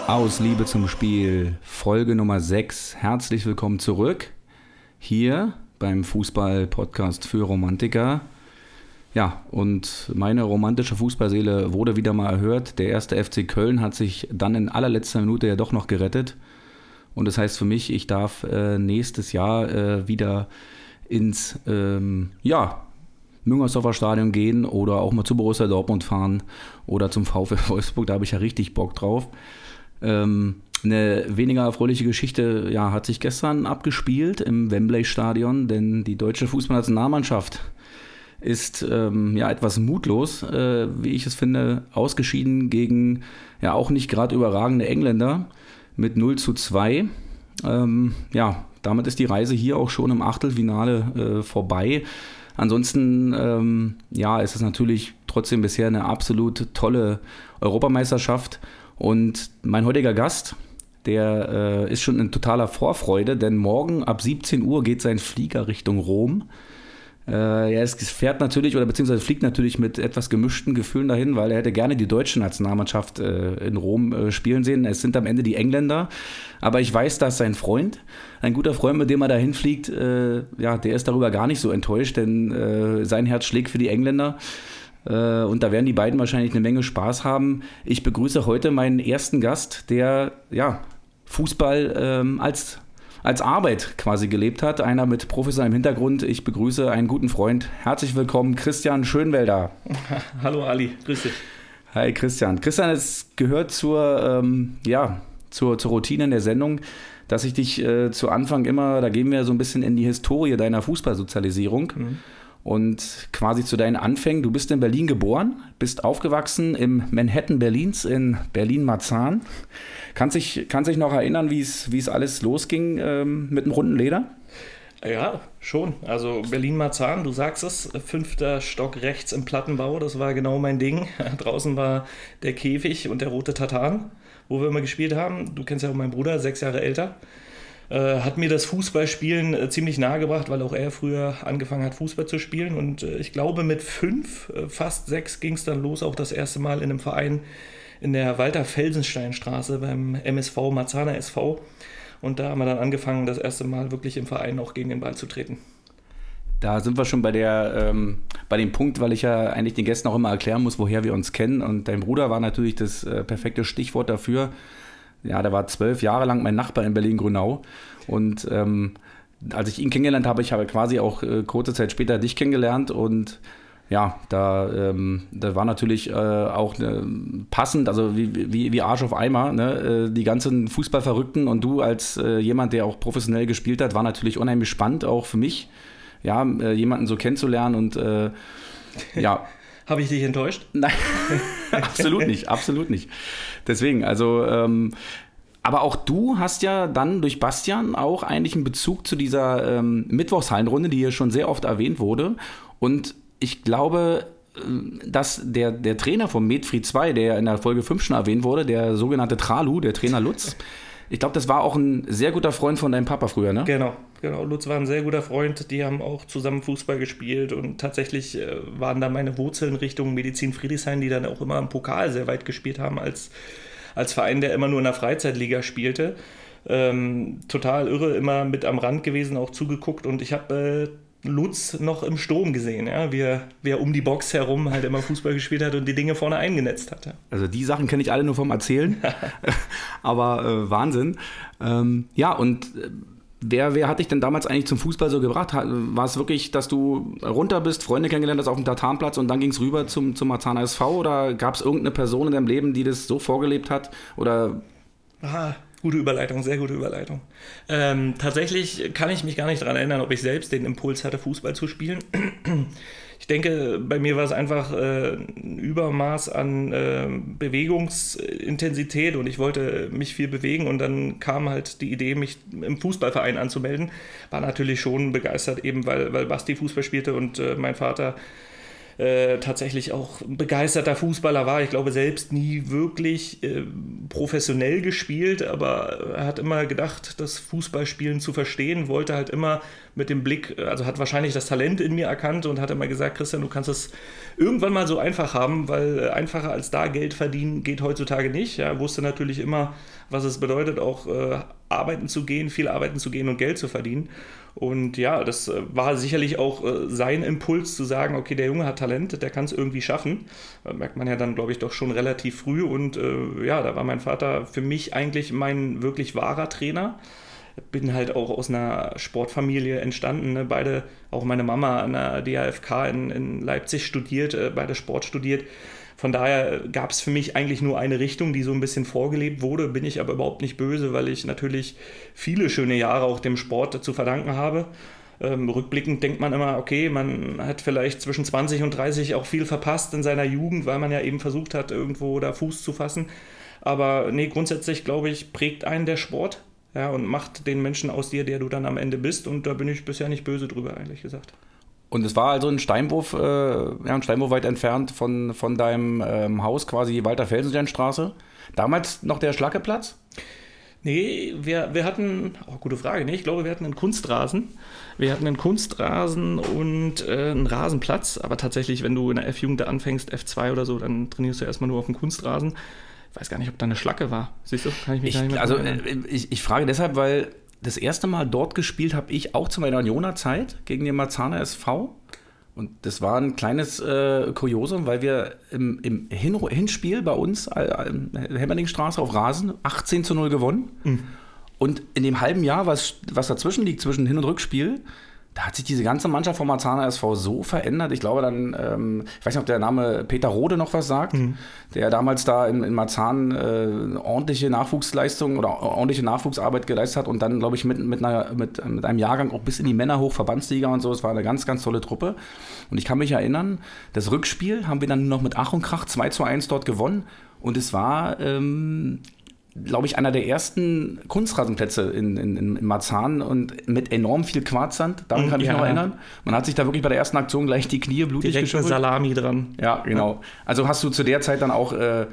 Aus Liebe zum Spiel, Folge Nummer 6. Herzlich willkommen zurück hier beim Fußball-Podcast für Romantiker. Ja, und meine romantische Fußballseele wurde wieder mal erhört. Der erste FC Köln hat sich dann in allerletzter Minute ja doch noch gerettet. Und das heißt für mich, ich darf nächstes Jahr wieder ins Müngersdorfer Stadion gehen oder auch mal zu Borussia Dortmund fahren oder zum VfL Wolfsburg. Da habe ich ja richtig Bock drauf. Eine weniger erfreuliche Geschichte hat sich gestern abgespielt im Wembley-Stadion, denn die deutsche Fußballnationalmannschaft ist etwas mutlos, wie ich es finde, ausgeschieden gegen auch nicht gerade überragende Engländer mit 0:2. Damit ist die Reise hier auch schon im Achtelfinale vorbei. Ansonsten ist es natürlich trotzdem bisher eine absolut tolle Europameisterschaft. Und mein heutiger Gast, der ist schon in totaler Vorfreude, denn morgen ab 17 Uhr geht sein Flieger Richtung Rom. Es fährt natürlich beziehungsweise fliegt natürlich mit etwas gemischten Gefühlen dahin, weil er hätte gerne die deutsche Nationalmannschaft in Rom spielen sehen. Es sind am Ende die Engländer, aber ich weiß, dass sein Freund, ein guter Freund, mit dem er dahin fliegt, der ist darüber gar nicht so enttäuscht, denn sein Herz schlägt für die Engländer. Und da werden die beiden wahrscheinlich eine Menge Spaß haben. Ich begrüße heute meinen ersten Gast, der Fußball als Arbeit quasi gelebt hat. Einer mit professionellem Hintergrund. Ich begrüße einen guten Freund. Herzlich willkommen, Christian Schönwelder. Hallo Ali, grüß dich. Hi Christian. Christian, es gehört zur Routine in der Sendung, dass ich dich zu Anfang immer, da gehen wir so ein bisschen in die Historie deiner Fußballsozialisierung. Und quasi zu deinen Anfängen. Du bist in Berlin geboren, bist aufgewachsen im Manhattan Berlins in Berlin-Marzahn. Kannst dich noch erinnern, wie es alles losging mit dem runden Leder? Ja, schon. Also Berlin-Marzahn, du sagst es, 5. Stock rechts im Plattenbau, das war genau mein Ding. Draußen war der Käfig und der rote Tartan, wo wir immer gespielt haben. Du kennst ja auch meinen Bruder, 6 Jahre älter. Hat mir das Fußballspielen ziemlich nahe gebracht, weil auch er früher angefangen hat, Fußball zu spielen. Und ich glaube, mit 5, fast 6 ging es dann los, auch das erste Mal in einem Verein in der Walter-Felsenstein-Straße beim MSV, Marzahner SV. Und da haben wir dann angefangen, das erste Mal wirklich im Verein auch gegen den Ball zu treten. Da sind wir schon bei dem Punkt, weil ich ja eigentlich den Gästen auch immer erklären muss, woher wir uns kennen. Und dein Bruder war natürlich das perfekte Stichwort dafür. Ja, der war 12 Jahre lang mein Nachbar in Berlin-Grünau und als ich ihn kennengelernt habe, ich habe quasi auch kurze Zeit später dich kennengelernt und ja, da war natürlich auch passend, also wie Arsch auf Eimer, ne? Die ganzen Fußballverrückten und du als jemand, der auch professionell gespielt hat, war natürlich unheimlich spannend, auch für mich, jemanden so kennenzulernen und Habe ich dich enttäuscht? Nein, absolut nicht. Deswegen, aber auch du hast ja dann durch Bastian auch eigentlich einen Bezug zu dieser Mittwochshallenrunde, die hier schon sehr oft erwähnt wurde. Und ich glaube, dass der Trainer vom Medfried 2, der in der Folge 5 schon erwähnt wurde, der sogenannte Tralu, der Trainer Lutz, ich glaube, das war auch ein sehr guter Freund von deinem Papa früher, ne? Genau. Lutz war ein sehr guter Freund. Die haben auch zusammen Fußball gespielt und tatsächlich waren da meine Wurzeln Richtung Medizin Friedrichshain, die dann auch immer im Pokal sehr weit gespielt haben als Verein, der immer nur in der Freizeitliga spielte. Total irre, immer mit am Rand gewesen, auch zugeguckt und ich habe Lutz noch im Sturm gesehen, wie er um die Box herum halt immer Fußball gespielt hat und die Dinge vorne eingenetzt hatte. Also die Sachen kenne ich alle nur vom Erzählen, aber Wahnsinn. Wer hat dich denn damals eigentlich zum Fußball so gebracht? War es wirklich, dass du runter bist, Freunde kennengelernt hast auf dem Tartanplatz und dann ging es rüber zum Marzahner SV oder gab es irgendeine Person in deinem Leben, die das so vorgelebt hat? Oder? Gute Überleitung, sehr gute Überleitung. Tatsächlich kann ich mich gar nicht daran erinnern, ob ich selbst den Impuls hatte, Fußball zu spielen. Ich denke, bei mir war es einfach ein Übermaß an Bewegungsintensität und ich wollte mich viel bewegen und dann kam halt die Idee, mich im Fußballverein anzumelden. War natürlich schon begeistert, eben weil Basti Fußball spielte und mein Vater tatsächlich auch ein begeisterter Fußballer war. Ich glaube, selbst nie wirklich professionell gespielt, aber er hat immer gedacht, das Fußballspielen zu verstehen, wollte halt immer mit dem Blick, also hat wahrscheinlich das Talent in mir erkannt und hat immer gesagt, Christian, du kannst es irgendwann mal so einfach haben, weil einfacher als da Geld verdienen geht heutzutage nicht. Ja, er wusste natürlich immer, was es bedeutet, auch arbeiten zu gehen, viel arbeiten zu gehen und Geld zu verdienen. Und ja, das war sicherlich auch sein Impuls zu sagen, okay, der Junge hat Talent, der kann es irgendwie schaffen. Merkt man ja dann, glaube ich, doch schon relativ früh. Und ja, da war mein Vater für mich eigentlich mein wirklich wahrer Trainer. Bin halt auch aus einer Sportfamilie entstanden. Ne? Beide, auch meine Mama an der DAFK in Leipzig studiert, beide Sport studiert. Von daher gab es für mich eigentlich nur eine Richtung, die so ein bisschen vorgelebt wurde. Bin ich aber überhaupt nicht böse, weil ich natürlich viele schöne Jahre auch dem Sport zu verdanken habe. Rückblickend denkt man immer, okay, man hat vielleicht zwischen 20 und 30 auch viel verpasst in seiner Jugend, weil man ja eben versucht hat, irgendwo da Fuß zu fassen. Aber nee, grundsätzlich, glaube ich, prägt einen der Sport. Ja, und macht den Menschen aus dir, der du dann am Ende bist. Und da bin ich bisher nicht böse drüber, ehrlich gesagt. Und es war also ein Steinwurf weit entfernt von deinem Haus, quasi Walter-Felsenstein-Straße. Damals noch der Schlackeplatz? Nee, wir hatten, gute Frage, nee, ich glaube, wir hatten einen Kunstrasen. Wir hatten einen Kunstrasen und einen Rasenplatz. Aber tatsächlich, wenn du in der F-Jugend da anfängst, F2 oder so, dann trainierst du erstmal nur auf dem Kunstrasen. Ich weiß gar nicht, ob da eine Schlacke war. Siehst du? Kann ich mich gar nicht mehr erinnern. Ich frage deshalb, weil das erste Mal dort gespielt habe ich auch zu meiner Unioner-Zeit gegen den Marzahner SV. Und das war ein kleines Kuriosum, weil wir im Hinspiel bei uns, Hemmerlingstraße auf Rasen, 18:0 gewonnen. Mhm. Und in dem halben Jahr, was dazwischen liegt, zwischen Hin- und Rückspiel, da hat sich diese ganze Mannschaft vom Marzahner SV so verändert. Ich glaube dann, ich weiß nicht, ob der Name Peter Rode noch was sagt, der damals da in Marzahn ordentliche Nachwuchsleistung oder ordentliche Nachwuchsarbeit geleistet hat und dann, glaube ich, mit einem Jahrgang auch bis in die Männer hoch, Verbandsliga und so. Es war eine ganz, ganz tolle Truppe. Und ich kann mich erinnern, das Rückspiel haben wir dann noch mit Ach und Krach 2:1 dort gewonnen. Und es war glaube ich, einer der ersten Kunstrasenplätze in Marzahn und mit enorm viel Quarzsand. Daran kann ich mich noch erinnern. Man hat sich da wirklich bei der ersten Aktion gleich die Knie blutig geschüttelt. Direkt eine Salami dran. Ja, genau. Also hast du zu der Zeit dann auch,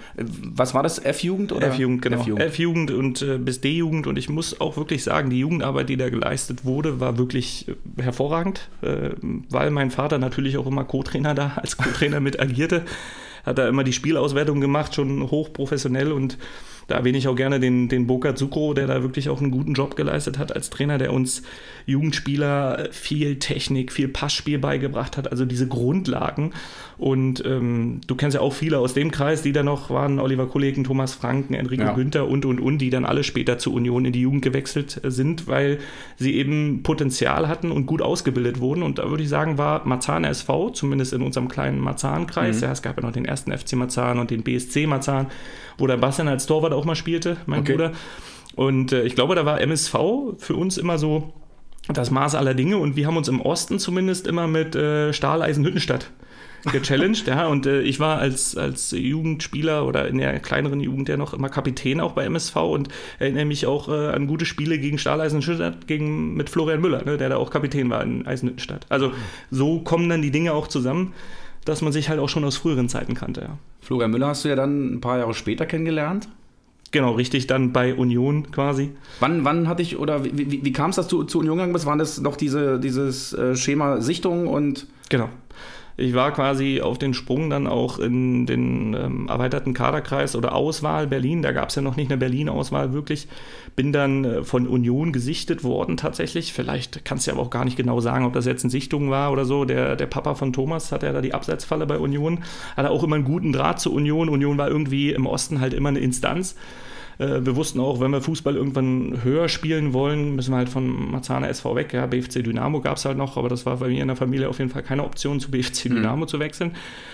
was war das, F-Jugend? Oder? F-Jugend, genau. F-Jugend und bis D-Jugend. Und ich muss auch wirklich sagen, die Jugendarbeit, die da geleistet wurde, war wirklich hervorragend, weil mein Vater natürlich auch immer Co-Trainer da als Co-Trainer mit agierte. Hat er immer die Spielauswertung gemacht, schon hochprofessionell, und da erwähne ich auch gerne den Boca Zucro, der da wirklich auch einen guten Job geleistet hat als Trainer, der uns Jugendspieler viel Technik, viel Passspiel beigebracht hat, also diese Grundlagen. Und du kennst ja auch viele aus dem Kreis, die da noch waren, Oliver Kulleken, Thomas Franken, Enrico Günther und, die dann alle später zur Union in die Jugend gewechselt sind, weil sie eben Potenzial hatten und gut ausgebildet wurden. Und da würde ich sagen, war Marzahner SV, zumindest in unserem kleinen Marzahn-Kreis, ja, es gab ja noch den ersten FC Marzahn und den BSC Marzahn, wo der Bastian als Torwart auch mal spielte, mein Bruder. Und ich glaube, da war MSV für uns immer so das Maß aller Dinge, und wir haben uns im Osten zumindest immer mit Stahleisen Hüttenstadt gechallenged, ja, und ich war als Jugendspieler oder in der kleineren Jugend ja noch immer Kapitän auch bei MSV und erinnere mich auch an gute Spiele gegen Stahleisen Hüttenstadt mit Florian Müller, ne, der da auch Kapitän war in Eisenhüttenstadt. Also so kommen dann die Dinge auch zusammen, dass man sich halt auch schon aus früheren Zeiten kannte, ja. Florian Müller hast du ja dann ein paar Jahre später kennengelernt. Genau, richtig, dann bei Union quasi. Wann hatte ich, oder wie kam es, dass du zu Union gegangen bist? Waren das noch dieses Schema Sichtung und... Genau. Ich war quasi auf den Sprung dann auch in den erweiterten Kaderkreis oder Auswahl Berlin. Da gab es ja noch nicht eine Berlin-Auswahl wirklich. Bin dann von Union gesichtet worden tatsächlich. Vielleicht kannst du aber auch gar nicht genau sagen, ob das jetzt eine Sichtung war oder so. Der Papa von Thomas hat ja da die Abseitsfalle bei Union. Hat auch immer einen guten Draht zu Union. Union war irgendwie im Osten halt immer eine Instanz. Wir wussten auch, wenn wir Fußball irgendwann höher spielen wollen, müssen wir halt von Marzahner SV weg. Ja, BFC Dynamo gab es halt noch, aber das war bei mir in der Familie auf jeden Fall keine Option, zu BFC Dynamo zu wechseln.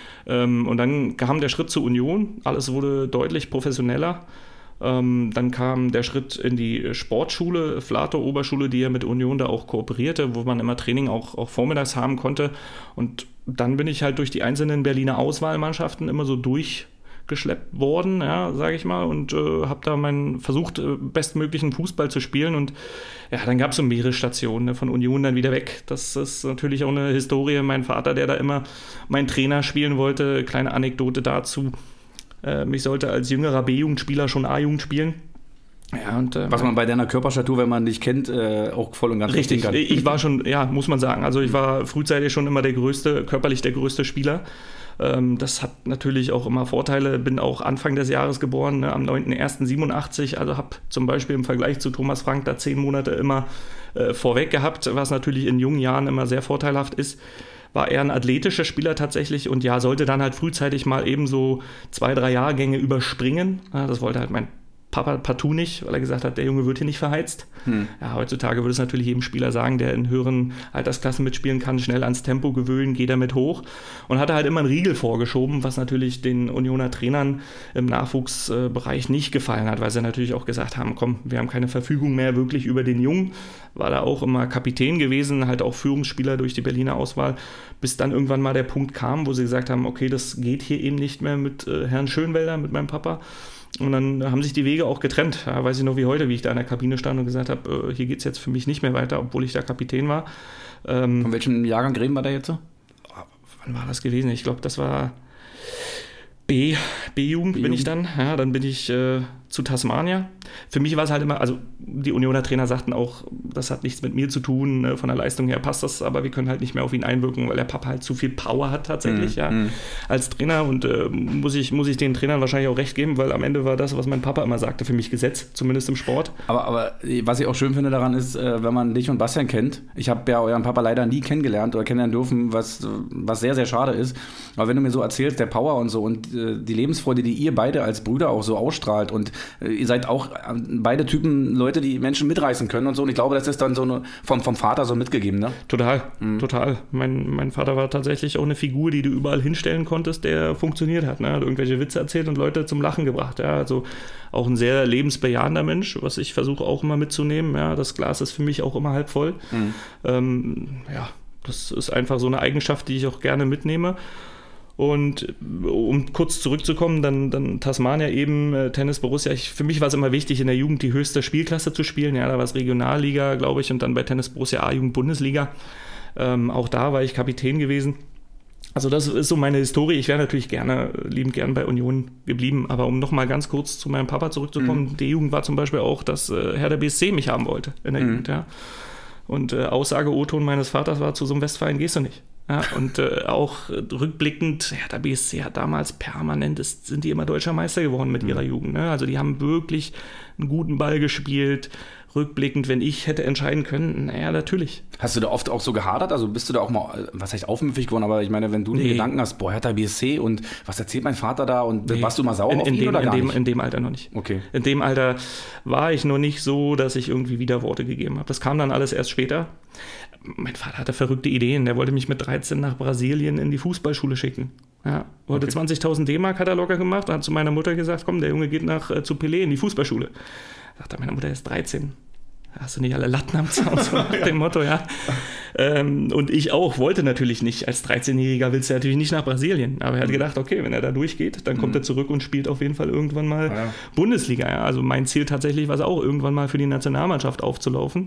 Und dann kam der Schritt zur Union. Alles wurde deutlich professioneller. Dann kam der Schritt in die Sportschule, Flato Oberschule, die ja mit Union da auch kooperierte, wo man immer Training auch vormittags haben konnte. Und dann bin ich halt durch die einzelnen Berliner Auswahlmannschaften immer so durchgeschlittert geschleppt worden, ja, sage ich mal, und habe da versucht, bestmöglichen Fußball zu spielen. Und ja, dann gab es so mehrere Stationen, ne, von Union dann wieder weg. Das ist natürlich auch eine Historie. Mein Vater, der da immer mein Trainer spielen wollte, kleine Anekdote dazu. Ich sollte als jüngerer B-Jugendspieler schon A-Jugend spielen. Ja, und, was man bei deiner Körperstatur, wenn man dich kennt, auch voll und ganz richtig kann. Ich war schon, ja, muss man sagen, also ich war frühzeitig schon immer körperlich der größte Spieler. Das hat natürlich auch immer Vorteile. Bin auch Anfang des Jahres geboren, ne, am 9.01.87, also habe zum Beispiel im Vergleich zu Thomas Frank da 10 Monate immer vorweg gehabt, was natürlich in jungen Jahren immer sehr vorteilhaft ist. War eher ein athletischer Spieler tatsächlich und ja, sollte dann halt frühzeitig mal eben so 2-3 Jahrgänge überspringen. Ja, das wollte halt mein Papa partout nicht, weil er gesagt hat, der Junge wird hier nicht verheizt. Ja, heutzutage würde es natürlich jedem Spieler sagen, der in höheren Altersklassen mitspielen kann, schnell ans Tempo gewöhnen, geht damit hoch. Und hatte halt immer einen Riegel vorgeschoben, was natürlich den Unioner Trainern im Nachwuchsbereich nicht gefallen hat, weil sie natürlich auch gesagt haben, komm, wir haben keine Verfügung mehr wirklich über den Jungen. War da auch immer Kapitän gewesen, halt auch Führungsspieler durch die Berliner Auswahl, bis dann irgendwann mal der Punkt kam, wo sie gesagt haben, okay, das geht hier eben nicht mehr mit Herrn Schönwelder, mit meinem Papa. Und dann haben sich die Wege auch getrennt. Ja, weiß ich noch wie heute, wie ich da in der Kabine stand und gesagt habe, hier geht es jetzt für mich nicht mehr weiter, obwohl ich da Kapitän war. Von welchem Jahrgang reden wir da jetzt so? Wann war das gewesen? Ich glaube, das war B-Jugend bin ich dann. Ja, dann bin ich zu Tasmania. Für mich war es halt immer, also die Unioner Trainer sagten auch, das hat nichts mit mir zu tun, von der Leistung her passt das, aber wir können halt nicht mehr auf ihn einwirken, weil der Papa halt zu viel Power hat tatsächlich, als Trainer und muss ich den Trainern wahrscheinlich auch recht geben, weil am Ende war das, was mein Papa immer sagte, für mich Gesetz, zumindest im Sport. Aber was ich auch schön finde daran ist, wenn man dich und Bastian kennt, ich habe ja euren Papa leider nie kennengelernt oder kennenlernen dürfen, was sehr, sehr schade ist, aber wenn du mir so erzählst, der Power und so und die Lebensfreude, die ihr beide als Brüder auch so ausstrahlt und ihr seid auch beide Typen Leute, die Menschen mitreißen können und so. Und ich glaube, das ist dann so vom Vater so mitgegeben, ne? Total. Mein Vater war tatsächlich auch eine Figur, die du überall hinstellen konntest, der funktioniert hat. Ne? Hat irgendwelche Witze erzählt und Leute zum Lachen gebracht. Ja? Also auch ein sehr lebensbejahender Mensch, was ich versuche auch immer mitzunehmen. Ja? Das Glas ist für mich auch immer halb voll. Das ist einfach so eine Eigenschaft, die ich auch gerne mitnehme. Und um kurz zurückzukommen, dann Tasmania eben, Tennis Borussia. Für mich war es immer wichtig, in der Jugend die höchste Spielklasse zu spielen. Ja, da war es Regionalliga, glaube ich, und dann bei Tennis Borussia A-Jugend Bundesliga. Auch da war ich Kapitän gewesen. Also das ist so meine Historie. Ich wäre natürlich liebend gern bei Union geblieben. Aber um nochmal ganz kurz zu meinem Papa zurückzukommen, die Jugend war zum Beispiel auch, dass Hertha BSC mich haben wollte in der Jugend. Ja. Und Aussage O-Ton meines Vaters war, zu so einem Westverein gehst du nicht. Ja, und auch rückblickend, der BSC hat damals permanent, sind die immer deutscher Meister geworden mit ihrer Jugend. Ne? Also die haben wirklich einen guten Ball gespielt. Rückblickend, wenn ich hätte entscheiden können, naja, natürlich. Hast du da oft auch so gehadert? Also bist du da auch mal, was heißt aufmüpfig geworden, aber ich meine, wenn du den Gedanken hast, boah, Hertha BSC und was erzählt mein Vater da und warst du mal sauer auf ihn oder gar nicht? In dem Alter noch nicht. Okay. In dem Alter war ich noch nicht so, dass ich irgendwie Widerworte gegeben habe. Das kam dann alles erst später. Mein Vater hatte verrückte Ideen. Der wollte mich mit 13 nach Brasilien in die Fußballschule schicken. Ja, wollte 20.000 D-Mark hat er locker gemacht und hat zu meiner Mutter gesagt, komm, der Junge geht zu Pelé in die Fußballschule. Sagt er, meine Mutter ist 13. Hast du nicht alle Latten am Zaun, so nach dem Motto, ja. Und ich auch, wollte natürlich nicht. Als 13-Jähriger willst du natürlich nicht nach Brasilien. Aber er hat gedacht, okay, wenn er da durchgeht, dann kommt er zurück und spielt auf jeden Fall irgendwann mal Bundesliga. Ja. Also mein Ziel tatsächlich war es auch, irgendwann mal für die Nationalmannschaft aufzulaufen.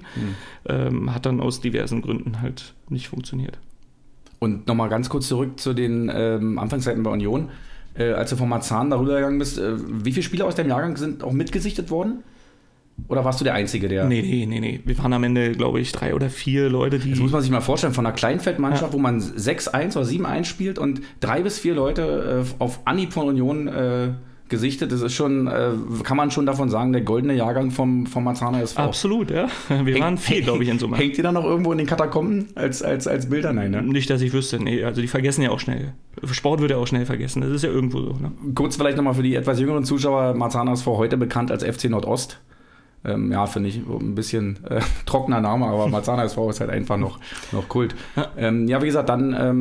Hat dann aus diversen Gründen halt nicht funktioniert. Und nochmal ganz kurz zurück zu den Anfangszeiten bei Union. Als du von Marzahn darüber gegangen bist, wie viele Spieler aus deinem Jahrgang sind auch mitgesichtet worden? Oder warst du der Einzige, der... Nee. Wir waren am Ende, glaube ich, 3 oder 4 Leute, die... Das muss man sich mal vorstellen, von einer Kleinfeldmannschaft, wo man 6-1 oder 7-1 spielt und 3 bis 4 Leute auf Anhieb von Union gesichtet. Das ist schon, kann man schon davon sagen, der goldene Jahrgang vom Marzahner SV. Absolut, ja. Wir waren 4, glaube ich, in Summe. Hängt ihr da noch irgendwo in den Katakomben als Bilder? Nein, ne? Nicht, dass ich wüsste. Nee, also die vergessen ja auch schnell. Sport wird ja auch schnell vergessen. Das ist ja irgendwo so. Ne? Kurz vielleicht nochmal für die etwas jüngeren Zuschauer. Marzahner SV, heute bekannt als FC Nordost. Finde ich ein bisschen trockener Name, aber Marzahner SV ist halt einfach noch Kult. Ja, wie gesagt,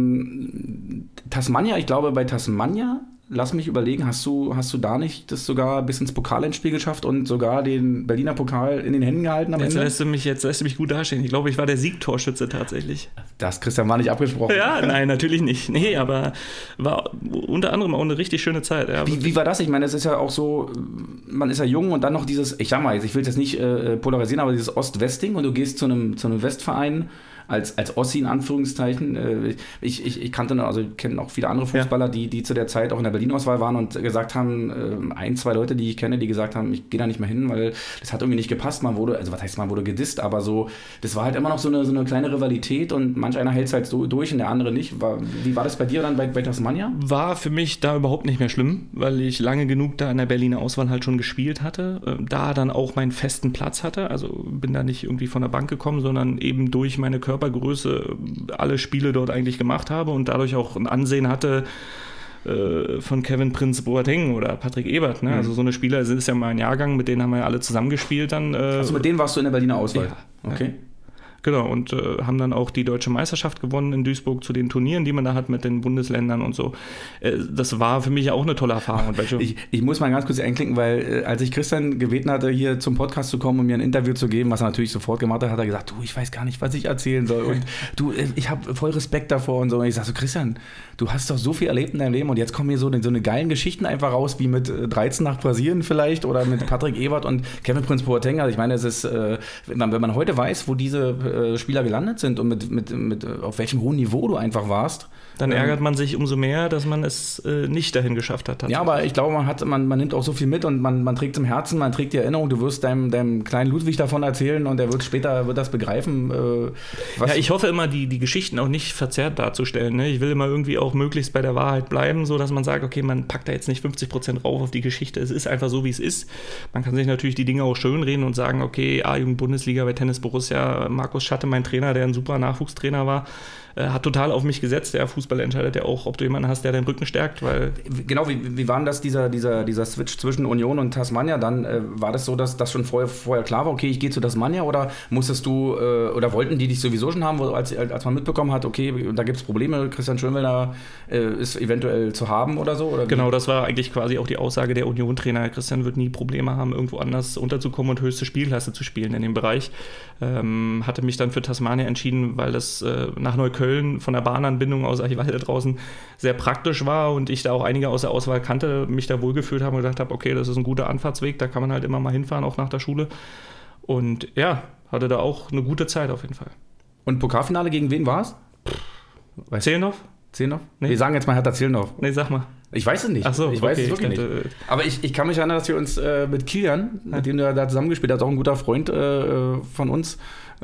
dann Tasmania, ich glaube bei Tasmania, lass mich überlegen, hast du da nicht das sogar bis ins Pokalendspiel geschafft und sogar den Berliner Pokal in den Händen gehalten am Ende? Jetzt lässt du mich gut dastehen. Ich glaube, ich war der Siegtorschütze tatsächlich. Das, Christian, war nicht abgesprochen. Ja, nein, natürlich nicht. Nee, aber war unter anderem auch eine richtig schöne Zeit. Ja. Wie war das? Ich meine, es ist ja auch so, man ist ja jung und dann noch dieses, ich sag mal, ich will es jetzt nicht polarisieren, aber dieses Ost-West-Ding und du gehst zu einem Westverein als Ossi in Anführungszeichen. Ich kannte, also kenne auch viele andere Fußballer, die zu der Zeit auch in der Berlin-Auswahl waren und gesagt haben, 1, 2 Leute, die ich kenne, die gesagt haben, ich gehe da nicht mehr hin, weil das hat irgendwie nicht gepasst. Man wurde gedisst, aber so, das war halt immer noch so eine kleine Rivalität und manch einer hält es halt so durch und der andere nicht. Wie war das bei dir dann bei Tasmania? War für mich da überhaupt nicht mehr schlimm, weil ich lange genug da in der Berliner Auswahl halt schon gespielt hatte, da dann auch meinen festen Platz hatte, also bin da nicht irgendwie von der Bank gekommen, sondern eben durch meine Körpergröße alle Spiele dort eigentlich gemacht habe und dadurch auch ein Ansehen hatte von Kevin Prince Boateng oder Patrick Ebert. Ne? Mhm. Also so eine Spieler ist ja mal ein Jahrgang, mit denen haben wir ja alle zusammengespielt dann. Also mit denen warst du in der Berliner Auswahl? Ja. Okay. Ja. Genau, und haben dann auch die Deutsche Meisterschaft gewonnen in Duisburg zu den Turnieren, die man da hat mit den Bundesländern und so. Das war für mich auch eine tolle Erfahrung. Ich muss mal ganz kurz einklinken, weil als ich Christian gebeten hatte, hier zum Podcast zu kommen und mir ein Interview zu geben, was er natürlich sofort gemacht hat, hat er gesagt, du, ich weiß gar nicht, was ich erzählen soll und du, ich habe voll Respekt davor und so. Und ich sage so, Christian, du hast doch so viel erlebt in deinem Leben und jetzt kommen hier so eine geilen Geschichten einfach raus, wie mit 13 nach Brasilien vielleicht oder mit Patrick Ebert und Kevin Prince Boateng. Also ich meine, es ist, wenn man heute weiß, wo diese Spieler gelandet sind und mit auf welchem hohen Niveau du einfach warst. Dann ärgert man sich umso mehr, dass man es nicht dahin geschafft hat. Ja, aber ich glaube, man nimmt auch so viel mit und man trägt es im Herzen, man trägt die Erinnerung. Du wirst deinem kleinen Ludwig davon erzählen und der wird später das begreifen. Ja, ich hoffe immer, die Geschichten auch nicht verzerrt darzustellen. Ne? Ich will immer irgendwie auch möglichst bei der Wahrheit bleiben, so dass man sagt, okay, man packt da jetzt nicht 50% rauf auf die Geschichte. Es ist einfach so, wie es ist. Man kann sich natürlich die Dinge auch schönreden und sagen, okay, A-Jugend-Bundesliga bei Tennis Borussia, Markus Schatte, mein Trainer, der ein super Nachwuchstrainer war, hat total auf mich gesetzt. Der Fußball entscheidet ja auch, ob du jemanden hast, der deinen Rücken stärkt. Weil genau, wie war denn das, dieser Switch zwischen Union und Tasmania? Dann war das so, dass das schon vorher klar war, okay, ich gehe zu Tasmania oder musstest du, oder wollten die dich sowieso schon haben, als man mitbekommen hat, okay, da gibt es Probleme, Christian Schönwelder ist eventuell zu haben oder so? Oder genau, das war eigentlich quasi auch die Aussage der Union-Trainer. Christian wird nie Probleme haben, irgendwo anders unterzukommen und höchste Spielklasse zu spielen in dem Bereich. Hatte mich dann für Tasmania entschieden, weil das nach Neukölln von der Bahnanbindung aus Archwalde draußen sehr praktisch war und ich da auch einige aus der Auswahl kannte, mich da wohlgefühlt habe und gedacht habe, okay, das ist ein guter Anfahrtsweg, da kann man halt immer mal hinfahren, auch nach der Schule. Und ja, hatte da auch eine gute Zeit auf jeden Fall. Und Pokalfinale gegen wen war es? Zehlendorf? Nee. Wir sagen jetzt mal Hertha Zehlendorf. Nee, sag mal. Ich weiß es nicht. Ach so, ich weiß es wirklich nicht. Aber ich kann mich erinnern, dass wir uns mit Kilian, mit dem du da zusammengespielt hast, auch ein guter Freund von uns,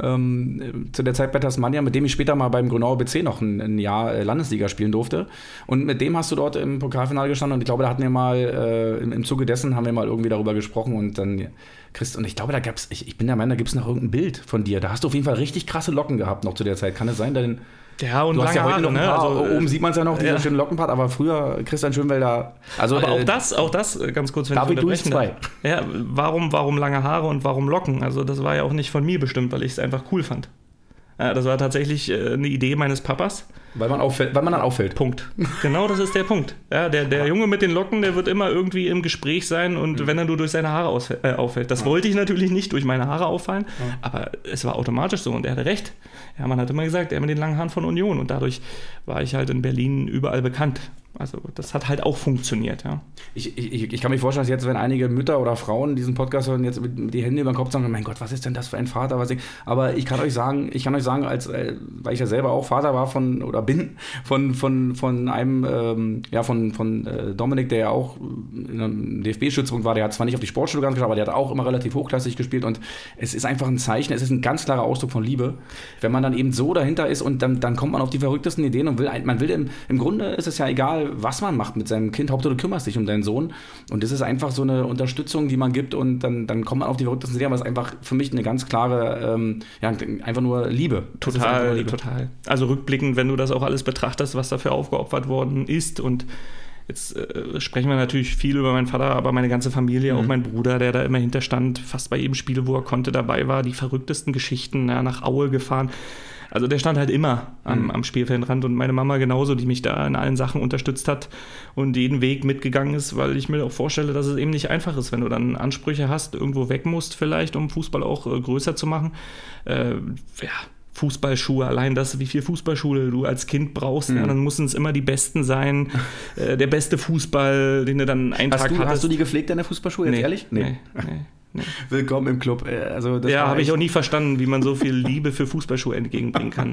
zu der Zeit bei Tasmania, mit dem ich später mal beim Grünauer BC noch ein Jahr Landesliga spielen durfte. Und mit dem hast du dort im Pokalfinale gestanden und ich glaube, da hatten wir mal, im Zuge dessen haben wir mal irgendwie darüber gesprochen und dann, und ich glaube, da gab es, ich bin der Meinung, da gibt es noch irgendein Bild von dir. Da hast du auf jeden Fall richtig krasse Locken gehabt noch zu der Zeit. Kann es sein? Ja, und du hast ja heute noch ein paar, also, oben sieht man es ja noch, diesen schönen Lockenpart, aber früher Christian Schönwelder. Also, aber auch das, ganz kurz, wenn David ich unterbrechen darf. Ja, warum lange Haare und warum Locken? Also das war ja auch nicht von mir bestimmt, weil ich es einfach cool fand. Ja, das war tatsächlich eine Idee meines Papas. Weil man dann auffällt. Punkt. Genau, das ist der Punkt. Ja, der Junge mit den Locken, der wird immer irgendwie im Gespräch sein und wenn er nur durch seine Haare auffällt. Das wollte ich natürlich nicht durch meine Haare auffallen, aber es war automatisch so und er hatte recht. Ja, man hat immer gesagt, er mit den langen Haaren von Union und dadurch war ich halt in Berlin überall bekannt. Also das hat halt auch funktioniert, ja. Ich kann mir vorstellen, dass jetzt, wenn einige Mütter oder Frauen diesen Podcast hören, jetzt mit die Hände über den Kopf sagen, mein Gott, was ist denn das für ein Vater? Aber ich kann euch sagen, weil ich ja selber auch Vater war von einem, von Dominik, der ja auch im DFB-Stützpunkt war, der hat zwar nicht auf die Sportschule ganz geschaut, aber der hat auch immer relativ hochklassig gespielt und es ist einfach ein Zeichen, es ist ein ganz klarer Ausdruck von Liebe, wenn man dann eben so dahinter ist und dann kommt man auf die verrücktesten Ideen und man will im Grunde ist es ja egal, was man macht mit seinem Kind, Hauptsache du kümmerst dich um deinen Sohn und das ist einfach so eine Unterstützung, die man gibt und dann kommt man auf die verrücktesten Ideen, aber es ist einfach für mich eine ganz klare, einfach nur Liebe. Total. Also rückblickend, wenn du das auch alles betrachtest, was dafür aufgeopfert worden ist und jetzt sprechen wir natürlich viel über meinen Vater, aber meine ganze Familie, auch mein Bruder, der da immer hinterstand, fast bei jedem Spiel, wo er konnte, dabei war, die verrücktesten Geschichten, nach Aue gefahren. Also der stand halt immer am Spielfeldrand und meine Mama genauso, die mich da in allen Sachen unterstützt hat und jeden Weg mitgegangen ist, weil ich mir auch vorstelle, dass es eben nicht einfach ist, wenn du dann Ansprüche hast, irgendwo weg musst vielleicht, um Fußball auch größer zu machen. Fußballschuhe, allein das, wie viel Fußballschuhe du als Kind brauchst, ja, dann müssen es immer die besten sein, der beste Fußball, den du dann einen Tag hattest. Hast du die gepflegt, deine Fußballschuhe, jetzt ehrlich? Nee. Willkommen im Club. Also ja, habe ich auch nie verstanden, wie man so viel Liebe für Fußballschuhe entgegenbringen kann.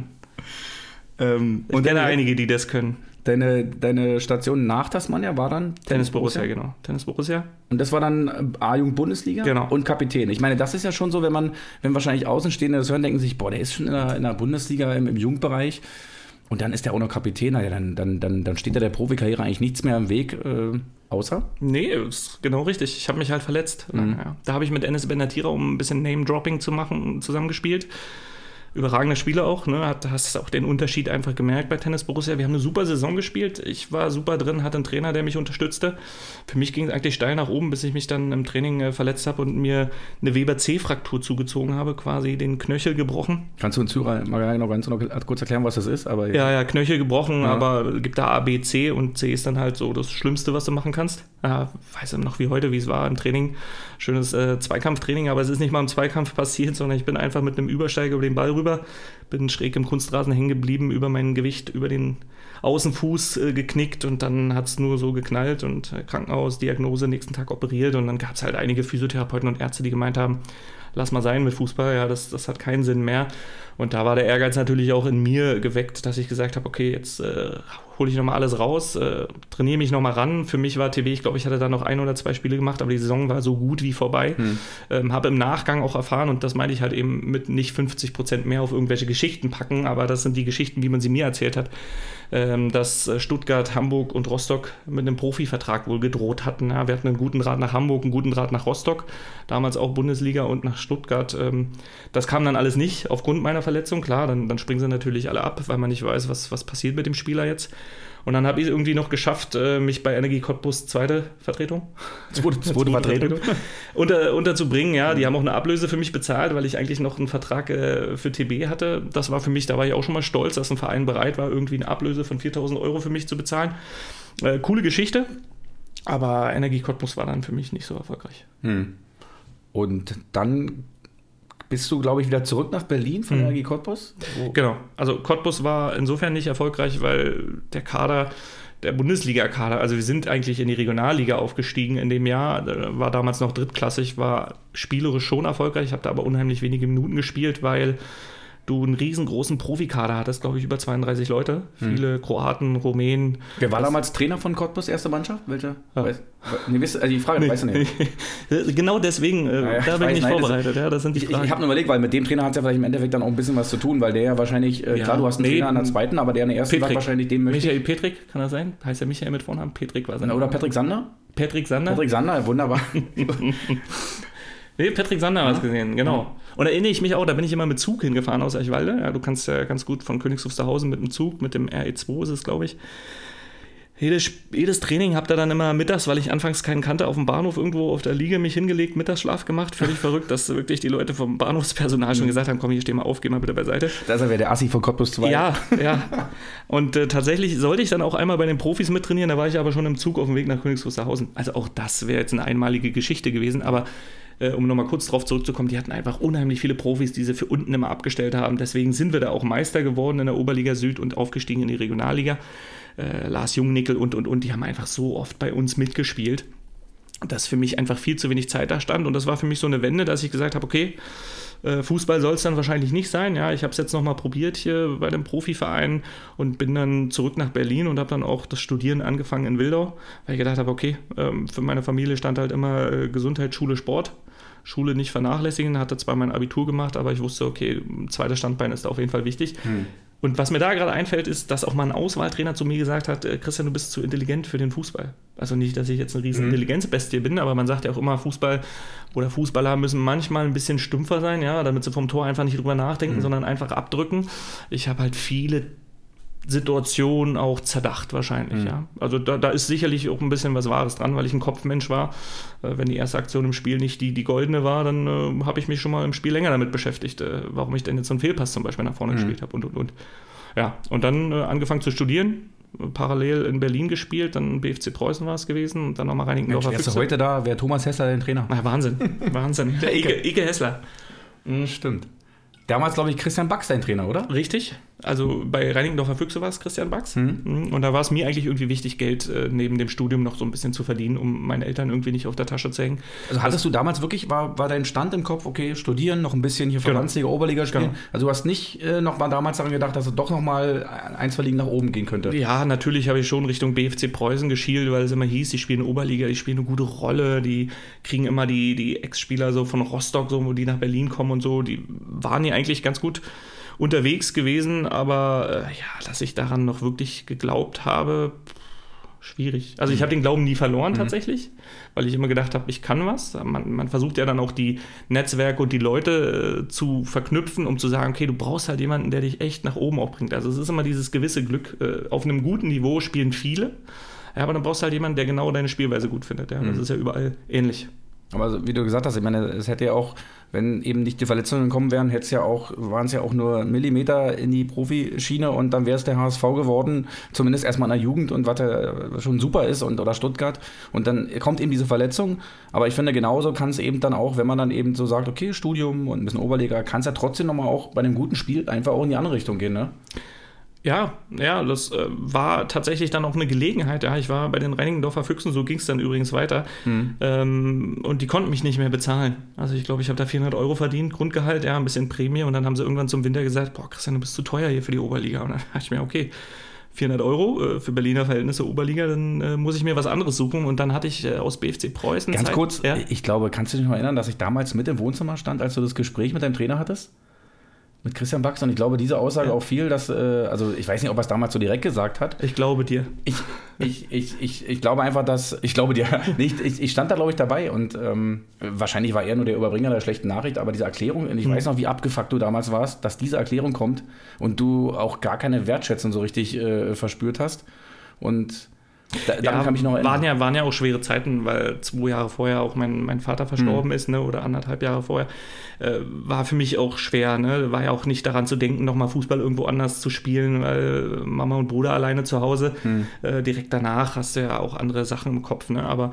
Ich kenne einige, die das können. Deine Station nach Tasmania war dann? Tennis Borussia, genau. Tennis Borussia. Und das war dann A-Jugend-Bundesliga? Genau. Und Kapitän. Ich meine, das ist ja schon so, wenn wahrscheinlich Außenstehende das hören, denken sich, boah, der ist schon in der Bundesliga im Jugendbereich. Und dann ist der auch noch Kapitän. Ja, dann steht der Profikarriere eigentlich nichts mehr im Weg, außer? Nee, ist genau richtig. Ich habe mich halt verletzt. Ja. Da habe ich mit Enes Benatira, um ein bisschen Name-Dropping zu machen, zusammengespielt. Überragender Spieler auch, ne? Hast auch den Unterschied einfach gemerkt bei Tennis Borussia. Wir haben eine super Saison gespielt. Ich war super drin, hatte einen Trainer, der mich unterstützte. Für mich ging es eigentlich steil nach oben, bis ich mich dann im Training verletzt habe und mir eine Weber-C-Fraktur zugezogen habe, quasi den Knöchel gebrochen. Kannst du uns mal ganz kurz erklären, was das ist? Ja, Knöchel gebrochen, aber es gibt da A, B, C und C ist dann halt so das Schlimmste, was du machen kannst. Weiß noch wie heute, wie es war im Training. Schönes Zweikampftraining, aber es ist nicht mal im Zweikampf passiert, sondern ich bin einfach mit einem Übersteiger über den Ball rüber, bin schräg im Kunstrasen hängen geblieben, über mein Gewicht, über den Außenfuß geknickt und dann hat es nur so geknallt und Krankenhaus, Diagnose, nächsten Tag operiert und dann gab es halt einige Physiotherapeuten und Ärzte, die gemeint haben, lass mal sein mit Fußball, ja, das hat keinen Sinn mehr. Und da war der Ehrgeiz natürlich auch in mir geweckt, dass ich gesagt habe, okay, jetzt hole ich nochmal alles raus, trainiere mich nochmal ran. Für mich war TB, ich glaube, ich hatte da noch 1 oder 2 Spiele gemacht, aber die Saison war so gut wie vorbei. Habe im Nachgang auch erfahren, und das meine ich halt eben mit nicht 50% mehr auf irgendwelche Geschichten packen, aber das sind die Geschichten, wie man sie mir erzählt hat, dass Stuttgart, Hamburg und Rostock mit einem Profivertrag wohl gedroht hatten. Ja, wir hatten einen guten Draht nach Hamburg, einen guten Draht nach Rostock, damals auch Bundesliga und nach Stuttgart. Das kam dann alles nicht aufgrund meiner Verletzung. Klar, dann springen sie natürlich alle ab, weil man nicht weiß, was passiert mit dem Spieler jetzt. Und dann habe ich es irgendwie noch geschafft, mich bei Energie Cottbus zweite Vertretung unterzubringen. Ja, die haben auch eine Ablöse für mich bezahlt, weil ich eigentlich noch einen Vertrag für TB hatte. Das war für mich, da war ich auch schon mal stolz, dass ein Verein bereit war, irgendwie eine Ablöse von 4.000 Euro für mich zu bezahlen. Coole Geschichte, aber Energie Cottbus war dann für mich nicht so erfolgreich. Und dann bist du, glaube ich, wieder zurück nach Berlin von Energie Cottbus? Genau, also Cottbus war insofern nicht erfolgreich, weil der Kader, der Bundesliga-Kader, also wir sind eigentlich in die Regionalliga aufgestiegen in dem Jahr, war damals noch drittklassig, war spielerisch schon erfolgreich, ich habe da aber unheimlich wenige Minuten gespielt, weil du einen riesengroßen Profikader hattest, glaube ich, über 32 Leute, viele Kroaten, Rumänen. Wer war damals Trainer von Cottbus, erste Mannschaft? Welcher? Ja. Die Frage, weißt du nicht. Genau deswegen, da bin ich nicht vorbereitet. Das sind die Fragen. Ich habe nur überlegt, weil mit dem Trainer hat es ja vielleicht im Endeffekt dann auch ein bisschen was zu tun, weil der ja wahrscheinlich, klar, du hast einen Trainer an der zweiten, aber der an der ersten sagt wahrscheinlich, den möchte Michael Petrik, kann das sein? Heißt ja Michael mit Vornamen? Petrik war sein. Oder Patrick Sander? Patrick Sander, wunderbar. Nee, Patrick Sander hat es gesehen, genau. Und da erinnere ich mich auch, da bin ich immer mit Zug hingefahren aus Eichwalde. Ja, du kannst ja ganz gut von Königs Wusterhausen mit dem Zug, mit dem RE2 ist es, glaube ich. Jedes Training habt ihr dann immer mittags, weil ich anfangs keinen kannte, auf dem Bahnhof irgendwo auf der Liege mich hingelegt, Mittagsschlaf gemacht. Völlig verrückt, dass wirklich die Leute vom Bahnhofspersonal schon gesagt haben, komm, hier steh mal auf, geh mal bitte beiseite. Das wäre der Assi von Cottbus 2. Ja. Und tatsächlich sollte ich dann auch einmal bei den Profis mittrainieren, da war ich aber schon im Zug auf dem Weg nach Königs Wusterhausen. Also auch das wäre jetzt eine einmalige Geschichte gewesen, aber um nochmal kurz drauf zurückzukommen, die hatten einfach unheimlich viele Profis, die sie für unten immer abgestellt haben. Deswegen sind wir da auch Meister geworden in der Oberliga Süd und aufgestiegen in die Regionalliga. Lars Jungnickel und, die haben einfach so oft bei uns mitgespielt, dass für mich einfach viel zu wenig Zeit da stand. Und das war für mich so eine Wende, dass ich gesagt habe, okay, Fußball soll es dann wahrscheinlich nicht sein. Ja, ich habe es jetzt nochmal probiert hier bei dem Profiverein und bin dann zurück nach Berlin und habe dann auch das Studieren angefangen in Wildau, weil ich gedacht habe, okay, für meine Familie stand halt immer Gesundheit, Schule, Sport. Schule nicht vernachlässigen, hatte zwar mein Abitur gemacht, aber ich wusste, okay, zweites Standbein ist auf jeden Fall wichtig. Und was mir da gerade einfällt, ist, dass auch mal ein Auswahltrainer zu mir gesagt hat, Christian, du bist zu intelligent für den Fußball. Also nicht, dass ich jetzt eine riesen Intelligenzbestie bin, aber man sagt ja auch immer, Fußball oder Fußballer müssen manchmal ein bisschen stumpfer sein, ja, damit sie vom Tor einfach nicht drüber nachdenken, sondern einfach abdrücken. Ich habe halt viele Situation auch zerdacht wahrscheinlich, ja. Also da ist sicherlich auch ein bisschen was Wahres dran, weil ich ein Kopfmensch war. Wenn die erste Aktion im Spiel nicht die goldene war, dann habe ich mich schon mal im Spiel länger damit beschäftigt, warum ich denn jetzt so einen Fehlpass zum Beispiel nach vorne gespielt habe und. Ja, und dann angefangen zu studieren, parallel in Berlin gespielt, dann BFC Preußen war es gewesen und dann nochmal Reinickendorfer Füchse. Heute da, wäre Thomas Hessler den Trainer. Na, Wahnsinn. Der Ike Hessler. Stimmt. Damals, glaube ich, Christian Bax dein Trainer, oder? Richtig. Also bei Reinickendorfer Füchse war es Christian Bax. Und da war es mir eigentlich irgendwie wichtig, Geld neben dem Studium noch so ein bisschen zu verdienen, um meinen Eltern irgendwie nicht auf der Tasche zu hängen. Also hattest du damals wirklich, war dein Stand im Kopf, okay, studieren, noch ein bisschen hier Verbandsliga, Oberliga spielen? Genau. Also du hast nicht noch mal damals daran gedacht, dass es doch noch mal ein, zwei Ligen nach oben gehen könnte? Ja, natürlich habe ich schon Richtung BFC Preußen geschielt, weil es immer hieß, die spielen Oberliga, die spielen eine gute Rolle, die kriegen immer die Ex-Spieler so von Rostock, so, wo die nach Berlin kommen und so, die waren ja eigentlich ganz gut unterwegs gewesen, aber dass ich daran noch wirklich geglaubt habe, schwierig. Also ich habe den Glauben nie verloren tatsächlich, weil ich immer gedacht habe, ich kann was. Man versucht ja dann auch die Netzwerke und die Leute zu verknüpfen, um zu sagen, okay, du brauchst halt jemanden, der dich echt nach oben auch bringt. Also es ist immer dieses gewisse Glück. Auf einem guten Niveau spielen viele, aber dann brauchst du halt jemanden, der genau deine Spielweise gut findet. Ja? Das ist ja überall ähnlich. Aber wie du gesagt hast, ich meine, es hätte ja auch, wenn eben nicht die Verletzungen gekommen wären, waren es ja auch nur Millimeter in die Profischiene und dann wäre es der HSV geworden, zumindest erstmal in der Jugend und was ja schon super ist oder Stuttgart und dann kommt eben diese Verletzung, aber ich finde genauso kann es eben dann auch, wenn man dann eben so sagt, okay, Studium und ein bisschen Oberliga, kann es ja trotzdem nochmal auch bei einem guten Spiel einfach auch in die andere Richtung gehen, ne? Ja, das war tatsächlich dann auch eine Gelegenheit. Ja, ich war bei den Reinickendorfer Füchsen, so ging es dann übrigens weiter. Und die konnten mich nicht mehr bezahlen. Also ich glaube, ich habe da 400 € verdient, Grundgehalt, ja, ein bisschen Prämie. Und dann haben sie irgendwann zum Winter gesagt, boah, Christian, du bist zu teuer hier für die Oberliga. Und dann dachte ich mir, okay, 400 € für Berliner Verhältnisse Oberliga, dann muss ich mir was anderes suchen. Und dann hatte ich aus BFC Preußen Ganz kurz, ich glaube, kannst du dich noch erinnern, dass ich damals mit im Wohnzimmer stand, als du das Gespräch mit deinem Trainer hattest? Mit Christian Bax, und ich glaube, diese Aussage auch viel, dass, also ich weiß nicht, ob er es damals so direkt gesagt hat. Ich glaube dir. Ich glaube einfach, ich glaube dir nicht, ich stand da, glaube ich, dabei und wahrscheinlich war er nur der Überbringer der schlechten Nachricht, aber diese Erklärung, und ich weiß noch, wie abgefuckt du damals warst, dass diese Erklärung kommt und du auch gar keine Wertschätzung so richtig verspürt hast und daran kann mich noch erinnern. Waren ja auch schwere Zeiten, weil 2 Jahre vorher auch mein Vater verstorben ist, ne, oder 1,5 Jahre vorher. War für mich auch schwer. Ne? War ja auch nicht daran zu denken, nochmal Fußball irgendwo anders zu spielen, weil Mama und Bruder alleine zu Hause. Direkt danach hast du ja auch andere Sachen im Kopf. Ne? Aber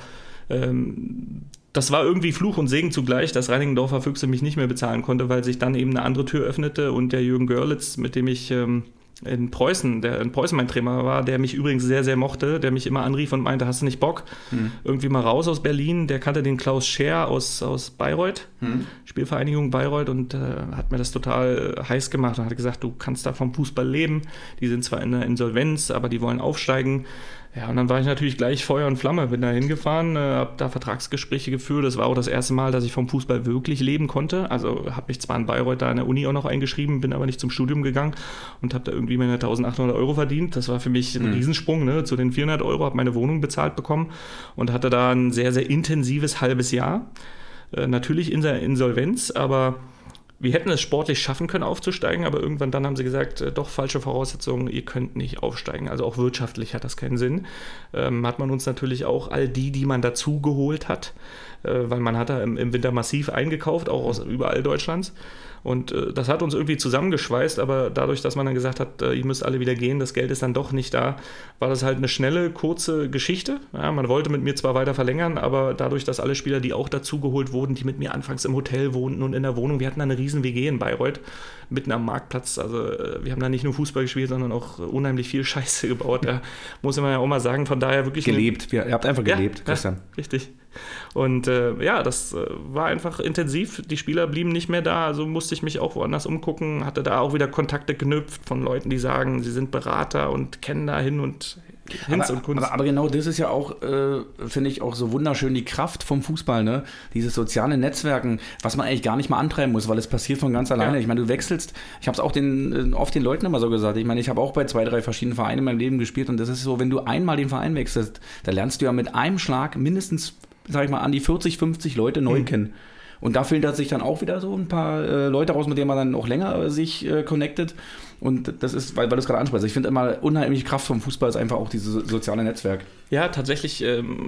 das war irgendwie Fluch und Segen zugleich, dass Reinickendorfer Füchse mich nicht mehr bezahlen konnte, weil sich dann eben eine andere Tür öffnete und der Jürgen Görlitz, mit dem ich in Preußen mein Trainer war, der mich übrigens sehr, sehr mochte, der mich immer anrief und meinte, hast du nicht Bock? Irgendwie mal raus aus Berlin. Der kannte den Klaus Scher aus Bayreuth, Spielvereinigung Bayreuth, und hat mir das total heiß gemacht und hat gesagt, du kannst da vom Fußball leben. Die sind zwar in der Insolvenz, aber die wollen aufsteigen. Ja, und dann war ich natürlich gleich Feuer und Flamme, bin da hingefahren, habe da Vertragsgespräche geführt. Das war auch das erste Mal, dass ich vom Fußball wirklich leben konnte. Also habe mich zwar in Bayreuth da an der Uni auch noch eingeschrieben, bin aber nicht zum Studium gegangen und habe da irgendwie meine 1.800 € verdient. Das war für mich ein Riesensprung, ne? Zu den 400 €, habe meine Wohnung bezahlt bekommen und hatte da ein sehr, sehr intensives halbes Jahr. Natürlich in der Insolvenz, aber wir hätten es sportlich schaffen können, aufzusteigen, aber irgendwann dann haben sie gesagt, doch, falsche Voraussetzungen, ihr könnt nicht aufsteigen. Also auch wirtschaftlich hat das keinen Sinn. Hat man uns natürlich auch all die man dazu geholt hat, weil man hat da im Winter massiv eingekauft, auch aus überall Deutschlands. Und das hat uns irgendwie zusammengeschweißt, aber dadurch, dass man dann gesagt hat, ihr müsst alle wieder gehen, das Geld ist dann doch nicht da, war das halt eine schnelle, kurze Geschichte. Ja, man wollte mit mir zwar weiter verlängern, aber dadurch, dass alle Spieler, die auch dazugeholt wurden, die mit mir anfangs im Hotel wohnten und in der Wohnung, wir hatten da eine riesen WG in Bayreuth, mitten am Marktplatz, also wir haben da nicht nur Fußball gespielt, sondern auch unheimlich viel Scheiße gebaut, muss man ja auch mal sagen, von daher wirklich... Gelebt, ihr habt einfach gelebt, Christian. Ja, richtig. Und das war einfach intensiv, die Spieler blieben nicht mehr da, also musste ich mich auch woanders umgucken, hatte da auch wieder Kontakte geknüpft von Leuten, die sagen, sie sind Berater und kennen da hin und Hinz und Kunst. Aber genau das ist ja auch, finde ich, auch so wunderschön die Kraft vom Fußball, ne? Dieses soziale Netzwerken, was man eigentlich gar nicht mal antreiben muss, weil es passiert von ganz alleine. Ja. Ich meine, du wechselst, ich habe es auch oft den Leuten immer so gesagt, ich meine, ich habe auch bei 2, 3 verschiedenen Vereinen in meinem Leben gespielt und das ist so, wenn du einmal den Verein wechselst, da lernst du ja mit einem Schlag mindestens, sag ich mal, an die 40, 50 Leute neu kennen. Und da filtert sich dann auch wieder so ein paar Leute raus, mit denen man dann auch länger sich connectet. Und das ist, weil du es gerade ansprichst, ich finde immer unheimlich Kraft vom Fußball ist einfach auch dieses soziale Netzwerk. Ja, tatsächlich,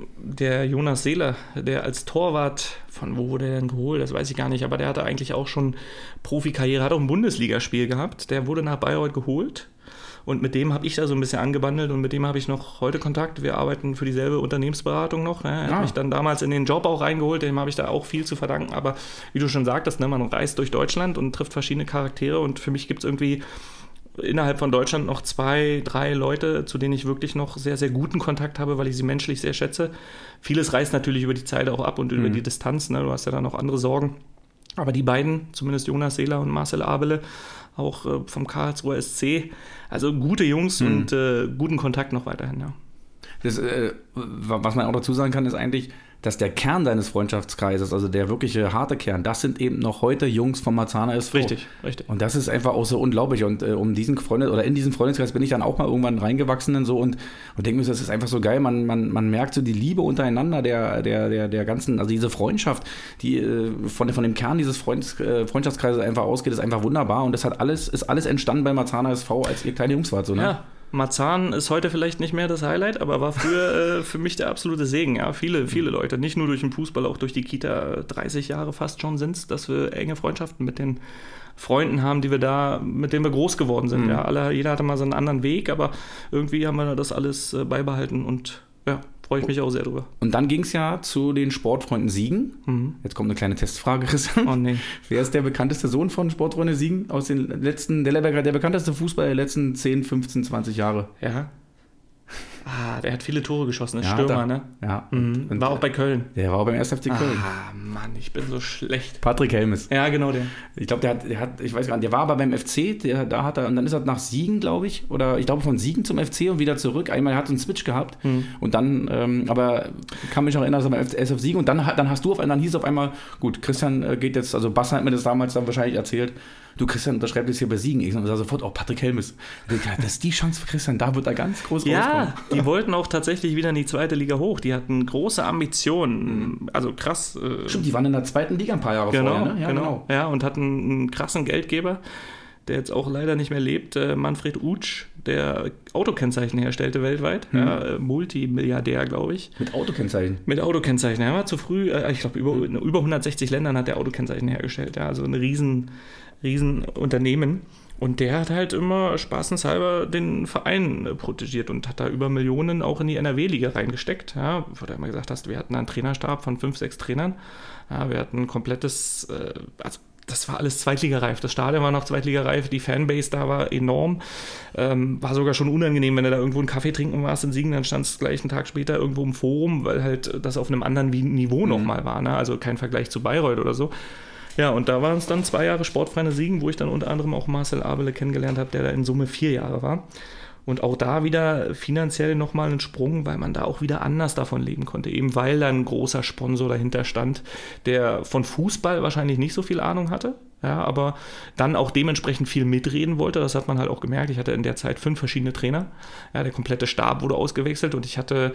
der Jonas Seeler, der als Torwart, von wo wurde der denn geholt, das weiß ich gar nicht, aber der hatte eigentlich auch schon Profikarriere, hat auch ein Bundesligaspiel gehabt, der wurde nach Bayreuth geholt. Und mit dem habe ich da so ein bisschen angebandelt und mit dem habe ich noch heute Kontakt. Wir arbeiten für dieselbe Unternehmensberatung noch. Ne? Er hat mich dann damals in den Job auch reingeholt, dem habe ich da auch viel zu verdanken. Aber wie du schon sagtest, ne, man reist durch Deutschland und trifft verschiedene Charaktere und für mich gibt es irgendwie innerhalb von Deutschland noch 2, 3 Leute, zu denen ich wirklich noch sehr, sehr guten Kontakt habe, weil ich sie menschlich sehr schätze. Vieles reißt natürlich über die Zeit auch ab und über die Distanz. Ne? Du hast ja dann noch andere Sorgen. Aber die beiden, zumindest Jonas Seeler und Marcel Abele, auch vom Karlsruher SC, also gute Jungs und guten Kontakt noch weiterhin. Ja. Das, was man auch dazu sagen kann, ist eigentlich, dass der Kern deines Freundschaftskreises, also der wirkliche harte Kern, das sind eben noch heute Jungs vom Marzahner SV. Richtig. Und das ist einfach auch so unglaublich. Und in diesen Freundeskreis bin ich dann auch mal irgendwann reingewachsen und so und denke mir, das ist einfach so geil. Man merkt so die Liebe untereinander der ganzen, also diese Freundschaft, die von dem Kern dieses Freundschaftskreises einfach ausgeht, ist einfach wunderbar. Und das ist alles entstanden beim Marzahner SV, als ihr kleine Jungs wart. So, ne? Ja. Marzahn ist heute vielleicht nicht mehr das Highlight, aber war früher für mich der absolute Segen. Ja, viele Leute, nicht nur durch den Fußball, auch durch die Kita, 30 Jahre fast schon sind es, dass wir enge Freundschaften mit den Freunden haben, mit denen wir groß geworden sind. Ja, jeder hatte mal so einen anderen Weg, aber irgendwie haben wir das alles beibehalten und ja, freue ich mich auch sehr drüber. Und dann ging es ja zu den Sportfreunden Siegen. Jetzt kommt eine kleine Testfrage, Christian. Oh nee. Wer ist der bekannteste Sohn von Sportfreunde Siegen aus den letzten, der bekannteste Fußballer der letzten 10, 15, 20 Jahre? Ja. Der hat viele Tore geschossen, ist Stürmer, ne? Ja. Und war auch bei Köln. Der war auch beim 1. FC Köln. Mann, ich bin so schlecht. Patrick Helmes. Ja, genau der. Ich glaube, der hat, ich weiß gar nicht, der war aber beim FC, und dann ist er nach Siegen, glaube ich, oder ich glaube von Siegen zum FC und wieder zurück. Einmal hat er einen Switch gehabt und dann, aber kann mich noch erinnern, dass er beim SF Siegen und dann hieß es auf einmal, gut, Christian geht jetzt, also Bas hat mir das damals dann wahrscheinlich erzählt, du Christian unterschreibst jetzt hier bei Siegen. Ich sage sofort, Patrick Helmes. Das ist die Chance für Christian, da wird er ganz groß rauskommen. Ja, die wollten auch tatsächlich wieder in die 2. Liga hoch. Die hatten große Ambitionen. Also krass. Stimmt, die waren in der 2. Liga ein paar Jahre vorher, ne? Ja, genau. Ja, und hatten einen krassen Geldgeber, der jetzt auch leider nicht mehr lebt, Manfred Utsch, der Autokennzeichen herstellte weltweit. Ja, Multimilliardär, glaube ich. Mit Autokennzeichen? Mit Autokennzeichen. Er war zu früh, ich glaube, über 160 Ländern hat der Autokennzeichen hergestellt. Ja, also ein riesen Unternehmen. Und der hat halt immer spaßenshalber den Verein protegiert und hat da über Millionen auch in die NRW-Liga reingesteckt. Ja, wo du immer gesagt hast, wir hatten einen Trainerstab von 5, 6 Trainern. Ja, wir hatten ein komplettes, also das war alles zweitligareif. Das Stadion war noch zweitligareif, die Fanbase da war enorm. War sogar schon unangenehm, wenn du da irgendwo einen Kaffee trinken warst in Siegen, dann stand es gleich einen Tag später irgendwo im Forum, weil halt das auf einem anderen Niveau nochmal war. Ne? Also kein Vergleich zu Bayreuth oder so. Ja, und da waren es dann 2 Jahre Sportfreunde Siegen, wo ich dann unter anderem auch Marcel Abele kennengelernt habe, der da in Summe 4 Jahre war. Und auch da wieder finanziell nochmal einen Sprung, weil man da auch wieder anders davon leben konnte. Eben weil da ein großer Sponsor dahinter stand, der von Fußball wahrscheinlich nicht so viel Ahnung hatte, ja, aber dann auch dementsprechend viel mitreden wollte. Das hat man halt auch gemerkt. Ich hatte in der Zeit 5 verschiedene Trainer. Ja, der komplette Stab wurde ausgewechselt und ich hatte...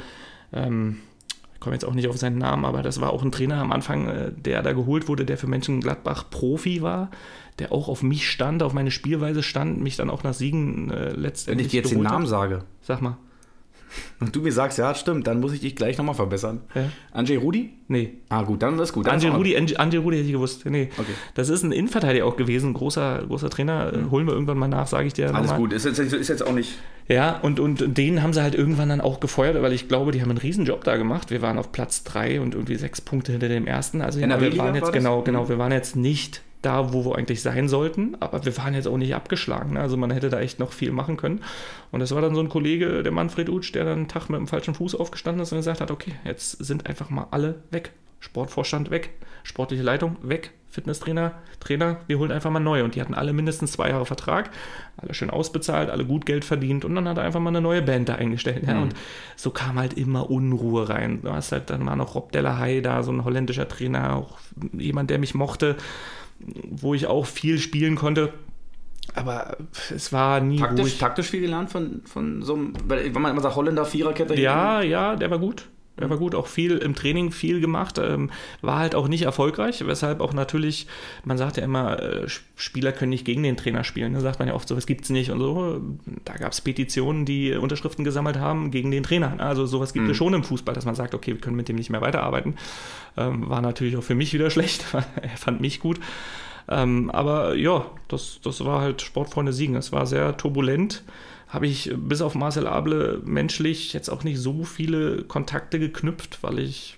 ich komme jetzt auch nicht auf seinen Namen, aber das war auch ein Trainer am Anfang, der da geholt wurde, der für Mönchengladbach Profi war, der auch auf mich stand, auf meine Spielweise stand, mich dann auch nach Siegen letztendlich Wenn ich dir jetzt den Namen sage. Sag mal. Und du mir sagst, ja, stimmt, dann muss ich dich gleich nochmal verbessern. Ja. Andrzej Rudi? Nee. Gut, dann ist das gut. Andrzej Rudi hätte ich gewusst. Nee. Okay. Das ist ein Innenverteidiger auch gewesen, ein großer Trainer. Holen wir irgendwann mal nach, sage ich dir. Alles gut, ist jetzt auch nicht... Ja, und den haben sie halt irgendwann dann auch gefeuert, weil ich glaube, die haben einen Riesenjob da gemacht. Wir waren auf Platz 3 und irgendwie 6 Punkte hinter dem ersten. Also wir waren jetzt, genau, wir waren jetzt nicht da, wo wir eigentlich sein sollten, aber wir waren jetzt auch nicht abgeschlagen. Also man hätte da echt noch viel machen können. Und das war dann so ein Kollege, der Manfred Utsch, der dann einen Tag mit dem falschen Fuß aufgestanden ist und gesagt hat, okay, jetzt sind einfach mal alle weg. Sportvorstand weg, sportliche Leitung weg, Fitnesstrainer, Trainer, wir holen einfach mal neu. Und die hatten alle mindestens 2 Jahre Vertrag, alle schön ausbezahlt, alle gut Geld verdient und dann hat er einfach mal eine neue Band da eingestellt. Ja. Und so kam halt immer Unruhe rein. Du hast halt, dann war noch Rob Delahaye da, so ein holländischer Trainer, auch jemand, der mich mochte, wo ich auch viel spielen konnte. Aber es war nie ruhig. Taktisch viel gelernt von so einem, wenn man immer sagt, Holländer, Viererkette. Ja, der war gut. Er war gut, auch viel im Training, viel gemacht, war halt auch nicht erfolgreich, weshalb auch natürlich, man sagt ja immer, Spieler können nicht gegen den Trainer spielen, da sagt man ja oft, sowas gibt es nicht und so. Da gab es Petitionen, die Unterschriften gesammelt haben gegen den Trainer. Also sowas gibt es schon im Fußball, dass man sagt, okay, wir können mit dem nicht mehr weiterarbeiten. War natürlich auch für mich wieder schlecht, er fand mich gut. Aber ja, das war halt Sportfreunde Siegen, es war sehr turbulent. habe ich bis auf Marcel Able menschlich jetzt auch nicht so viele Kontakte geknüpft, weil ich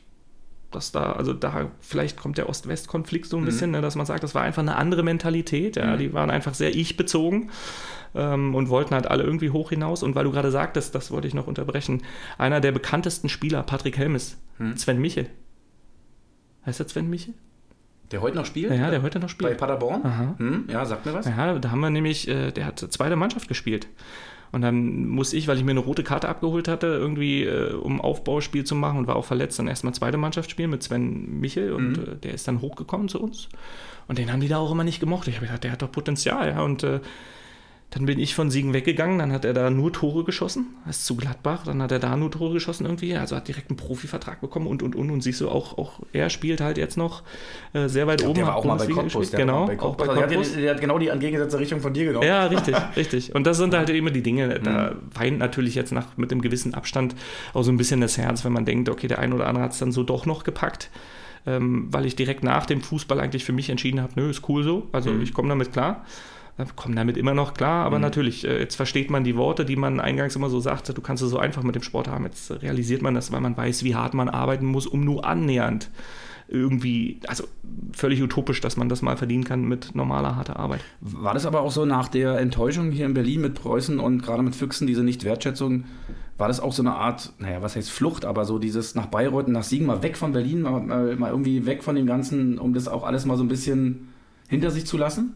vielleicht kommt der Ost-West-Konflikt so ein bisschen, ne, dass man sagt, das war einfach eine andere Mentalität, ja, die waren einfach sehr ich-bezogen und wollten halt alle irgendwie hoch hinaus. Und weil du gerade sagtest, das wollte ich noch unterbrechen, einer der bekanntesten Spieler, Patrick Helmes, Sven Michel. Heißt der Sven Michel? Der heute noch spielt? Ja, der heute noch spielt. Bei Paderborn? Aha. Ja, sagt mir was. Ja, da haben wir nämlich, der hat zweite Mannschaft gespielt. Und dann muss ich, weil ich mir eine rote Karte abgeholt hatte, irgendwie um Aufbauspiel zu machen und war auch verletzt, dann erstmal zweite Mannschaft spielen mit Sven Michel und der ist dann hochgekommen zu uns. Und den haben die da auch immer nicht gemocht. Ich habe gedacht, der hat doch Potenzial. Ja. Und dann bin ich von Siegen weggegangen, dann hat er da nur Tore geschossen, ist zu Gladbach, dann hat er da nur Tore geschossen irgendwie, also hat direkt einen Profivertrag bekommen und siehst du, auch er spielt halt jetzt noch sehr weit oben. Der war auch mal bei Cottbus. Genau, auch bei Cottbus. Der hat genau die entgegengesetzte Richtung von dir genommen. Ja, richtig. Und das sind halt immer die Dinge, da weint natürlich jetzt mit einem gewissen Abstand auch so ein bisschen das Herz, wenn man denkt, okay, der ein oder andere hat es dann so doch noch gepackt, weil ich direkt nach dem Fußball eigentlich für mich entschieden habe, nö, ist cool so, also ich komme damit klar. Kommen damit immer noch klar, aber natürlich, jetzt versteht man die Worte, die man eingangs immer so sagte, du kannst es so einfach mit dem Sport haben. Jetzt realisiert man das, weil man weiß, wie hart man arbeiten muss, um nur annähernd irgendwie, also völlig utopisch, dass man das mal verdienen kann mit normaler, harter Arbeit. War das aber auch so nach der Enttäuschung hier in Berlin mit Preußen und gerade mit Füchsen, diese Nicht-Wertschätzung, war das auch so eine Art, was heißt Flucht, aber so dieses nach Bayreuth und nach Siegen, mal weg von Berlin, mal irgendwie weg von dem Ganzen, um das auch alles mal so ein bisschen hinter sich zu lassen?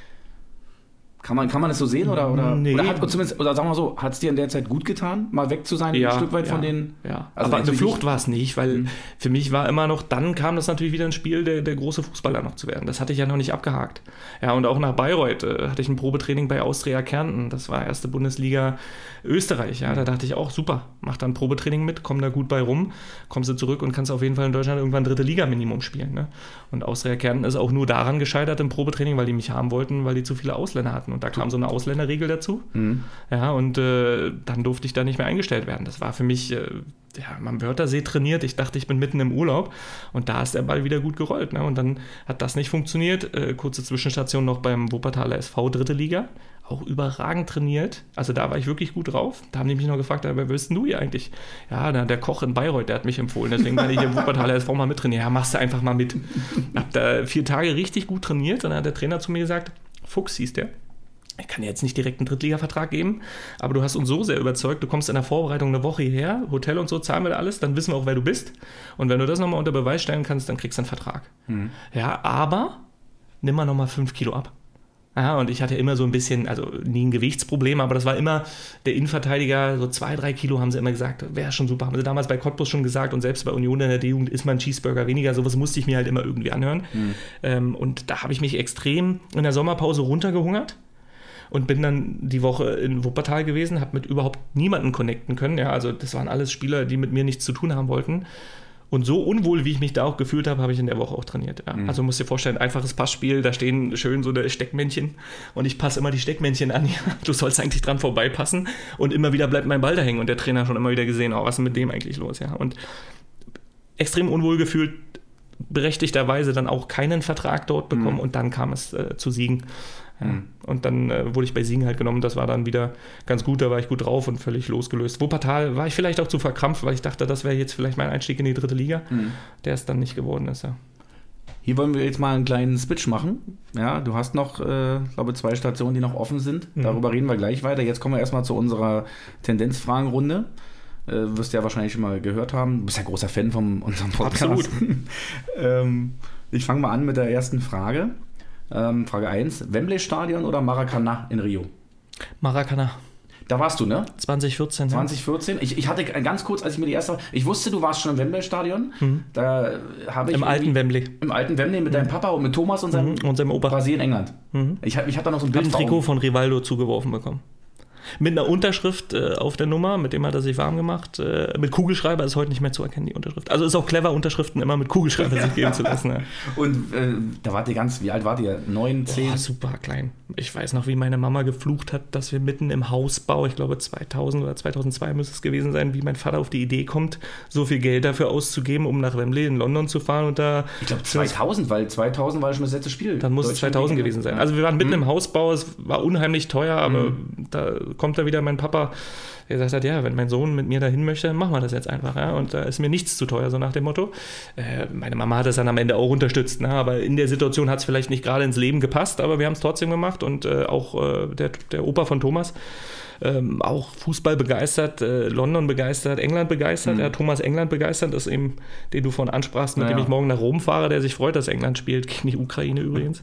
Kann man das so sehen oder nee. Oder sagen wir mal so, hat es dir in der Zeit gut getan, mal weg zu sein, ein Stück weit von den... Ja, also aber eine Flucht war es nicht, weil für mich war immer noch, dann kam das natürlich wieder ins Spiel, der große Fußballer noch zu werden. Das hatte ich ja noch nicht abgehakt. Ja, und auch nach Bayreuth hatte ich ein Probetraining bei Austria Kärnten, das war erste Bundesliga Österreich. Ja, da dachte ich auch, super, mach da ein Probetraining mit, komm da gut bei rum, kommst du zurück und kannst auf jeden Fall in Deutschland irgendwann dritte Liga Minimum spielen. Ne? Und Austria Kärnten ist auch nur daran gescheitert im Probetraining, weil die mich haben wollten, weil die zu viele Ausländer hatten. Und da kam so eine Ausländerregel dazu. Ja, und dann durfte ich da nicht mehr eingestellt werden. Das war für mich, am Wörthersee trainiert. Ich dachte, ich bin mitten im Urlaub. Und da ist der Ball wieder gut gerollt. Ne? Und dann hat das nicht funktioniert. Kurze Zwischenstation noch beim Wuppertaler SV, dritte Liga. Auch überragend trainiert. Also da war ich wirklich gut drauf. Da haben die mich noch gefragt, wer bist denn du hier eigentlich? Ja, der Koch in Bayreuth, der hat mich empfohlen. Deswegen kann ich hier im Wuppertaler SV mal mittrainieren. Ja, machst du einfach mal mit. Hab da 4 Tage richtig gut trainiert. Und dann hat der Trainer zu mir gesagt, Fuchs hieß der. Ich kann dir jetzt nicht direkt einen Drittliga-Vertrag geben, aber du hast uns so sehr überzeugt, du kommst in der Vorbereitung eine Woche hierher, Hotel und so, zahlen wir da alles, dann wissen wir auch, wer du bist. Und wenn du das nochmal unter Beweis stellen kannst, dann kriegst du einen Vertrag. Ja, aber nimm mal nochmal 5 Kilo ab. Ja, und ich hatte immer so ein bisschen, also nie ein Gewichtsproblem, aber das war immer der Innenverteidiger, so 2-3 Kilo haben sie immer gesagt, wäre schon super. Haben sie damals bei Cottbus schon gesagt und selbst bei Union in der D-Jugend ist man Cheeseburger weniger, sowas musste ich mir halt immer irgendwie anhören. Und da habe ich mich extrem in der Sommerpause runtergehungert. Und bin dann die Woche in Wuppertal gewesen, habe mit überhaupt niemanden connecten können. Ja, also das waren alles Spieler, die mit mir nichts zu tun haben wollten. Und so unwohl, wie ich mich da auch gefühlt habe, habe ich in der Woche auch trainiert. Ja. Also musst dir vorstellen, einfaches Passspiel, da stehen schön so eine Steckmännchen und ich passe immer die Steckmännchen an. Ja, du sollst eigentlich dran vorbeipassen und immer wieder bleibt mein Ball da hängen. Und der Trainer hat schon immer wieder gesehen, was ist denn mit dem eigentlich los? Ja. Und extrem unwohl gefühlt, berechtigterweise dann auch keinen Vertrag dort bekommen und dann kam es zu Siegen. Ja. Und dann wurde ich bei Siegen halt genommen, das war dann wieder ganz gut, da war ich gut drauf und völlig losgelöst. Wuppertal war ich vielleicht auch zu verkrampft, weil ich dachte, das wäre jetzt vielleicht mein Einstieg in die dritte Liga, der es dann nicht geworden ist. Ja. Hier wollen wir jetzt mal einen kleinen Switch machen. Ja, du hast noch, glaube 2 Stationen, die noch offen sind. Darüber reden wir gleich weiter. Jetzt kommen wir erstmal zu unserer Tendenzfragenrunde. Wirst du ja wahrscheinlich schon mal gehört haben. Du bist ja großer Fan von unserem Podcast. Absolut. Ich fange mal an mit der ersten Frage. Frage 1. Wembley-Stadion oder Maracanã in Rio? Maracanã. Da warst du, ne? 2014. 2014. Ich hatte ganz kurz, als ich mir die erste... Ich wusste, du warst schon im Wembley-Stadion. Da habe ich... Im alten Wembley. Im alten Wembley mit deinem Papa und mit Thomas und seinem Opa. Brasilien, England. Ich hab da noch so ein Bild. Ein Trikot von Rivaldo zugeworfen bekommen. Mit einer Unterschrift auf der Nummer, mit dem hat er sich warm gemacht. Mit Kugelschreiber ist heute nicht mehr zu erkennen, die Unterschrift. Also ist auch clever, Unterschriften immer mit Kugelschreiber sich geben zu lassen. Ja. Und da wart ihr wie alt wart ihr? 9, 10? Oh, super klein. Ich weiß noch, wie meine Mama geflucht hat, dass wir mitten im Hausbau, ich glaube 2000 oder 2002 müsste es gewesen sein, wie mein Vater auf die Idee kommt, so viel Geld dafür auszugeben, um nach Wembley in London zu fahren. Und da ich glaube 2000, weil 2000 war schon das letzte Spiel. Dann muss es 2000 gewesen sein. Also wir waren mitten im Hausbau, es war unheimlich teuer, aber da kommt da wieder mein Papa, der gesagt hat, ja, wenn mein Sohn mit mir dahin möchte, dann machen wir das jetzt einfach. Ja? Und da ist mir nichts zu teuer, so nach dem Motto. Meine Mama hat das dann am Ende auch unterstützt, ne? Aber in der Situation hat es vielleicht nicht gerade ins Leben gepasst, aber wir haben es trotzdem gemacht und auch der Opa von Thomas, auch Fußball begeistert, London begeistert, England begeistert, Thomas England begeistert, das ist eben, den du vorhin ansprachst, mit dem ich morgen nach Rom fahre, der sich freut, dass England spielt, gegen die Ukraine übrigens.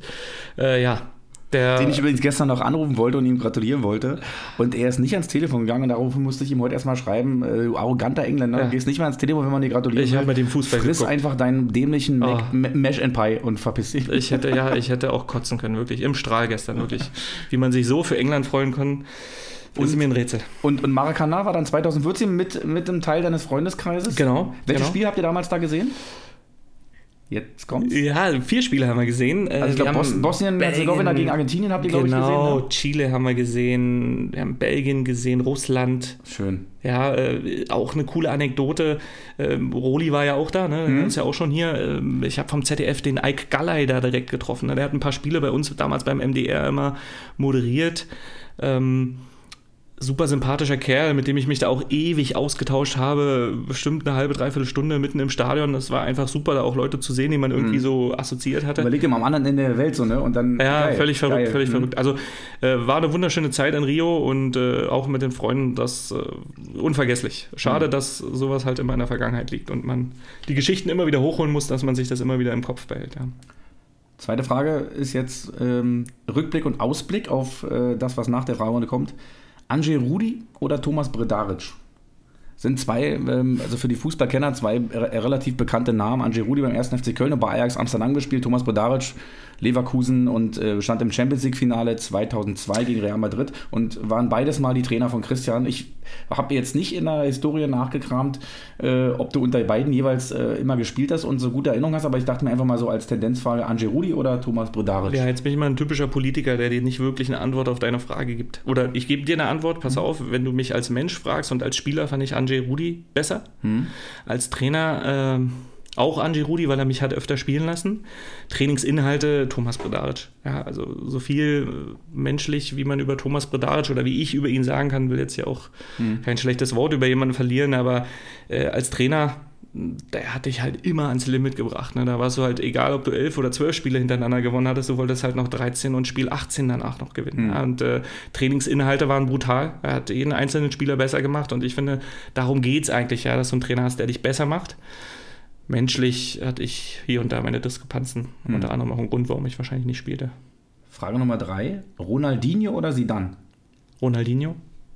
Den ich übrigens gestern noch anrufen wollte und ihm gratulieren wollte. Und er ist nicht ans Telefon gegangen und daraufhin musste ich ihm heute erstmal schreiben, du arroganter Engländer, du gehst nicht mehr ans Telefon, wenn man dir gratuliert. Ich habe mit dem Fußball Friss geguckt. Einfach deinen dämlichen Mash and Pie und verpiss dich. Ich hätte auch kotzen können, wirklich, im Strahl gestern, wirklich. Wie man sich so für England freuen kann, ist mir ein Rätsel. Und Maracana war dann 2014 mit einem Teil deines Freundeskreises? Genau. Welches Spiel habt ihr damals da gesehen? Jetzt kommt's. Ja, 4 Spiele haben wir gesehen. Also ich glaube, Bosnien-Herzegowina gegen Argentinien habt ihr, glaube ich, gesehen. Genau, ne? Chile haben wir gesehen, wir haben Belgien gesehen, Russland. Schön. Ja, auch eine coole Anekdote. Roli war ja auch da, ne? Ist ja auch schon hier. Ich habe vom ZDF den Ike Galley da direkt getroffen. Ne? Der hat ein paar Spiele bei uns damals beim MDR immer moderiert. Super sympathischer Kerl, mit dem ich mich da auch ewig ausgetauscht habe, bestimmt eine halbe, dreiviertel Stunde mitten im Stadion. Das war einfach super, da auch Leute zu sehen, die man irgendwie so assoziiert hatte. Überleg dir mal am anderen Ende der Welt so, ne? Und dann geil, völlig verrückt. Also war eine wunderschöne Zeit in Rio und auch mit den Freunden, das unvergesslich. Schade, dass sowas halt immer in der Vergangenheit liegt und man die Geschichten immer wieder hochholen muss, dass man sich das immer wieder im Kopf behält. Ja. Zweite Frage ist jetzt Rückblick und Ausblick auf das, was nach der Fragerunde kommt. Andrzej Rudi oder Thomas Bredaric? Sind zwei, also für die Fußballkenner, zwei relativ bekannte Namen. Andrzej Rudi beim 1. FC Köln und bei Ajax Amsterdam gespielt. Thomas Bredaric, Leverkusen und stand im Champions-League-Finale 2002 gegen Real Madrid und waren beides mal die Trainer von Christian. Ich habe jetzt nicht in der Historie nachgekramt, ob du unter beiden jeweils immer gespielt hast und so gute Erinnerungen hast, aber ich dachte mir einfach mal so als Tendenzfrage, Andrzej Rudi oder Thomas Bredaric? Ja, jetzt bin ich mal ein typischer Politiker, der dir nicht wirklich eine Antwort auf deine Frage gibt. Oder ich gebe dir eine Antwort, pass auf, wenn du mich als Mensch fragst und als Spieler fand ich Andrzej Rudi besser. Als Trainer auch Andrzej Rudi, weil er mich hat öfter spielen lassen. Trainingsinhalte Thomas Bredaric. Ja, also so viel menschlich, wie man über Thomas Bredaric oder wie ich über ihn sagen kann, will jetzt ja auch kein schlechtes Wort über jemanden verlieren, aber als Trainer, der hat dich halt immer ans Limit gebracht. Ne? Da war es so halt egal, ob du 11 oder 12 Spiele hintereinander gewonnen hattest, du wolltest halt noch 13 und Spiel 18 danach noch gewinnen. Ja? Und Trainingsinhalte waren brutal. Er hat jeden einzelnen Spieler besser gemacht und ich finde, darum geht es eigentlich, ja, dass du einen Trainer hast, der dich besser macht. Menschlich hatte ich hier und da meine Diskrepanzen. Unter anderem auch ein Grund, warum ich wahrscheinlich nicht spielte. Frage Nummer 3. Ronaldinho oder Zidane? Ronaldinho.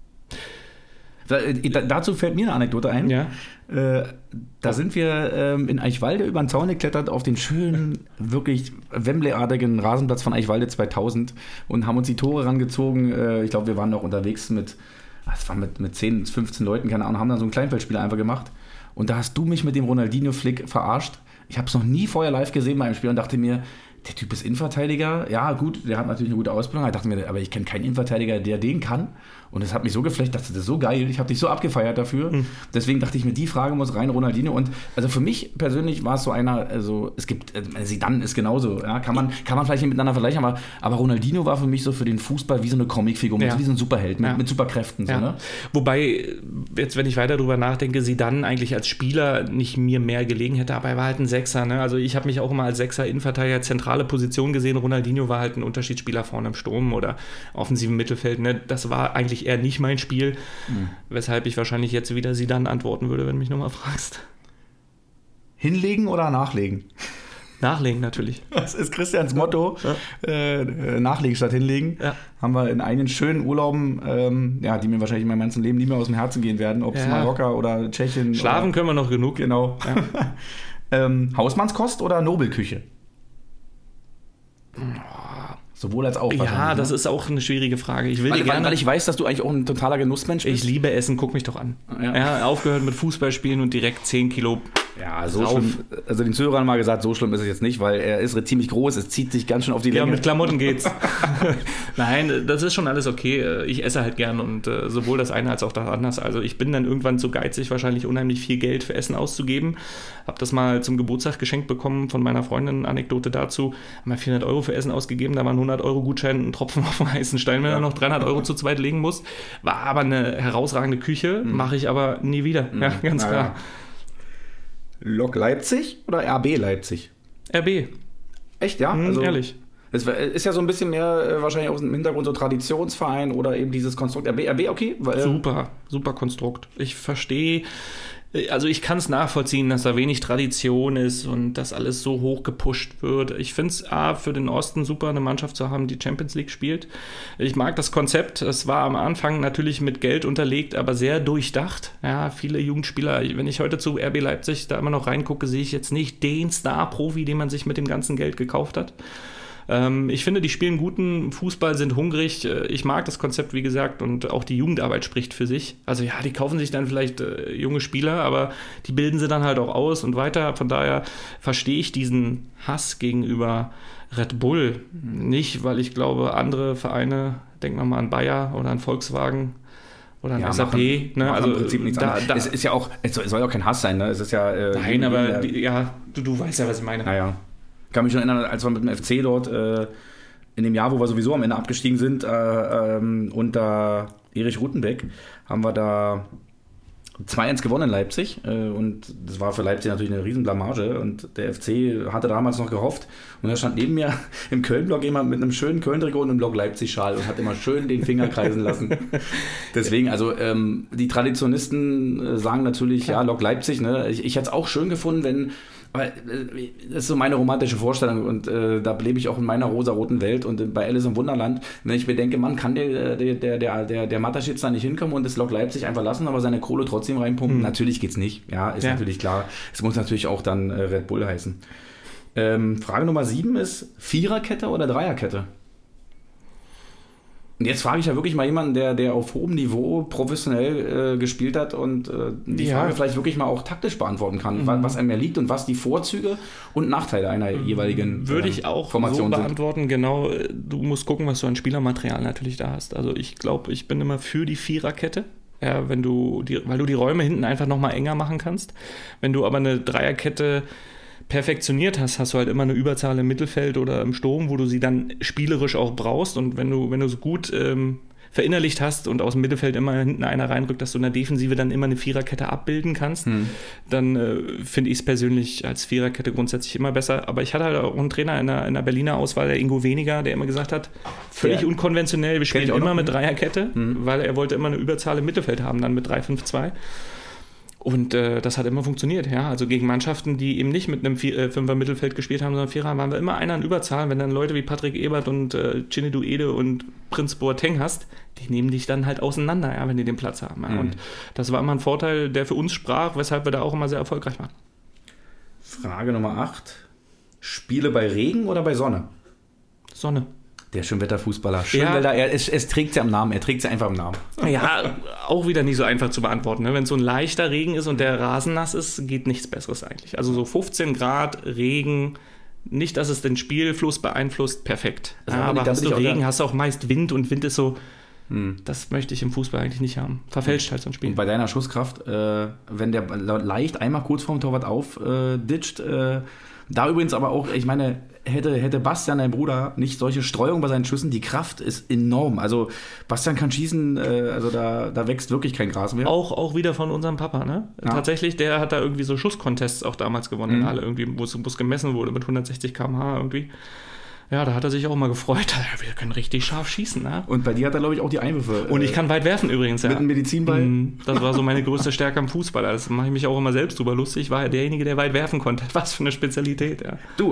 Dazu fällt mir eine Anekdote ein. Ja. Da sind wir in Eichwalde über den Zaun geklettert auf den schönen, wirklich Wembley-artigen Rasenplatz von Eichwalde 2000 und haben uns die Tore rangezogen. Ich glaube, wir waren noch unterwegs mit 10, 15 Leuten, keine Ahnung, haben dann so ein Kleinfeldspiel einfach gemacht. Und da hast du mich mit dem Ronaldinho-Flick verarscht. Ich habe es noch nie vorher live gesehen bei einem Spiel und dachte mir, der Typ ist Innenverteidiger. Ja, gut, der hat natürlich eine gute Ausbildung. Ich dachte mir, aber ich kenne keinen Innenverteidiger, der den kann. Und das hat mich so geflecht, dachte, das ist so geil. Ich habe dich so abgefeiert dafür. Deswegen dachte ich mir, die Frage muss rein, Ronaldinho. Und also für mich persönlich war es so einer, also es gibt, Zidane ist genauso, ja, kann man vielleicht nicht miteinander vergleichen, aber Ronaldinho war für mich so für den Fußball wie so eine Comicfigur, wie so ein Superheld mit Superkräften. Ja. So, ne? Wobei, jetzt wenn ich weiter drüber nachdenke, Zidane eigentlich als Spieler nicht mir mehr gelegen hätte, aber er war halt ein Sechser. Ne? Also ich habe mich auch immer als Sechser Innenverteidiger zentrale Position gesehen. Ronaldinho war halt ein Unterschiedsspieler vorne im Sturm oder offensiven Mittelfeld. Ne? Das war eigentlich eher nicht mein Spiel, weshalb ich wahrscheinlich jetzt wieder Zidane antworten würde, wenn du mich nochmal fragst. Hinlegen oder nachlegen? Nachlegen natürlich. Das ist Christians Motto. Nachlegen statt hinlegen. Ja. Haben wir in einigen schönen Urlauben, die mir wahrscheinlich in meinem ganzen Leben nie mehr aus dem Herzen gehen werden, ob es Mallorca oder Tschechien. Schlafen können wir noch genug. Genau. Ja. Hausmannskost oder Nobelküche? Sowohl als auch. Ja, das ist auch eine schwierige Frage. Weil ich weiß, dass du eigentlich auch ein totaler Genussmensch bist. Ich liebe Essen, guck mich doch an. Ja, aufgehört mit Fußballspielen und direkt 10 Kilo Ja, so schlimm. Also den Zuhörern mal gesagt, so schlimm ist es jetzt nicht, weil er ist ziemlich groß, es zieht sich ganz schön auf die Länge. Ja, mit Klamotten geht's. Nein, das ist schon alles okay. Ich esse halt gern und sowohl das eine als auch das andere. Also ich bin dann irgendwann zu geizig, wahrscheinlich unheimlich viel Geld für Essen auszugeben. Hab das mal zum Geburtstag geschenkt bekommen von meiner Freundin, Anekdote dazu. Haben wir 400 € für Essen ausgegeben, da waren 100 € Gutschein, ein Tropfen auf den heißen Stein, wenn er noch 300 € zu zweit legen muss. War aber eine herausragende Küche, mache ich aber nie wieder. Ja, ganz klar. Ja. Lok Leipzig oder RB Leipzig? RB. Echt, ja? Also, ehrlich. Es ist ja so ein bisschen mehr wahrscheinlich aus dem Hintergrund so Traditionsverein oder eben dieses Konstrukt. RB, okay? Super Konstrukt. Ich verstehe, also ich kann es nachvollziehen, dass da wenig Tradition ist und dass alles so hoch gepusht wird. Ich finde es für den Osten super, eine Mannschaft zu haben, die Champions League spielt. Ich mag das Konzept. Es war am Anfang natürlich mit Geld unterlegt, aber sehr durchdacht. Ja, viele Jugendspieler, wenn ich heute zu RB Leipzig da immer noch reingucke, sehe ich jetzt nicht den Star-Profi, den man sich mit dem ganzen Geld gekauft hat. Ich finde, die spielen guten Fußball, sind hungrig. Ich mag das Konzept, wie gesagt, und auch die Jugendarbeit spricht für sich. Also ja, die kaufen sich dann vielleicht junge Spieler, aber die bilden sie dann halt auch aus und weiter. Von daher verstehe ich diesen Hass gegenüber Red Bull nicht, weil ich glaube, andere Vereine, denken wir mal an Bayer oder an Volkswagen oder an SAP. Also im Prinzip nichts anderes. Es ist ja auch, es soll ja auch kein Hass sein, ne? Es ist ja... Nein, aber du weißt ja, was ich meine. Naja. Ich kann mich schon erinnern, als wir mit dem FC dort in dem Jahr, wo wir sowieso am Ende abgestiegen sind, unter Erich Rutenbeck, haben wir da 2-1 gewonnen in Leipzig. Und das war für Leipzig natürlich eine Riesenblamage. Und der FC hatte damals noch gehofft. Und da stand neben mir im Köln-Block jemand mit einem schönen Köln-Trikot und einem Block Leipzig-Schal und hat immer schön den Finger kreisen lassen. Deswegen, also die Traditionisten sagen natürlich, ja, Lok Leipzig. Ne? Ich hätte es auch schön gefunden, wenn... Aber das ist so meine romantische Vorstellung und da lebe ich auch in meiner rosaroten Welt und bei Alice im Wunderland, wenn ich mir denke, man kann der Mataschitz da nicht hinkommen und das Lok Leipzig einfach lassen, aber seine Kohle trotzdem reinpumpen. Natürlich geht's nicht, ist natürlich klar. Es muss natürlich auch dann Red Bull heißen. Frage Nummer 7 ist Viererkette oder Dreierkette? Und jetzt frage ich ja wirklich mal jemanden, der auf hohem Niveau professionell gespielt hat und die Frage vielleicht wirklich mal auch taktisch beantworten kann, was einem mehr liegt und was die Vorzüge und Nachteile einer jeweiligen Würde ich auch Formation so beantworten, sind. Genau. Du musst gucken, was du an Spielermaterial natürlich da hast. Also ich glaube, ich bin immer für die Viererkette. Ja, weil du die Räume hinten einfach nochmal enger machen kannst. Wenn du aber eine Dreierkette perfektioniert hast du halt immer eine Überzahl im Mittelfeld oder im Sturm, wo du sie dann spielerisch auch brauchst. Und wenn du es gut verinnerlicht hast und aus dem Mittelfeld immer hinten einer reinrückt, dass du in der Defensive dann immer eine Viererkette abbilden kannst, dann finde ich es persönlich als Viererkette grundsätzlich immer besser. Aber ich hatte halt auch einen Trainer in der Berliner Auswahl, der Ingo Weniger, der immer gesagt hat, völlig unkonventionell, wir spielen immer mit Dreierkette, weil er wollte immer eine Überzahl im Mittelfeld haben, dann mit 3-5-2. Und das hat immer funktioniert, ja. Also gegen Mannschaften, die eben nicht mit einem Fünfer Mittelfeld gespielt haben, sondern Vierer, waren wir immer einer in Überzahl. Wenn dann Leute wie Patrick Ebert und Chinedu Ede und Prinz Boateng hast, die nehmen dich dann halt auseinander, ja, wenn die den Platz haben. Ja. Und das war immer ein Vorteil, der für uns sprach, weshalb wir da auch immer sehr erfolgreich waren. Frage Nummer 8. Spiele bei Regen oder bei Sonne? Sonne. Der Schönwetterfußballer. Schönwetter, es trägt ja im Namen, er trägt ja einfach im Namen. Ja, auch wieder nicht so einfach zu beantworten. Ne? Wenn es so ein leichter Regen ist und der Rasen nass ist, geht nichts Besseres eigentlich. Also so 15 Grad, Regen, nicht, dass es den Spielfluss beeinflusst, perfekt. Also aber hast du Regen, hast du auch meist Wind und Wind ist so, das möchte ich im Fußball eigentlich nicht haben. Verfälscht halt so ein Spiel. Und bei deiner Schusskraft, wenn der leicht einmal kurz vorm Torwart aufditscht, da übrigens aber auch, ich meine, hätte Bastian, dein Bruder, nicht solche Streuung bei seinen Schüssen, die Kraft ist enorm. Also Bastian kann schießen, also da wächst wirklich kein Gras mehr. Auch wieder von unserem Papa, ne? Ja. Tatsächlich, der hat da irgendwie so Schusscontests auch damals gewonnen, in Halle irgendwie, wo es gemessen wurde mit 160 km/h irgendwie. Ja, da hat er sich auch mal gefreut. Wir können richtig scharf schießen, ne? Und bei dir hat er, glaube ich, auch die Einwürfe. Und ich kann weit werfen übrigens, ja. Mit einem Medizinball. Das war so meine größte Stärke am Fußball. Das mache ich mich auch immer selbst drüber lustig. Ich war ja derjenige, der weit werfen konnte. Was für eine Spezialität, ja. Du,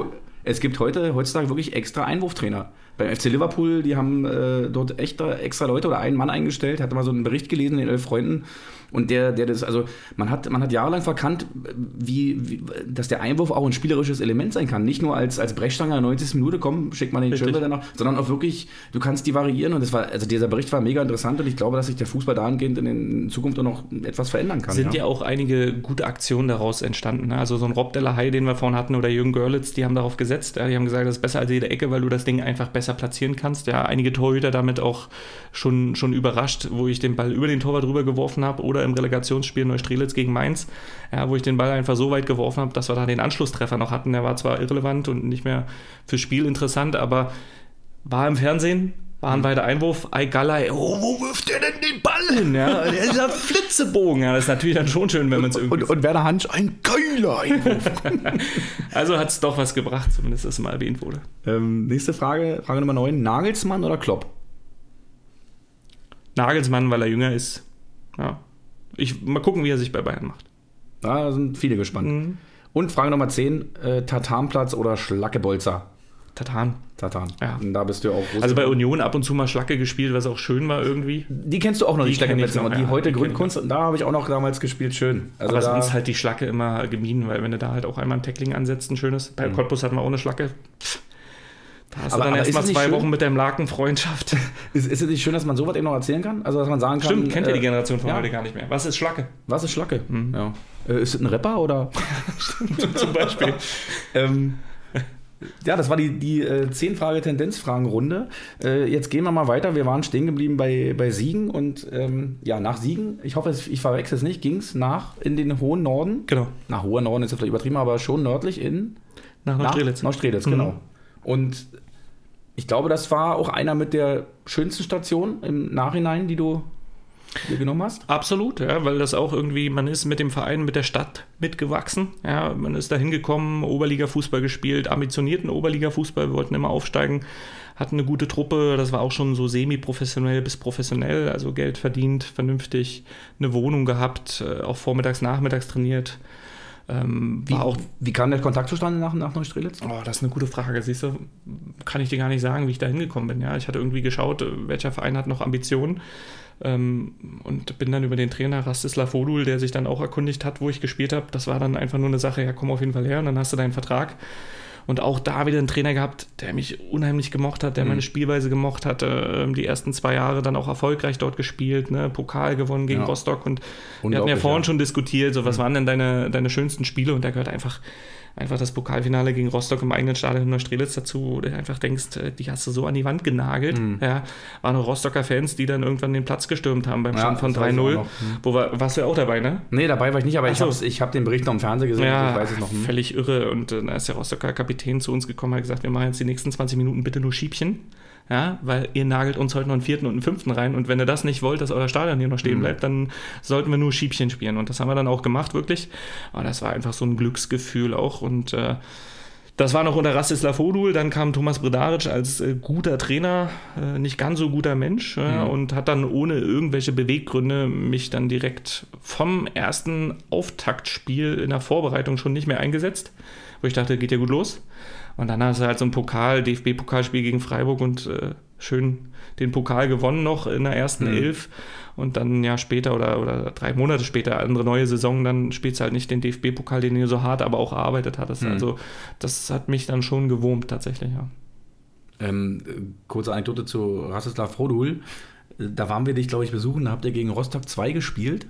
Es gibt heutzutage wirklich extra Einwurftrainer. Beim FC Liverpool, die haben dort extra Leute oder einen Mann eingestellt, hatte mal so einen Bericht gelesen in den 11 Freunden. Und der das, also man hat jahrelang verkannt, dass der Einwurf auch ein spielerisches Element sein kann. Nicht nur als Brechstange in der 90. Minute, komm, schick mal den Schirm danach, sondern auch wirklich, du kannst die variieren. Und dieser Bericht war mega interessant und ich glaube, dass sich der Fußball dahingehend in Zukunft auch noch etwas verändern kann. Sind ja auch einige gute Aktionen daraus entstanden. Ne? Also so ein Rob de la Haye, den wir vorhin hatten, oder Jürgen Görlitz, die haben darauf gesetzt. Ja, die haben gesagt, das ist besser als jede Ecke, weil du das Ding einfach besser platzieren kannst. Ja, einige Torhüter damit auch schon überrascht, wo ich den Ball über den Torwart drüber geworfen habe oder im Relegationsspiel Neustrelitz gegen Mainz, ja, wo ich den Ball einfach so weit geworfen habe, dass wir da den Anschlusstreffer noch hatten. Der war zwar irrelevant und nicht mehr fürs Spiel interessant, aber war im Fernsehen, war ein weiter Einwurf, Ay-Galay, wo wirft der denn den Ball hin? Ja, dieser Flitzebogen, ja, das ist natürlich dann schon schön, wenn man es irgendwie... Und Werner Hansch, ein geiler Einwurf. Also hat es doch was gebracht, zumindest, dass es mal erwähnt wurde. Nächste Frage Nummer 9, Nagelsmann oder Klopp? Nagelsmann, weil er jünger ist, ja. Mal gucken, wie er sich bei Bayern macht. Da sind viele gespannt. Mhm. Und Frage Nummer 10, Tartanplatz oder Schlackebolzer? Tartan. Ja. Und da bist du auch... Also bei Union ab und zu mal Schlacke gespielt, was auch schön war irgendwie. Die kennst du auch noch, die Schlackeplätze. Und die heute Grundkunst, und da habe ich auch noch damals gespielt, schön. Also aber sonst halt die Schlacke immer gemieden, weil wenn du da halt auch einmal ein Tackling ansetzt, ein schönes. Bei Cottbus hatten wir auch eine Schlacke. Da hast du dann erstmal 2 Wochen mit deinem Laken Freundschaft. Ist es nicht schön, dass man sowas eben noch erzählen kann? Also, dass man sagen kann... Stimmt, kennt ja die Generation von heute gar nicht mehr. Was ist Schlacke? Mhm. Ja. Ist es ein Rapper oder? Zum Beispiel. Ja, das war die 10-Frage-Tendenzfragen-Runde. Jetzt gehen wir mal weiter. Wir waren stehen geblieben bei Siegen und nach Siegen, ich hoffe, ich verwechsel es nicht, ging es in den hohen Norden. Genau. Nach hoher Norden ist ja vielleicht übertrieben, aber schon nördlich nach Neustrelitz. Neustrelitz, genau. Und ich glaube, das war auch einer mit der schönsten Station im Nachhinein, die du dir genommen hast? Absolut, ja, weil das auch irgendwie, man ist mit dem Verein, mit der Stadt mitgewachsen. Ja, man ist da hingekommen, Oberliga-Fußball gespielt, ambitionierten Oberliga-Fußball, wir wollten immer aufsteigen, hatten eine gute Truppe, das war auch schon so semi-professionell bis professionell, also Geld verdient, vernünftig, eine Wohnung gehabt, auch vormittags, nachmittags trainiert. Wie kam der Kontakt zustande nach Neustrelitz? Oh, das ist eine gute Frage. Siehst du, kann ich dir gar nicht sagen, wie ich da hingekommen bin. Ja, ich hatte irgendwie geschaut, welcher Verein hat noch Ambitionen und bin dann über den Trainer Rastislav Vodul, der sich dann auch erkundigt hat, wo ich gespielt habe. Das war dann einfach nur eine Sache, ja, komm auf jeden Fall her und dann hast du deinen Vertrag. Und auch da wieder einen Trainer gehabt, der mich unheimlich gemocht hat, der meine Spielweise gemocht hat. Die ersten 2 Jahre dann auch erfolgreich dort gespielt, ne? Pokal gewonnen gegen Rostock. Und wir hatten ja vorhin schon diskutiert, so was waren denn deine schönsten Spiele? Und da gehört einfach das Pokalfinale gegen Rostock im eigenen Stadion in Neustrelitz dazu, wo du einfach denkst, die hast du so an die Wand genagelt. Ja, waren noch Rostocker Fans, die dann irgendwann den Platz gestürmt haben beim Stand von 3-0. Warst du ja auch dabei, ne? Nee, dabei war ich nicht, aber ich hab den Bericht noch im Fernsehen gesehen. Ja, ich weiß es noch. Völlig irre. Und da ist der Rostocker Kapitän zu uns gekommen und hat gesagt, wir machen jetzt die nächsten 20 Minuten bitte nur Schiebchen. Ja, weil ihr nagelt uns heute noch einen 4. und einen 5. rein und wenn ihr das nicht wollt, dass euer Stadion hier noch stehen bleibt, dann sollten wir nur Schiebchen spielen und das haben wir dann auch gemacht, wirklich. Aber das war einfach so ein Glücksgefühl auch und das war noch unter Rastislav Vodul, dann kam Thomas Bredaric als guter Trainer, nicht ganz so guter Mensch und hat dann ohne irgendwelche Beweggründe mich dann direkt vom ersten Auftaktspiel in der Vorbereitung schon nicht mehr eingesetzt, wo ich dachte, geht ja gut los. Und dann hast du halt so ein DFB-Pokalspiel gegen Freiburg und schön den Pokal gewonnen noch in der ersten 11 und dann ein Jahr später oder 3 Monate später, andere neue Saison, dann spielst du halt nicht den DFB-Pokal, den du so hart, aber auch erarbeitet hattest. Also das hat mich dann schon gewurmt tatsächlich, ja. Kurze Anekdote zu Rastislav Vodul. Da waren wir dich, glaube ich, besuchen, da habt ihr gegen Rostock 2 gespielt.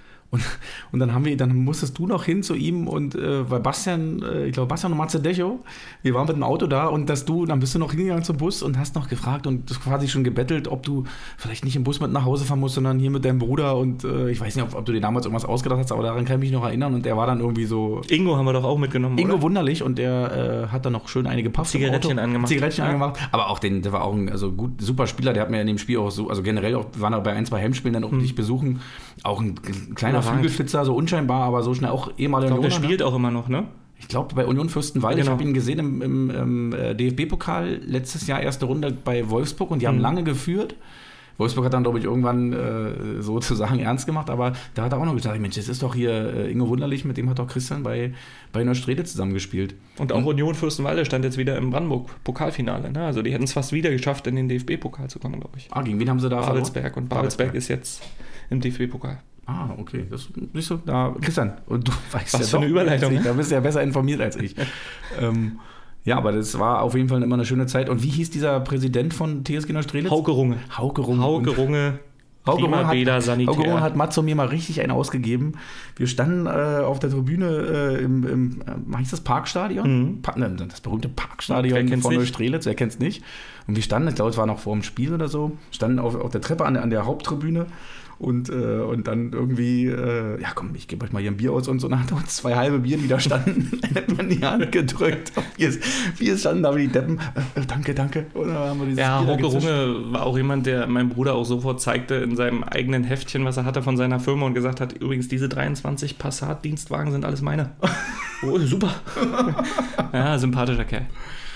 Und dann musstest du noch hin zu ihm und weil Bastian und Matze Decho, wir waren mit dem Auto da und dann bist du noch hingegangen zum Bus und hast noch gefragt und quasi schon gebettelt, ob du vielleicht nicht im Bus mit nach Hause fahren musst, sondern hier mit deinem Bruder und ich weiß nicht, ob du dir damals irgendwas ausgedacht hast, aber daran kann ich mich noch erinnern und der war dann irgendwie so... Ingo haben wir doch auch mitgenommen, Ingo, oder? Wunderlich und der hat dann noch schön einige Puffs Zigarettchen angemacht. Aber auch der war auch ein super Spieler, der hat mir in dem Spiel auch so, also generell auch, waren auch bei 1-2 Heimspielen dann auch dich besuchen, auch ein kleiner Flügelspitzer, so unscheinbar, aber so schnell auch ehemaliger Union. Der spielt auch immer noch, ne? Ich glaube, bei Union Fürstenwalde, genau. Ich habe ihn gesehen im DFB-Pokal letztes Jahr, erste Runde bei Wolfsburg und die haben lange geführt Wolfsburg hat dann, glaube ich, irgendwann sozusagen ernst gemacht, aber da hat er auch noch gesagt, Mensch, das ist doch hier Ingo Wunderlich, mit dem hat doch Christian bei Neustrelitz zusammengespielt. Und auch Union Fürstenwalde stand jetzt wieder im Brandenburg-Pokalfinale. Ne? Also die hätten es fast wieder geschafft, in den DFB-Pokal zu kommen, glaube ich. Gegen wen haben sie da verloren? Babelsberg. Und Babelsberg ist jetzt im DFB-Pokal. Okay. Das siehst du, Christian, und du weißt was für eine Überleitung. Da bist du ja besser informiert als ich. Ja, aber das war auf jeden Fall immer eine schöne Zeit. Und wie hieß dieser Präsident von TSG Neustrelitz? Hauke Runge. Klimabäder, Sanitär. Hauke Runge hat Matzo mir mal richtig einen ausgegeben. Wir standen auf der Tribüne im hieß das Parkstadion? Das berühmte Parkstadion von Neustrelitz, wer kennt's nicht? Und wir standen, ich glaube, es war noch vor dem Spiel oder so, standen auf der Treppe an der Haupttribüne. Und dann irgendwie, komm, ich gebe euch mal hier ein Bier aus und so. Dann hat er uns 2 halbe Bier, die da standen, hat man in die Hand gedrückt. Wir standen da wie die Deppen. Danke. Und dann haben wir dieses Bier Hauke Runge war auch jemand, der mein Bruder auch sofort zeigte in seinem eigenen Heftchen, was er hatte von seiner Firma und gesagt hat, übrigens, diese 23 Passat-Dienstwagen sind alles meine. Oh, super. Ja, sympathischer Kerl.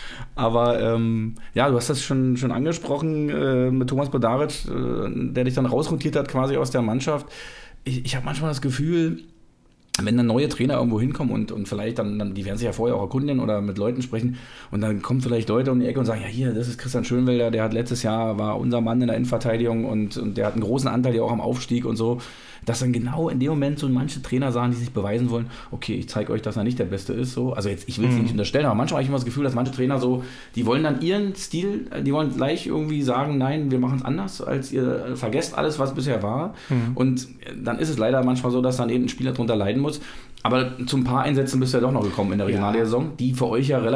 Aber du hast das schon angesprochen mit Thomas Bedaric, der dich dann rausrotiert hat quasi aus der Mannschaft. Ich habe manchmal das Gefühl, wenn dann neue Trainer irgendwo hinkommen und vielleicht dann, die werden sich ja vorher auch erkundigen oder mit Leuten sprechen und dann kommen vielleicht Leute um die Ecke und sagen, ja hier, das ist Christian Schönwelder, der hat letztes Jahr, war unser Mann in der Innenverteidigung und der hat einen großen Anteil ja auch am Aufstieg und so, dass dann genau in dem Moment so manche Trainer sagen, die sich beweisen wollen, okay, ich zeige euch, dass er nicht der Beste ist, so. Also jetzt, ich will es nicht unterstellen, aber manchmal habe ich immer das Gefühl, dass manche Trainer so, die wollen dann ihren Stil, die wollen gleich irgendwie sagen, nein, wir machen es anders, als ihr vergesst alles, was bisher war und dann ist es leider manchmal so, dass dann eben ein Spieler drunter leiden muss. Aber zu ein paar Einsätzen bist du ja doch noch gekommen in der Regionalliga-Saison, die für euch ja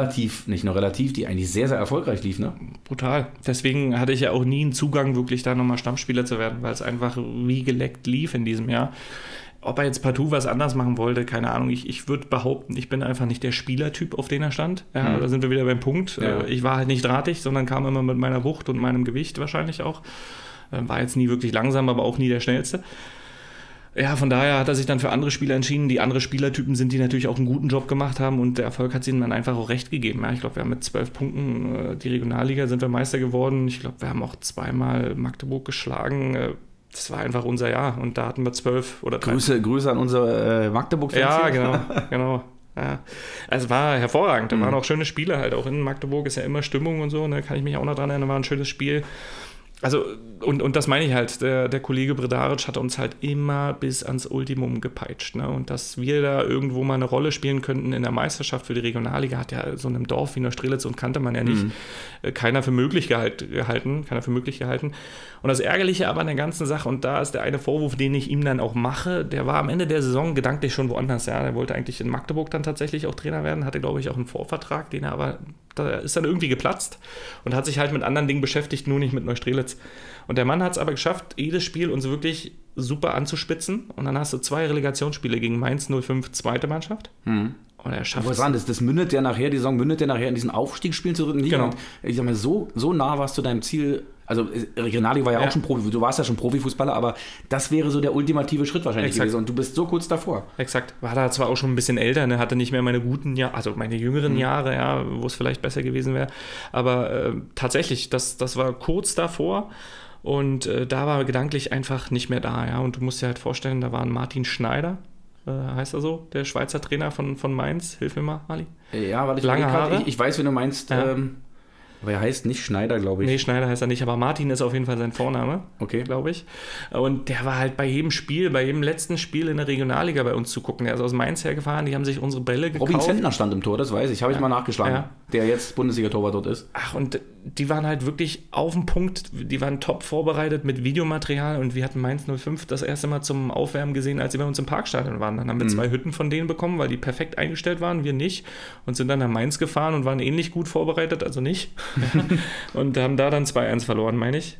die eigentlich sehr, sehr erfolgreich lief, ne? Brutal. Deswegen hatte ich ja auch nie einen Zugang, wirklich da nochmal Stammspieler zu werden, weil es einfach wie geleckt lief in diesem Jahr. Ob er jetzt partout was anders machen wollte, keine Ahnung. Ich würde behaupten, ich bin einfach nicht der Spielertyp, auf den er stand. Ja, da sind wir wieder beim Punkt. Ja. Ich war halt nicht drahtig, sondern kam immer mit meiner Wucht und meinem Gewicht wahrscheinlich auch. War jetzt nie wirklich langsam, aber auch nie der Schnellste. Ja, von daher hat er sich dann für andere Spieler entschieden, die andere Spielertypen sind, die natürlich auch einen guten Job gemacht haben und der Erfolg hat es ihnen dann einfach auch recht gegeben. Ja, ich glaube, wir haben mit 12 Punkten die Regionalliga, sind wir Meister geworden. Ich glaube, wir haben auch 2-mal Magdeburg geschlagen. Das war einfach unser Jahr und da hatten wir 12 oder 13. Grüße an unsere Magdeburg-Fans. Ja, genau. Ja. Also es war hervorragend. Da waren auch schöne Spiele halt. Auch in Magdeburg ist ja immer Stimmung und so. Da kann ich mich auch noch dran erinnern, war ein schönes Spiel. Also, und das meine ich halt, der Kollege Bredaric hat uns halt immer bis ans Ultimum gepeitscht. Ne? Und dass wir da irgendwo mal eine Rolle spielen könnten in der Meisterschaft für die Regionalliga, hat ja so einem Dorf wie Neustrelitz und kannte man ja nicht, keiner für möglich gehalten. Und das Ärgerliche aber an der ganzen Sache, und da ist der eine Vorwurf, den ich ihm dann auch mache, der war am Ende der Saison gedanklich schon woanders. Ja? Der wollte eigentlich in Magdeburg dann tatsächlich auch Trainer werden, hatte, glaube ich, auch einen Vorvertrag, den er aber, da ist dann irgendwie geplatzt und hat sich halt mit anderen Dingen beschäftigt, nur nicht mit Neustrelitz. Und der Mann hat es aber geschafft, jedes Spiel uns wirklich super anzuspitzen. Und dann hast du 2 Relegationsspiele gegen Mainz 05, zweite Mannschaft. Und er schafft es. Das mündet ja nachher, die Saison mündet ja nachher in diesen Aufstiegsspielen zurück. Genau. Und ich sag mal, so nah warst du deinem Ziel. Also Regionalliga war ja auch schon Profi, du warst ja schon Profifußballer, aber das wäre so der ultimative Schritt wahrscheinlich gewesen und du bist so kurz davor. Exakt. War da zwar auch schon ein bisschen älter, ne? Hatte nicht mehr meine guten Jahre, also meine jüngeren Jahre, ja, wo es vielleicht besser gewesen wäre, aber tatsächlich, das war kurz davor und da war gedanklich einfach nicht mehr da, ja, und du musst dir halt vorstellen, da war ein Martin Schneider, heißt er so, der Schweizer Trainer von Mainz, hilf mir mal, Ali. Ja, weil lange Haare. Ich weiß, wenn du meinst, ja. Aber er heißt nicht Schneider, glaube ich. Nee, Schneider heißt er nicht, aber Martin ist auf jeden Fall sein Vorname, glaube ich. Und der war halt bei jedem Spiel, bei jedem letzten Spiel in der Regionalliga bei uns zu gucken. Der ist aus Mainz hergefahren, die haben sich unsere Bälle gekauft. Robin Zentner stand im Tor, das weiß ich. Habe ich mal nachgeschlagen, der jetzt Bundesliga-Torwart dort ist. Ach, und die waren halt wirklich auf dem Punkt. Die waren top vorbereitet mit Videomaterial und wir hatten Mainz 05 das erste Mal zum Aufwärmen gesehen, als sie bei uns im Parkstadion waren. Dann haben wir 2 Hütten von denen bekommen, weil die perfekt eingestellt waren, wir nicht. Und sind dann nach Mainz gefahren und waren ähnlich gut vorbereitet, also nicht. Und haben da dann 2-1 verloren, meine ich.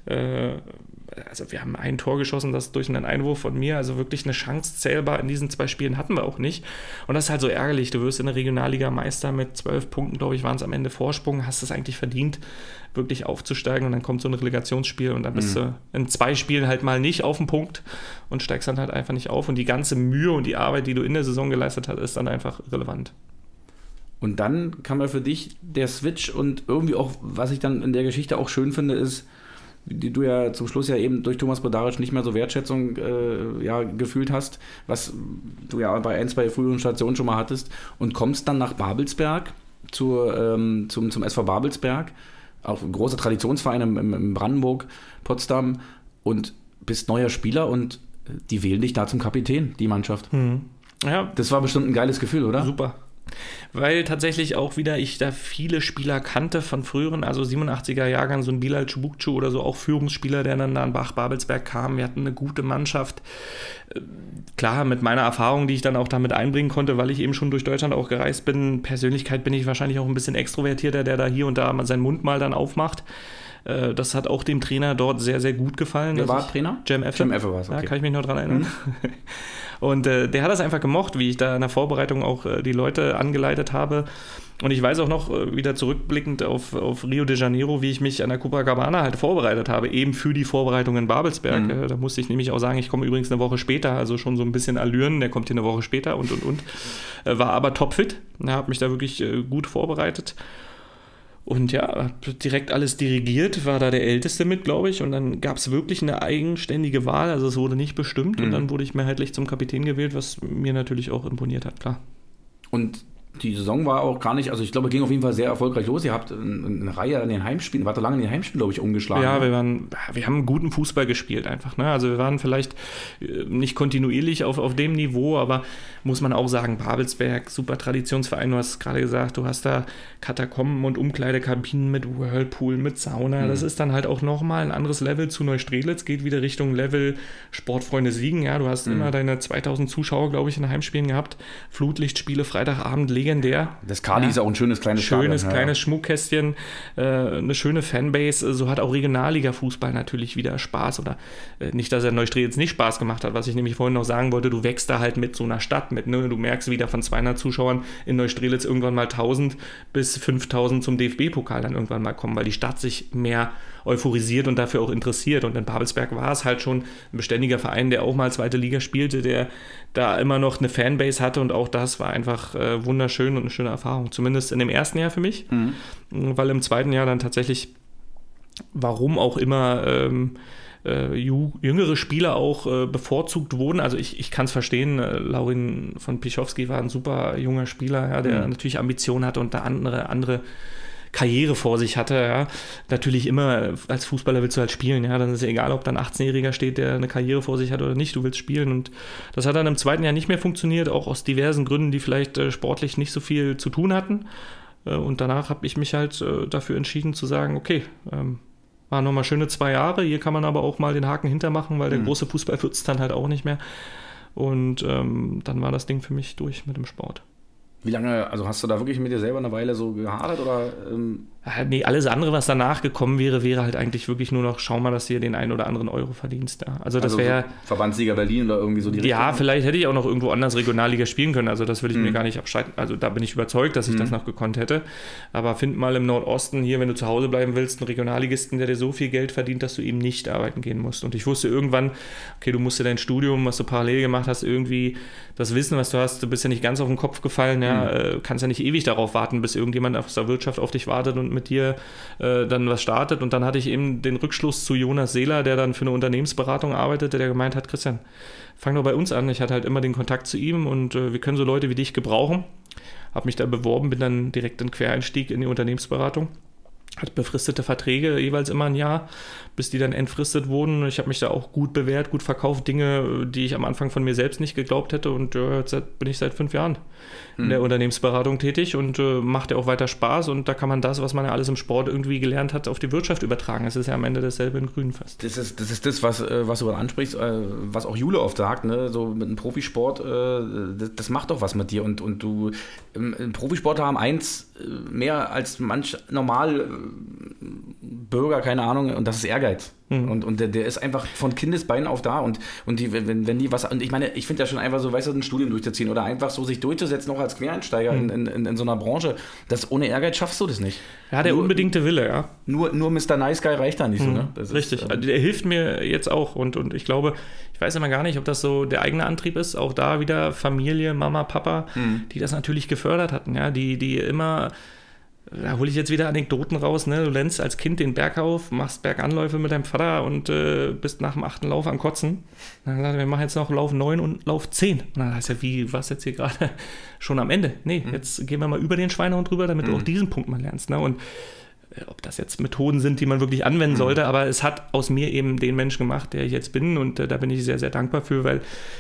Also wir haben ein Tor geschossen, das durch einen Einwurf von mir, also wirklich eine Chance zählbar in diesen 2 Spielen hatten wir auch nicht. Und das ist halt so ärgerlich, du wirst in der Regionalliga Meister mit 12 Punkten, glaube ich, waren es am Ende Vorsprung, hast es eigentlich verdient, wirklich aufzusteigen und dann kommt so ein Relegationsspiel und dann bist du in 2 Spielen halt mal nicht auf dem Punkt und steigst dann halt einfach nicht auf und die ganze Mühe und die Arbeit, die du in der Saison geleistet hast, ist dann einfach irrelevant. Und dann kam ja für dich der Switch und irgendwie auch, was ich dann in der Geschichte auch schön finde, ist, die du ja zum Schluss ja eben durch Thomas Brodaric nicht mehr so Wertschätzung gefühlt hast, was du ja bei 1, 2 früheren Stationen schon mal hattest, und kommst dann nach Babelsberg zum SV Babelsberg, auch ein großer Traditionsverein in Brandenburg, Potsdam, und bist neuer Spieler und die wählen dich da zum Kapitän, die Mannschaft. Ja. Das war bestimmt ein geiles Gefühl, oder? Super. Weil tatsächlich auch wieder ich da viele Spieler kannte von früheren, also 87er Jahrgang, so ein Bilal Çubukçu oder so, auch Führungsspieler, der dann nach Babelsberg kam. Wir hatten eine gute Mannschaft. Klar, mit meiner Erfahrung, die ich dann auch damit einbringen konnte, weil ich eben schon durch Deutschland auch gereist bin, Persönlichkeit bin ich wahrscheinlich auch ein bisschen extrovertierter, der da hier und da seinen Mund mal dann aufmacht. Das hat auch dem Trainer dort sehr, sehr gut gefallen. Wer war Trainer? Cem Effe. Cem Effe war es, okay. Ja, kann ich mich noch dran erinnern. Und der hat das einfach gemocht, wie ich da in der Vorbereitung auch die Leute angeleitet habe. Und ich weiß auch noch, wieder zurückblickend auf Rio de Janeiro, wie ich mich an der Copacabana halt vorbereitet habe, eben für die Vorbereitung in Babelsberg. Da musste ich nämlich auch sagen, ich komme übrigens eine Woche später, also schon so ein bisschen Allüren, der kommt hier eine Woche später und. War aber topfit, habe mich da wirklich gut vorbereitet. Und ja, habe direkt alles dirigiert, war da der Älteste mit, glaube ich. Und dann gab es wirklich eine eigenständige Wahl, also es wurde nicht bestimmt. Und dann wurde ich mehrheitlich zum Kapitän gewählt, was mir natürlich auch imponiert hat, klar. Und die Saison war auch gar nicht, also ich glaube, ging auf jeden Fall sehr erfolgreich los. Ihr habt eine Reihe an den Heimspielen, wart lange in den Heimspielen, glaube ich, umgeschlagen. Ja, wir haben guten Fußball gespielt einfach. Ne? Also wir waren vielleicht nicht kontinuierlich auf dem Niveau, aber muss man auch sagen, Babelsberg, super Traditionsverein, du hast es gerade gesagt, du hast da Katakomben und Umkleidekabinen mit Whirlpool, mit Sauna. Das ist dann halt auch nochmal ein anderes Level zu Neustrelitz, geht wieder Richtung Level Sportfreunde Siegen. Ja, du hast immer deine 2000 Zuschauer, glaube ich, in den Heimspielen gehabt. Flutlichtspiele, Freitagabend, legendär. Das Kali ist auch ein schönes kleines Stadion. Kleines Schmuckkästchen, eine schöne Fanbase. So hat auch Regionalliga-Fußball natürlich wieder Spaß. Oder nicht, dass er Neustrelitz nicht Spaß gemacht hat, was ich nämlich vorhin noch sagen wollte, du wächst da halt mit so einer Stadt mit. Ne? Du merkst wieder von 200 Zuschauern in Neustrelitz irgendwann mal 1000 bis 5000 zum DFB-Pokal dann irgendwann mal kommen, weil die Stadt sich mehr euphorisiert und dafür auch interessiert. Und in Babelsberg war es halt schon ein beständiger Verein, der auch mal zweite Liga spielte, der da immer noch eine Fanbase hatte, und auch das war einfach wunderschön und eine schöne Erfahrung. Zumindest in dem ersten Jahr für mich, weil im zweiten Jahr dann tatsächlich, warum auch immer, jüngere Spieler auch bevorzugt wurden. Also ich kann es verstehen, Laurin von Pischowski war ein super junger Spieler, ja, der natürlich Ambitionen hatte und eine andere Karriere vor sich hatte, ja. Natürlich immer, als Fußballer willst du halt spielen, ja, dann ist es egal, ob da ein 18-Jähriger steht, der eine Karriere vor sich hat oder nicht, du willst spielen, und das hat dann im zweiten Jahr nicht mehr funktioniert, auch aus diversen Gründen, die vielleicht sportlich nicht so viel zu tun hatten, und danach habe ich mich halt dafür entschieden zu sagen, okay, waren nochmal schöne 2 Jahre, hier kann man aber auch mal den Haken hintermachen, weil der große Fußball wird es dann halt auch nicht mehr, und dann war das Ding für mich durch mit dem Sport. Wie lange, also hast du da wirklich mit dir selber eine Weile so gehadert, oder? Nee, alles andere, was danach gekommen wäre halt eigentlich wirklich nur noch, schau mal, dass du hier den einen oder anderen Euro verdienst. Ja. Also das wäre... So Verbandsliga Berlin oder irgendwie so die Ja, Richtung? Vielleicht hätte ich auch noch irgendwo anders Regionalliga spielen können, also das würde ich mir gar nicht abstreiten. Also da bin ich überzeugt, dass ich das noch gekonnt hätte. Aber find mal im Nordosten hier, wenn du zu Hause bleiben willst, einen Regionalligisten, der dir so viel Geld verdient, dass du eben nicht arbeiten gehen musst. Und ich wusste irgendwann, okay, du musst dir dein Studium, was du parallel gemacht hast, irgendwie das Wissen, was du hast, du bist ja nicht ganz auf den Kopf gefallen, ja, kannst ja nicht ewig darauf warten, bis irgendjemand aus der Wirtschaft auf dich wartet und mit dir dann was startet. Und dann hatte ich eben den Rückschluss zu Jonas Seeler, der dann für eine Unternehmensberatung arbeitete, der gemeint hat, Christian, fang doch bei uns an. Ich hatte halt immer den Kontakt zu ihm, und wir können so Leute wie dich gebrauchen. Habe mich da beworben, bin dann direkt in Quereinstieg in die Unternehmensberatung. Hatte befristete Verträge, jeweils immer ein Jahr, bis die dann entfristet wurden. Ich habe mich da auch gut bewährt, gut verkauft, Dinge, die ich am Anfang von mir selbst nicht geglaubt hätte, und jetzt bin ich seit 5 Jahren in der Unternehmensberatung tätig, und macht ja auch weiter Spaß, und da kann man das, was man ja alles im Sport irgendwie gelernt hat, auf die Wirtschaft übertragen. Es ist ja am Ende dasselbe in Grün fast. Das ist das, was du ansprichst, was auch Jule oft sagt, ne? So mit einem Profisport, das macht doch was mit dir, und du, Profisportler haben eins mehr als manch normal Bürger, keine Ahnung, und das ist Ehrgeiz. Und der ist einfach von Kindesbeinen auf da, und die, wenn die was, und ich meine, ich finde ja schon einfach so, weißt du, ein Studium durchzuziehen oder einfach so sich durchzusetzen, auch als Quereinsteiger in so einer Branche, das ohne Ehrgeiz schaffst du das nicht. Ja, der unbedingte Wille, ja. Nur Mr. Nice Guy reicht da nicht so, ne? Das Richtig, ist, der hilft mir jetzt auch, und ich glaube, ich weiß immer gar nicht, ob das so der eigene Antrieb ist, auch da wieder Familie, Mama, Papa, die das natürlich gefördert hatten, ja, die immer da hole ich jetzt wieder Anekdoten raus, ne? Du rennst als Kind den Berg auf, machst Berganläufe mit deinem Vater und bist nach dem 8. Lauf am Kotzen. Dann sagt er, wir machen jetzt noch Lauf 9 und Lauf 10. Und dann heißt ja, wie, was jetzt hier gerade schon am Ende? Nee, jetzt gehen wir mal über den Schweinehund drüber, damit du auch diesen Punkt mal lernst. Ne? Und ob das jetzt Methoden sind, die man wirklich anwenden sollte, aber es hat aus mir eben den Menschen gemacht, der ich jetzt bin, und da bin ich sehr, sehr dankbar für, weil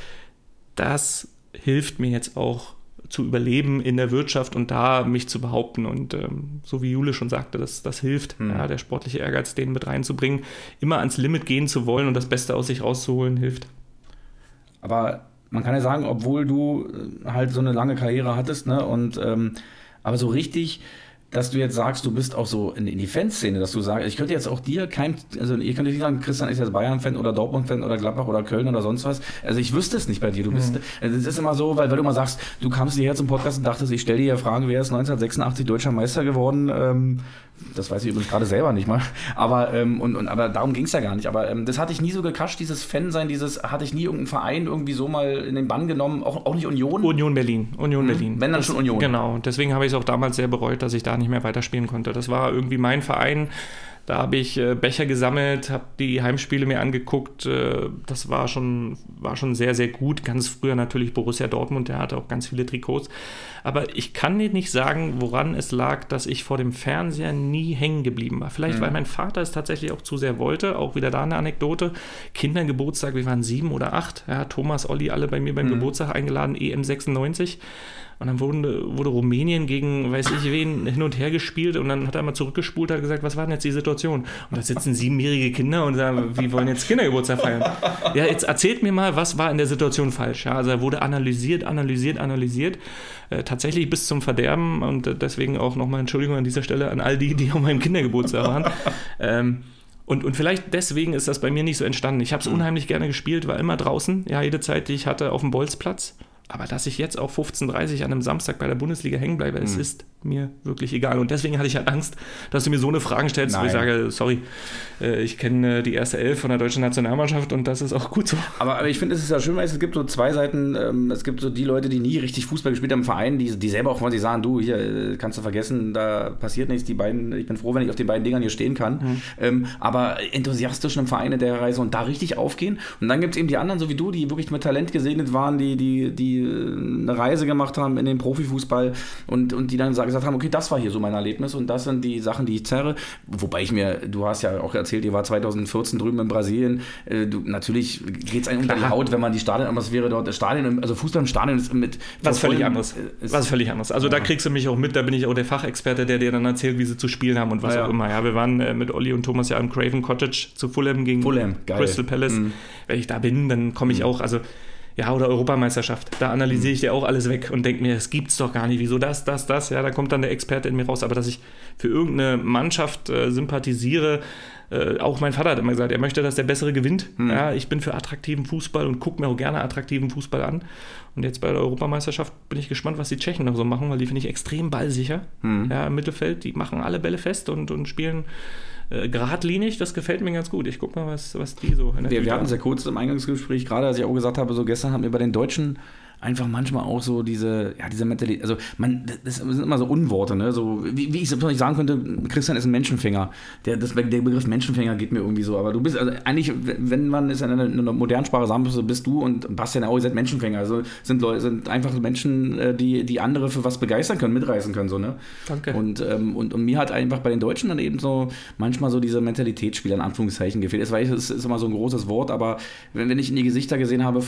das hilft mir jetzt auch zu überleben in der Wirtschaft und da mich zu behaupten. Und so wie Jule schon sagte, das hilft, ja, der sportliche Ehrgeiz, den mit reinzubringen, immer ans Limit gehen zu wollen und das Beste aus sich rauszuholen, hilft. Aber man kann ja sagen, obwohl du halt so eine lange Karriere hattest, ne, und aber so richtig, dass du jetzt sagst, du bist auch so in die Fanszene, dass du sagst, ich könnte jetzt auch dir also ihr könnt nicht sagen, Christian ist jetzt Bayern-Fan oder Dortmund-Fan oder Gladbach oder Köln oder sonst was. Also ich wüsste es nicht bei dir. Du bist, es ist immer so, weil du immer sagst, du kamst hierher zum Podcast und dachtest, ich stelle dir ja Fragen, wer ist 1986 deutscher Meister geworden? Das weiß ich übrigens gerade selber nicht mal. Aber, aber darum ging es ja gar nicht. Aber das hatte ich nie so gekascht, dieses Fan-Sein, hatte ich nie irgendeinen Verein irgendwie so mal in den Bann genommen, auch nicht Union. Union Berlin. Wenn dann schon Union. Genau, deswegen habe ich es auch damals sehr bereut, dass ich da nicht mehr weiterspielen konnte. Das war irgendwie mein Verein. Da habe ich Becher gesammelt, habe die Heimspiele mir angeguckt. Das war schon sehr, sehr gut. Ganz früher natürlich Borussia Dortmund, der hatte auch ganz viele Trikots. Aber ich kann dir nicht sagen, woran es lag, dass ich vor dem Fernseher nie hängen geblieben war. Vielleicht, weil mein Vater es tatsächlich auch zu sehr wollte. Auch wieder da eine Anekdote. Kindergeburtstag, wir waren 7 oder 8. Ja, Thomas, Olli, alle bei mir beim Geburtstag eingeladen, EM 96. Und dann wurde Rumänien gegen weiß ich wen hin und her gespielt und dann hat er mal zurückgespult und hat gesagt, was war denn jetzt die Situation? Und da sitzen 7-jährige Kinder und sagen, wir wollen jetzt Kindergeburtstag feiern. Ja, jetzt erzählt mir mal, was war in der Situation falsch? Ja, also er wurde analysiert. Tatsächlich bis zum Verderben und deswegen auch nochmal Entschuldigung an dieser Stelle an all die auf meinem Kindergeburtstag waren. Und vielleicht deswegen ist das bei mir nicht so entstanden. Ich habe es unheimlich gerne gespielt, war immer draußen, ja, jede Zeit, die ich hatte, auf dem Bolzplatz. Aber dass ich jetzt auch 15:30 an einem Samstag bei der Bundesliga hängen bleibe, es ist mir wirklich egal. Und deswegen hatte ich halt Angst, dass du mir so eine Frage stellst, wo ich sage, sorry, ich kenne die erste Elf von der deutschen Nationalmannschaft und das ist auch gut so. Aber ich finde, es ist ja schön, weil es gibt so zwei Seiten. Es gibt so die Leute, die nie richtig Fußball gespielt haben im Verein, die selber auch, wenn sie sagen, du, hier kannst du vergessen, da passiert nichts. Ich bin froh, wenn ich auf den beiden Dingern hier stehen kann. Aber enthusiastisch im Verein in der Reise und da richtig aufgehen. Und dann gibt es eben die anderen, so wie du, die wirklich mit Talent gesegnet waren, die eine Reise gemacht haben in den Profifußball und die dann gesagt haben, okay, das war hier so mein Erlebnis und das sind die Sachen, die ich zerre. Wobei du hast ja auch erzählt, ihr war 2014 drüben in Brasilien. Natürlich geht es einem unter die Haut, wenn man die Stadionatmosphäre dort, also Fußball im Stadion ist mit... Was völlig anderes. Also da kriegst du mich auch mit, da bin ich auch der Fachexperte, der dir dann erzählt, wie sie zu spielen haben und was auch immer. Ja, wir waren mit Olli und Thomas ja im Craven Cottage zu Fulham gegen Crystal Palace. Wenn ich da bin, dann komme ich auch, also ja, oder Europameisterschaft. Da analysiere ich dir auch alles weg und denke mir, das gibt's doch gar nicht. Wieso das? Ja, da kommt dann der Experte in mir raus. Aber dass ich für irgendeine Mannschaft sympathisiere, auch mein Vater hat immer gesagt, er möchte, dass der Bessere gewinnt. Ja, ich bin für attraktiven Fußball und gucke mir auch gerne attraktiven Fußball an. Und jetzt bei der Europameisterschaft bin ich gespannt, was die Tschechen noch so machen, weil die finde ich extrem ballsicher. Ja, im Mittelfeld, die machen alle Bälle fest und spielen geradlinig, das gefällt mir ganz gut. Ich guck mal, was die so in der Wir hatten es ja kurz im Eingangsgespräch, gerade als ich auch gesagt habe, so gestern haben wir bei den Deutschen einfach manchmal auch so diese Mentalität, also das sind immer so Unworte, ne? So, wie ich nicht sagen könnte, Christian ist ein Menschenfänger. Der Begriff Menschenfänger geht mir irgendwie so, aber du bist, also eigentlich, wenn man es in einer modernen Sprache sagen muss, bist du und Bastian auch, ihr seid Menschenfänger, also sind einfach Menschen, die andere für was begeistern können, mitreißen können, so, ne? Danke. Und mir hat einfach bei den Deutschen dann eben so manchmal so diese Mentalitätsspieler in Anführungszeichen gefehlt. Es ist immer so ein großes Wort, aber wenn ich in die Gesichter gesehen habe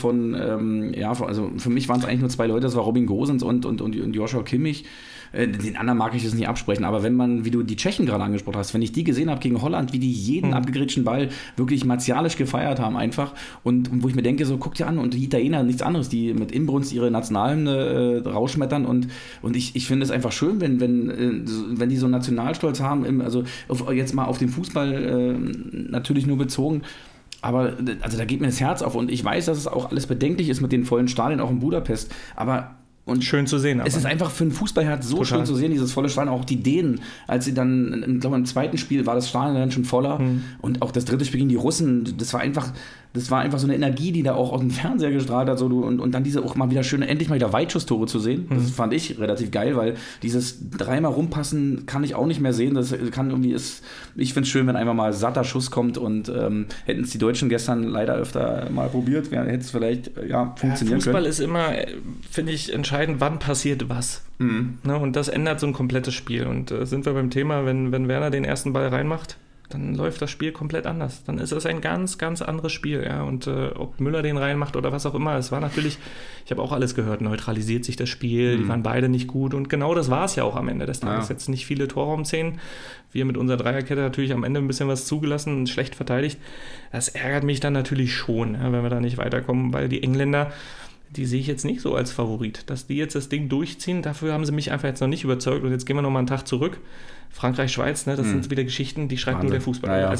also für mich waren es eigentlich nur 2 Leute, das war Robin Gosens und Joshua Kimmich. Den anderen mag ich das nicht absprechen, aber wenn man, wie du die Tschechen gerade angesprochen hast, wenn ich die gesehen habe gegen Holland, wie die jeden abgegrätschten Ball wirklich martialisch gefeiert haben einfach und wo ich mir denke, so guck dir an und die Italiener nichts anderes, die mit Inbrunst ihre Nationalhymne rausschmettern und ich finde es einfach schön, wenn die so Nationalstolz haben, also jetzt mal auf den Fußball natürlich nur bezogen. Aber also da geht mir das Herz auf und ich weiß, dass es auch alles bedenklich ist mit den vollen Stadien, auch in Budapest, aber und schön zu sehen. Es ist einfach für ein Fußballherz so schön zu sehen, dieses volle Stadion, auch die Dänen, als sie dann, ich glaube im zweiten Spiel war das Stadion dann schon voller und auch das dritte Spiel gegen die Russen, das war einfach, das war einfach so eine Energie, die da auch aus dem Fernseher gestrahlt hat. So, und dann diese auch mal wieder schöne, endlich mal wieder Weitschusstore zu sehen. Das fand ich relativ geil, weil dieses dreimal rumpassen kann ich auch nicht mehr sehen. Das kann irgendwie ich finde es schön, wenn einfach mal satter Schuss kommt und hätten es die Deutschen gestern leider öfter mal probiert, hätte es vielleicht funktionieren Fußball können. ist immer, finde ich, entscheidend, wann passiert was. Ne, und das ändert so ein komplettes Spiel. Und sind wir beim Thema, wenn Werner den ersten Ball reinmacht, dann läuft das Spiel komplett anders. Dann ist es ein ganz, ganz anderes Spiel. Ja? Und ob Müller den reinmacht oder was auch immer, es war natürlich, ich habe auch alles gehört, neutralisiert sich das Spiel, die waren beide nicht gut. Und genau das war es ja auch am Ende des Tages. Jetzt nicht viele Torraumszenen. Wir mit unserer Dreierkette natürlich am Ende ein bisschen was zugelassen und schlecht verteidigt. Das ärgert mich dann natürlich schon, ja, wenn wir da nicht weiterkommen, weil die Engländer, die sehe ich jetzt nicht so als Favorit. Dass die jetzt das Ding durchziehen, dafür haben sie mich einfach jetzt noch nicht überzeugt. Und jetzt gehen wir nochmal einen Tag zurück. Frankreich, Schweiz, ne, das sind wieder Geschichten, die schreibt nur der Fußball. Ja. Also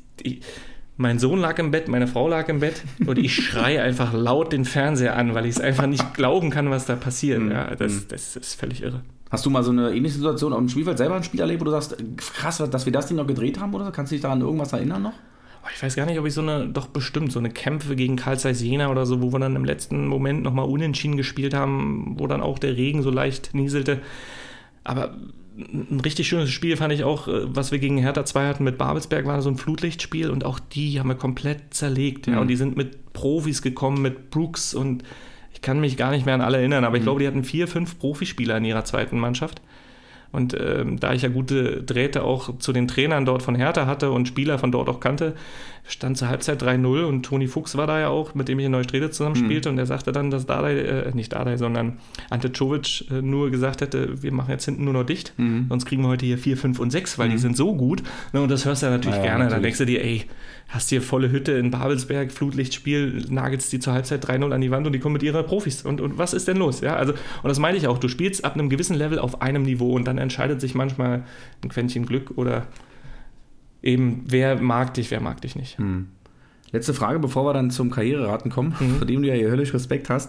mein Sohn lag im Bett, meine Frau lag im Bett und ich schreie einfach laut den Fernseher an, weil ich es einfach nicht glauben kann, was da passiert. Ja, das ist völlig irre. Hast du mal so eine ähnliche Situation auf dem Spielfeld selber ein Spiel erlebt, wo du sagst, krass, dass wir das Ding noch gedreht haben, oder? Kannst du dich daran irgendwas erinnern noch? Ich weiß gar nicht, ob ich so eine Kämpfe gegen Carl Zeiss Jena oder so, wo wir dann im letzten Moment nochmal unentschieden gespielt haben, wo dann auch der Regen so leicht nieselte. Aber ein richtig schönes Spiel fand ich auch, was wir gegen Hertha 2 hatten mit Babelsberg, war so ein Flutlichtspiel und auch die haben wir komplett zerlegt. Ja, und die sind mit Profis gekommen, mit Brooks und ich kann mich gar nicht mehr an alle erinnern, aber ich glaube, die hatten 4, 5 Profispieler in ihrer zweiten Mannschaft. Und da ich ja gute Drähte auch zu den Trainern dort von Hertha hatte und Spieler von dort auch kannte, stand zur Halbzeit 3-0 und Toni Fuchs war da ja auch, mit dem ich in Neustrelitz zusammen spielte und er sagte dann, dass nicht Dardai, sondern Ante Czovic nur gesagt hätte, wir machen jetzt hinten nur noch dicht, sonst kriegen wir heute hier 4, 5 und 6, weil die sind so gut. Und das hörst du ja natürlich gerne. Natürlich. Dann denkst du dir, ey, hast hier volle Hütte in Babelsberg, Flutlichtspiel, nagelst die zur Halbzeit 3-0 an die Wand und die kommen mit ihrer Profis. Und was ist denn los? Ja, also, und das meine ich auch, du spielst ab einem gewissen Level auf einem Niveau und dann entscheidet sich manchmal ein Quäntchen Glück oder eben, wer mag dich nicht. Letzte Frage, bevor wir dann zum Karriereraten kommen, vor dem du ja hier höllisch Respekt hast.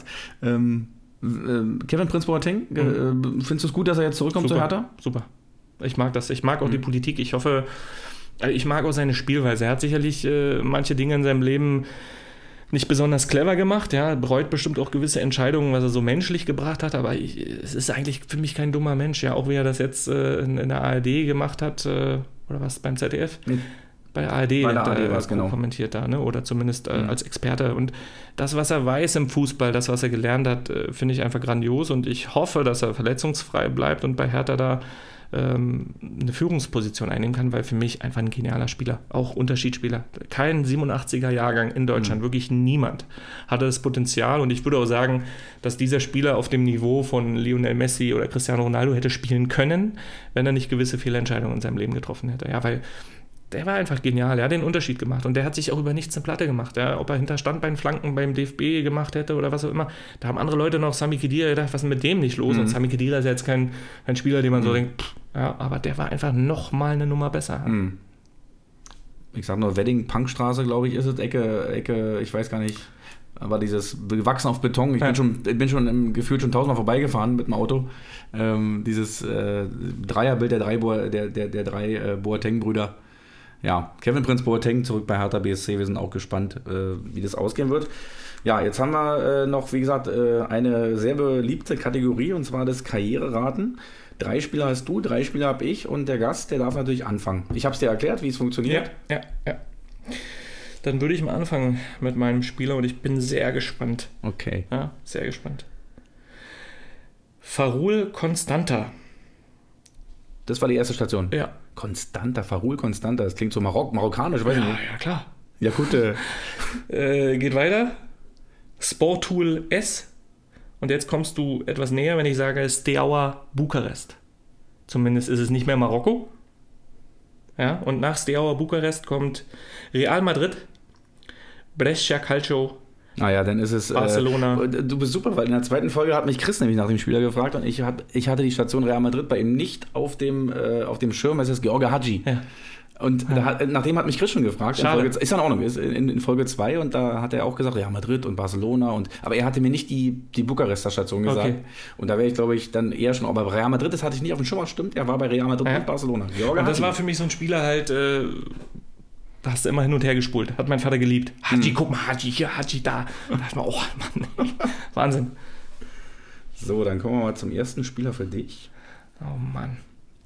Kevin Prince Boateng, findest du es gut, dass er jetzt zurückkommt zu Hertha? Super. Ich mag das. Ich mag auch die Politik. Ich hoffe, ich mag auch seine Spielweise. Er hat sicherlich manche Dinge in seinem Leben nicht besonders clever gemacht, ja, bereut bestimmt auch gewisse Entscheidungen, was er so menschlich gebracht hat, aber es ist eigentlich für mich kein dummer Mensch, ja, auch wie er das jetzt in der ARD gemacht hat, oder was, beim ZDF? Bei ARD war es, genau. Kommentiert da, ne? Oder zumindest als Experte. Und das, was er weiß im Fußball, das, was er gelernt hat, finde ich einfach grandios und ich hoffe, dass er verletzungsfrei bleibt und bei Hertha da eine Führungsposition einnehmen kann, weil für mich einfach ein genialer Spieler, auch Unterschiedsspieler. Kein 87er-Jahrgang in Deutschland, wirklich niemand hatte das Potenzial und ich würde auch sagen, dass dieser Spieler auf dem Niveau von Lionel Messi oder Cristiano Ronaldo hätte spielen können, wenn er nicht gewisse Fehlentscheidungen in seinem Leben getroffen hätte. Ja, weil der war einfach genial, er hat den Unterschied gemacht und der hat sich auch über nichts eine Platte gemacht. Ja, ob er hinter Standbeinflanken beim DFB gemacht hätte oder was auch immer, da haben andere Leute noch Sami Khedira gedacht, was ist mit dem nicht los? Und Sami Khedira ist ja jetzt kein Spieler, den man so denkt, ja, aber der war einfach nochmal eine Nummer besser. Ich sag nur Wedding-Punkstraße, glaube ich, ist es, Ecke, ich weiß gar nicht, aber dieses gewachsen auf Beton, ich bin schon im Gefühl schon 1000-mal vorbeigefahren mit dem Auto. Dieses Dreierbild der drei Boateng-Brüder. Ja, Kevin Prince Boateng zurück bei Hertha BSC. Wir sind auch gespannt, wie das ausgehen wird. Ja, jetzt haben wir noch, wie gesagt, eine sehr beliebte Kategorie, und zwar das Karriereraten. 3 Spieler hast du, 3 Spieler habe ich und der Gast, der darf natürlich anfangen. Ich habe es dir erklärt, wie es funktioniert. Ja. Dann würde ich mal anfangen mit meinem Spieler und ich bin sehr gespannt. Okay. Ja, sehr gespannt. Farul Constanta. Das war die erste Station? Ja. Farul Constanta, das klingt so marokkanisch, weiß ich nicht. Ja, klar. Ja, gut. Geht weiter. Sportul S. Und jetzt kommst du etwas näher, wenn ich sage Steaua Bukarest. Zumindest ist es nicht mehr Marokko. Ja, und nach Steaua Bukarest kommt Real Madrid, Brescia Calcio. Naja, dann ist es Barcelona. Du bist super, weil in der zweiten Folge hat mich Chris nämlich nach dem Spieler gefragt und ich hatte die Station Real Madrid bei ihm nicht auf dem Schirm, es ist George Hagi. Ja. Und nachdem hat mich Chris schon gefragt, ist in Ordnung, ist in Folge 2 und da hat er auch gesagt, Real Madrid und Barcelona aber er hatte mir nicht die Bukarester Station gesagt. Okay. Und da wäre ich, glaube ich, dann eher schon, aber Real Madrid, das hatte ich nicht auf dem Schirm, stimmt, er war bei Real Madrid und Barcelona. George und das Hagi war für mich so ein Spieler halt, Da hast du immer hin und her gespult. Hat mein Vater geliebt. Haji, guck mal, Haji hier, Haji da. Da dachte ich mir, oh Mann, Wahnsinn. So, dann kommen wir mal zum ersten Spieler für dich. Oh Mann.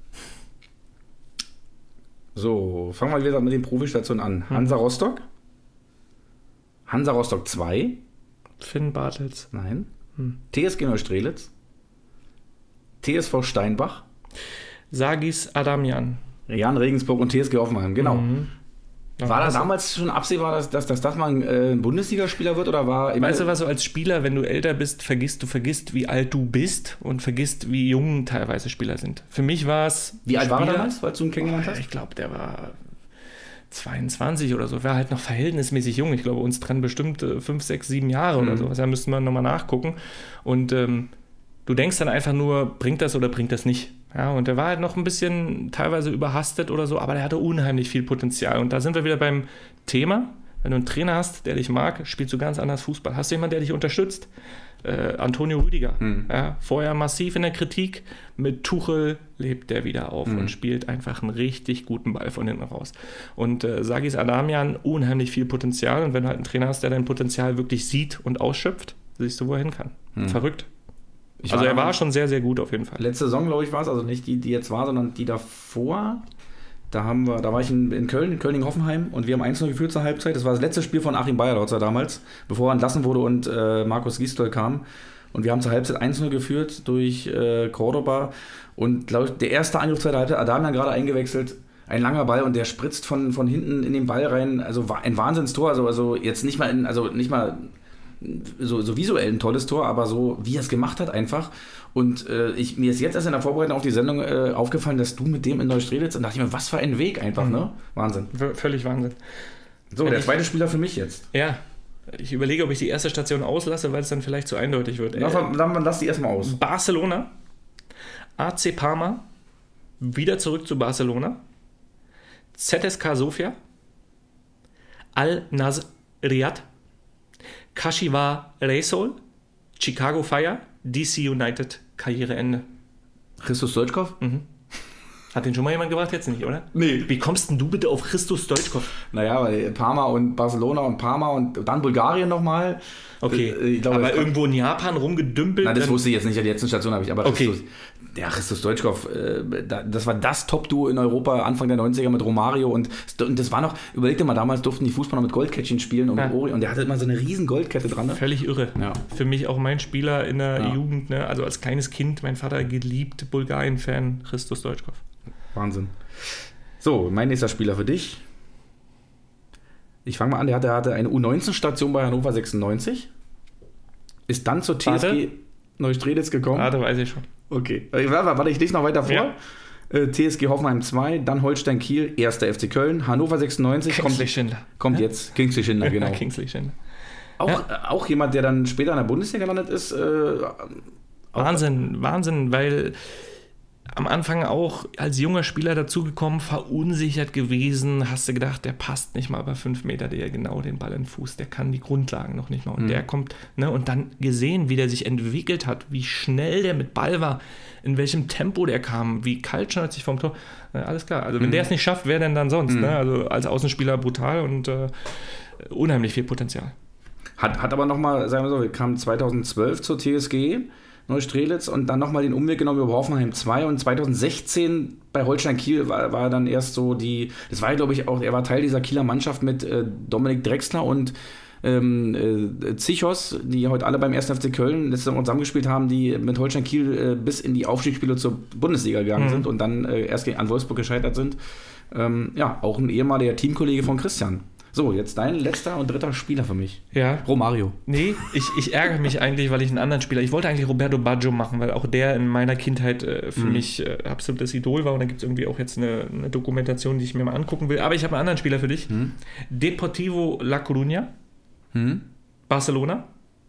So, fangen wir wieder mit den Profistationen an. Hansa Rostock. Hansa Rostock 2. Finn Bartels. Nein. TSG Neustrelitz. TSV Steinbach. Sagis Adamian. Jan Regensburg und TSG Hoffenheim, genau. Ja, War da damals schon absehbar, dass das mal ein Bundesligaspieler wird? Oder war weißt du was, so als Spieler, wenn du älter bist, du vergisst, wie alt du bist und vergisst, wie jung teilweise Spieler sind. Für mich war es... Wie alt war er damals, weil du ihn kennengelernt hast? Ich glaube, der war 22 oder so. War halt noch verhältnismäßig jung. Ich glaube, uns trennen bestimmt 5, 6, 7 Jahre oder so. Da müssten wir nochmal nachgucken. Und du denkst dann einfach nur, bringt das oder bringt das nicht? Ja, und der war halt noch ein bisschen teilweise überhastet oder so, aber der hatte unheimlich viel Potenzial. Und da sind wir wieder beim Thema. Wenn du einen Trainer hast, der dich mag, spielst du ganz anders Fußball. Hast du jemanden, der dich unterstützt? Antonio Rüdiger. Ja, vorher massiv in der Kritik. Mit Tuchel lebt der wieder auf und spielt einfach einen richtig guten Ball von hinten raus. Und Sagis Adamian, unheimlich viel Potenzial. Und wenn du halt einen Trainer hast, der dein Potenzial wirklich sieht und ausschöpft, siehst du, wo er hin kann. Verrückt. Also er war schon sehr, sehr gut auf jeden Fall. Letzte Saison, glaube ich, war es, also nicht die jetzt war, sondern die davor. Da war ich in Köln, in Köln-Hoffenheim und wir haben 1-0 geführt zur Halbzeit. Das war das letzte Spiel von Achim Bayerlautzer damals, bevor er entlassen wurde und Markus Gisdol kam. Und wir haben zur Halbzeit 1-0 geführt durch Cordoba. Und glaube ich, der erste Angriff zweiter Halbzeit, Adamian gerade eingewechselt, ein langer Ball und der spritzt von hinten in den Ball rein. Also ein Wahnsinnstor, also jetzt nicht mal so visuell ein tolles Tor, aber so, wie er es gemacht hat einfach. Und mir ist jetzt erst in der Vorbereitung auf die Sendung aufgefallen, dass du mit dem in Neustrelitz, und dachte ich mir, was für ein Weg einfach, ne? Wahnsinn. Völlig Wahnsinn. So, der zweite Spieler für mich jetzt. Ja, ich überlege, ob ich die erste Station auslasse, weil es dann vielleicht zu eindeutig wird. Dann lass die erstmal aus. Barcelona, AC Parma, wieder zurück zu Barcelona, ZSK Sofia, Al-Nasr Riyadh, Kashiwa Reysol, Chicago Fire, DC United, Karriereende. Christus Stoichkov? Hat den schon mal jemand gebracht? Jetzt nicht, oder? Nee. Wie kommst denn du bitte auf Christus Stoichkov? Naja, weil Parma und Barcelona und Parma und dann Bulgarien nochmal. Okay, ich glaube, aber irgendwo in Japan rumgedümpelt? Nein, das wusste ich jetzt nicht, die letzten Station habe ich, aber okay. Christus Stoichkov, das war das Top-Duo in Europa Anfang der 90er mit Romario und das war noch, überleg dir mal, damals durften die Fußballer mit Goldkettchen spielen und mit Ori und der hatte immer so eine riesen Goldkette dran. Ne? Völlig irre. Ja. Für mich auch mein Spieler in der Jugend, ne? Also als kleines Kind, mein Vater geliebt, Bulgarien-Fan, Christus Stoichkov. Wahnsinn. So, mein nächster Spieler für dich. Ich fange mal an, der hatte eine U19-Station bei Hannover 96, ist dann zur TSG Neustrelitz gekommen. Da weiß ich schon. Okay. Warte, ich lese noch weiter vor. Ja. TSG Hoffenheim 2, dann Holstein Kiel, 1. FC Köln, Hannover 96. Kingsley Schindler. Kommt jetzt. Kingsley Schindler, genau. Kingsley Schindler. Auch jemand, der dann später in der Bundesliga gelandet ist. Wahnsinn, weil am Anfang auch als junger Spieler dazugekommen, verunsichert gewesen, hast du gedacht, der passt nicht mal bei 5 Meter, der genau den Ball in den Fuß, der kann die Grundlagen noch nicht mal. Und der kommt, ne, und dann gesehen, wie der sich entwickelt hat, wie schnell der mit Ball war, in welchem Tempo der kam, wie kaltschnäuzig vom Tor. Alles klar, also wenn der es nicht schafft, wer denn dann sonst? Ne? Also als Außenspieler brutal und unheimlich viel Potenzial. Hat aber nochmal, sagen wir so, kam 2012 zur TSG Neustrelitz und dann nochmal den Umweg genommen über Hoffenheim 2 und 2016 bei Holstein Kiel war dann erst so das war, glaube ich, auch, er war Teil dieser Kieler Mannschaft mit Dominik Drexler und Zichos, die heute alle beim 1. FC Köln letztes Jahr zusammengespielt haben, die mit Holstein Kiel bis in die Aufstiegsspiele zur Bundesliga gegangen sind und dann erst an Wolfsburg gescheitert sind. Auch ein ehemaliger Teamkollege von Christian. So, jetzt dein letzter und dritter Spieler für mich. Ja. Romario. Nee, ich ärgere mich eigentlich, weil ich einen anderen Spieler... Ich wollte eigentlich Roberto Baggio machen, weil auch der in meiner Kindheit für mich absolutes Idol war. Und da gibt es irgendwie auch jetzt eine Dokumentation, die ich mir mal angucken will. Aber ich habe einen anderen Spieler für dich. Deportivo La Coruña, Barcelona,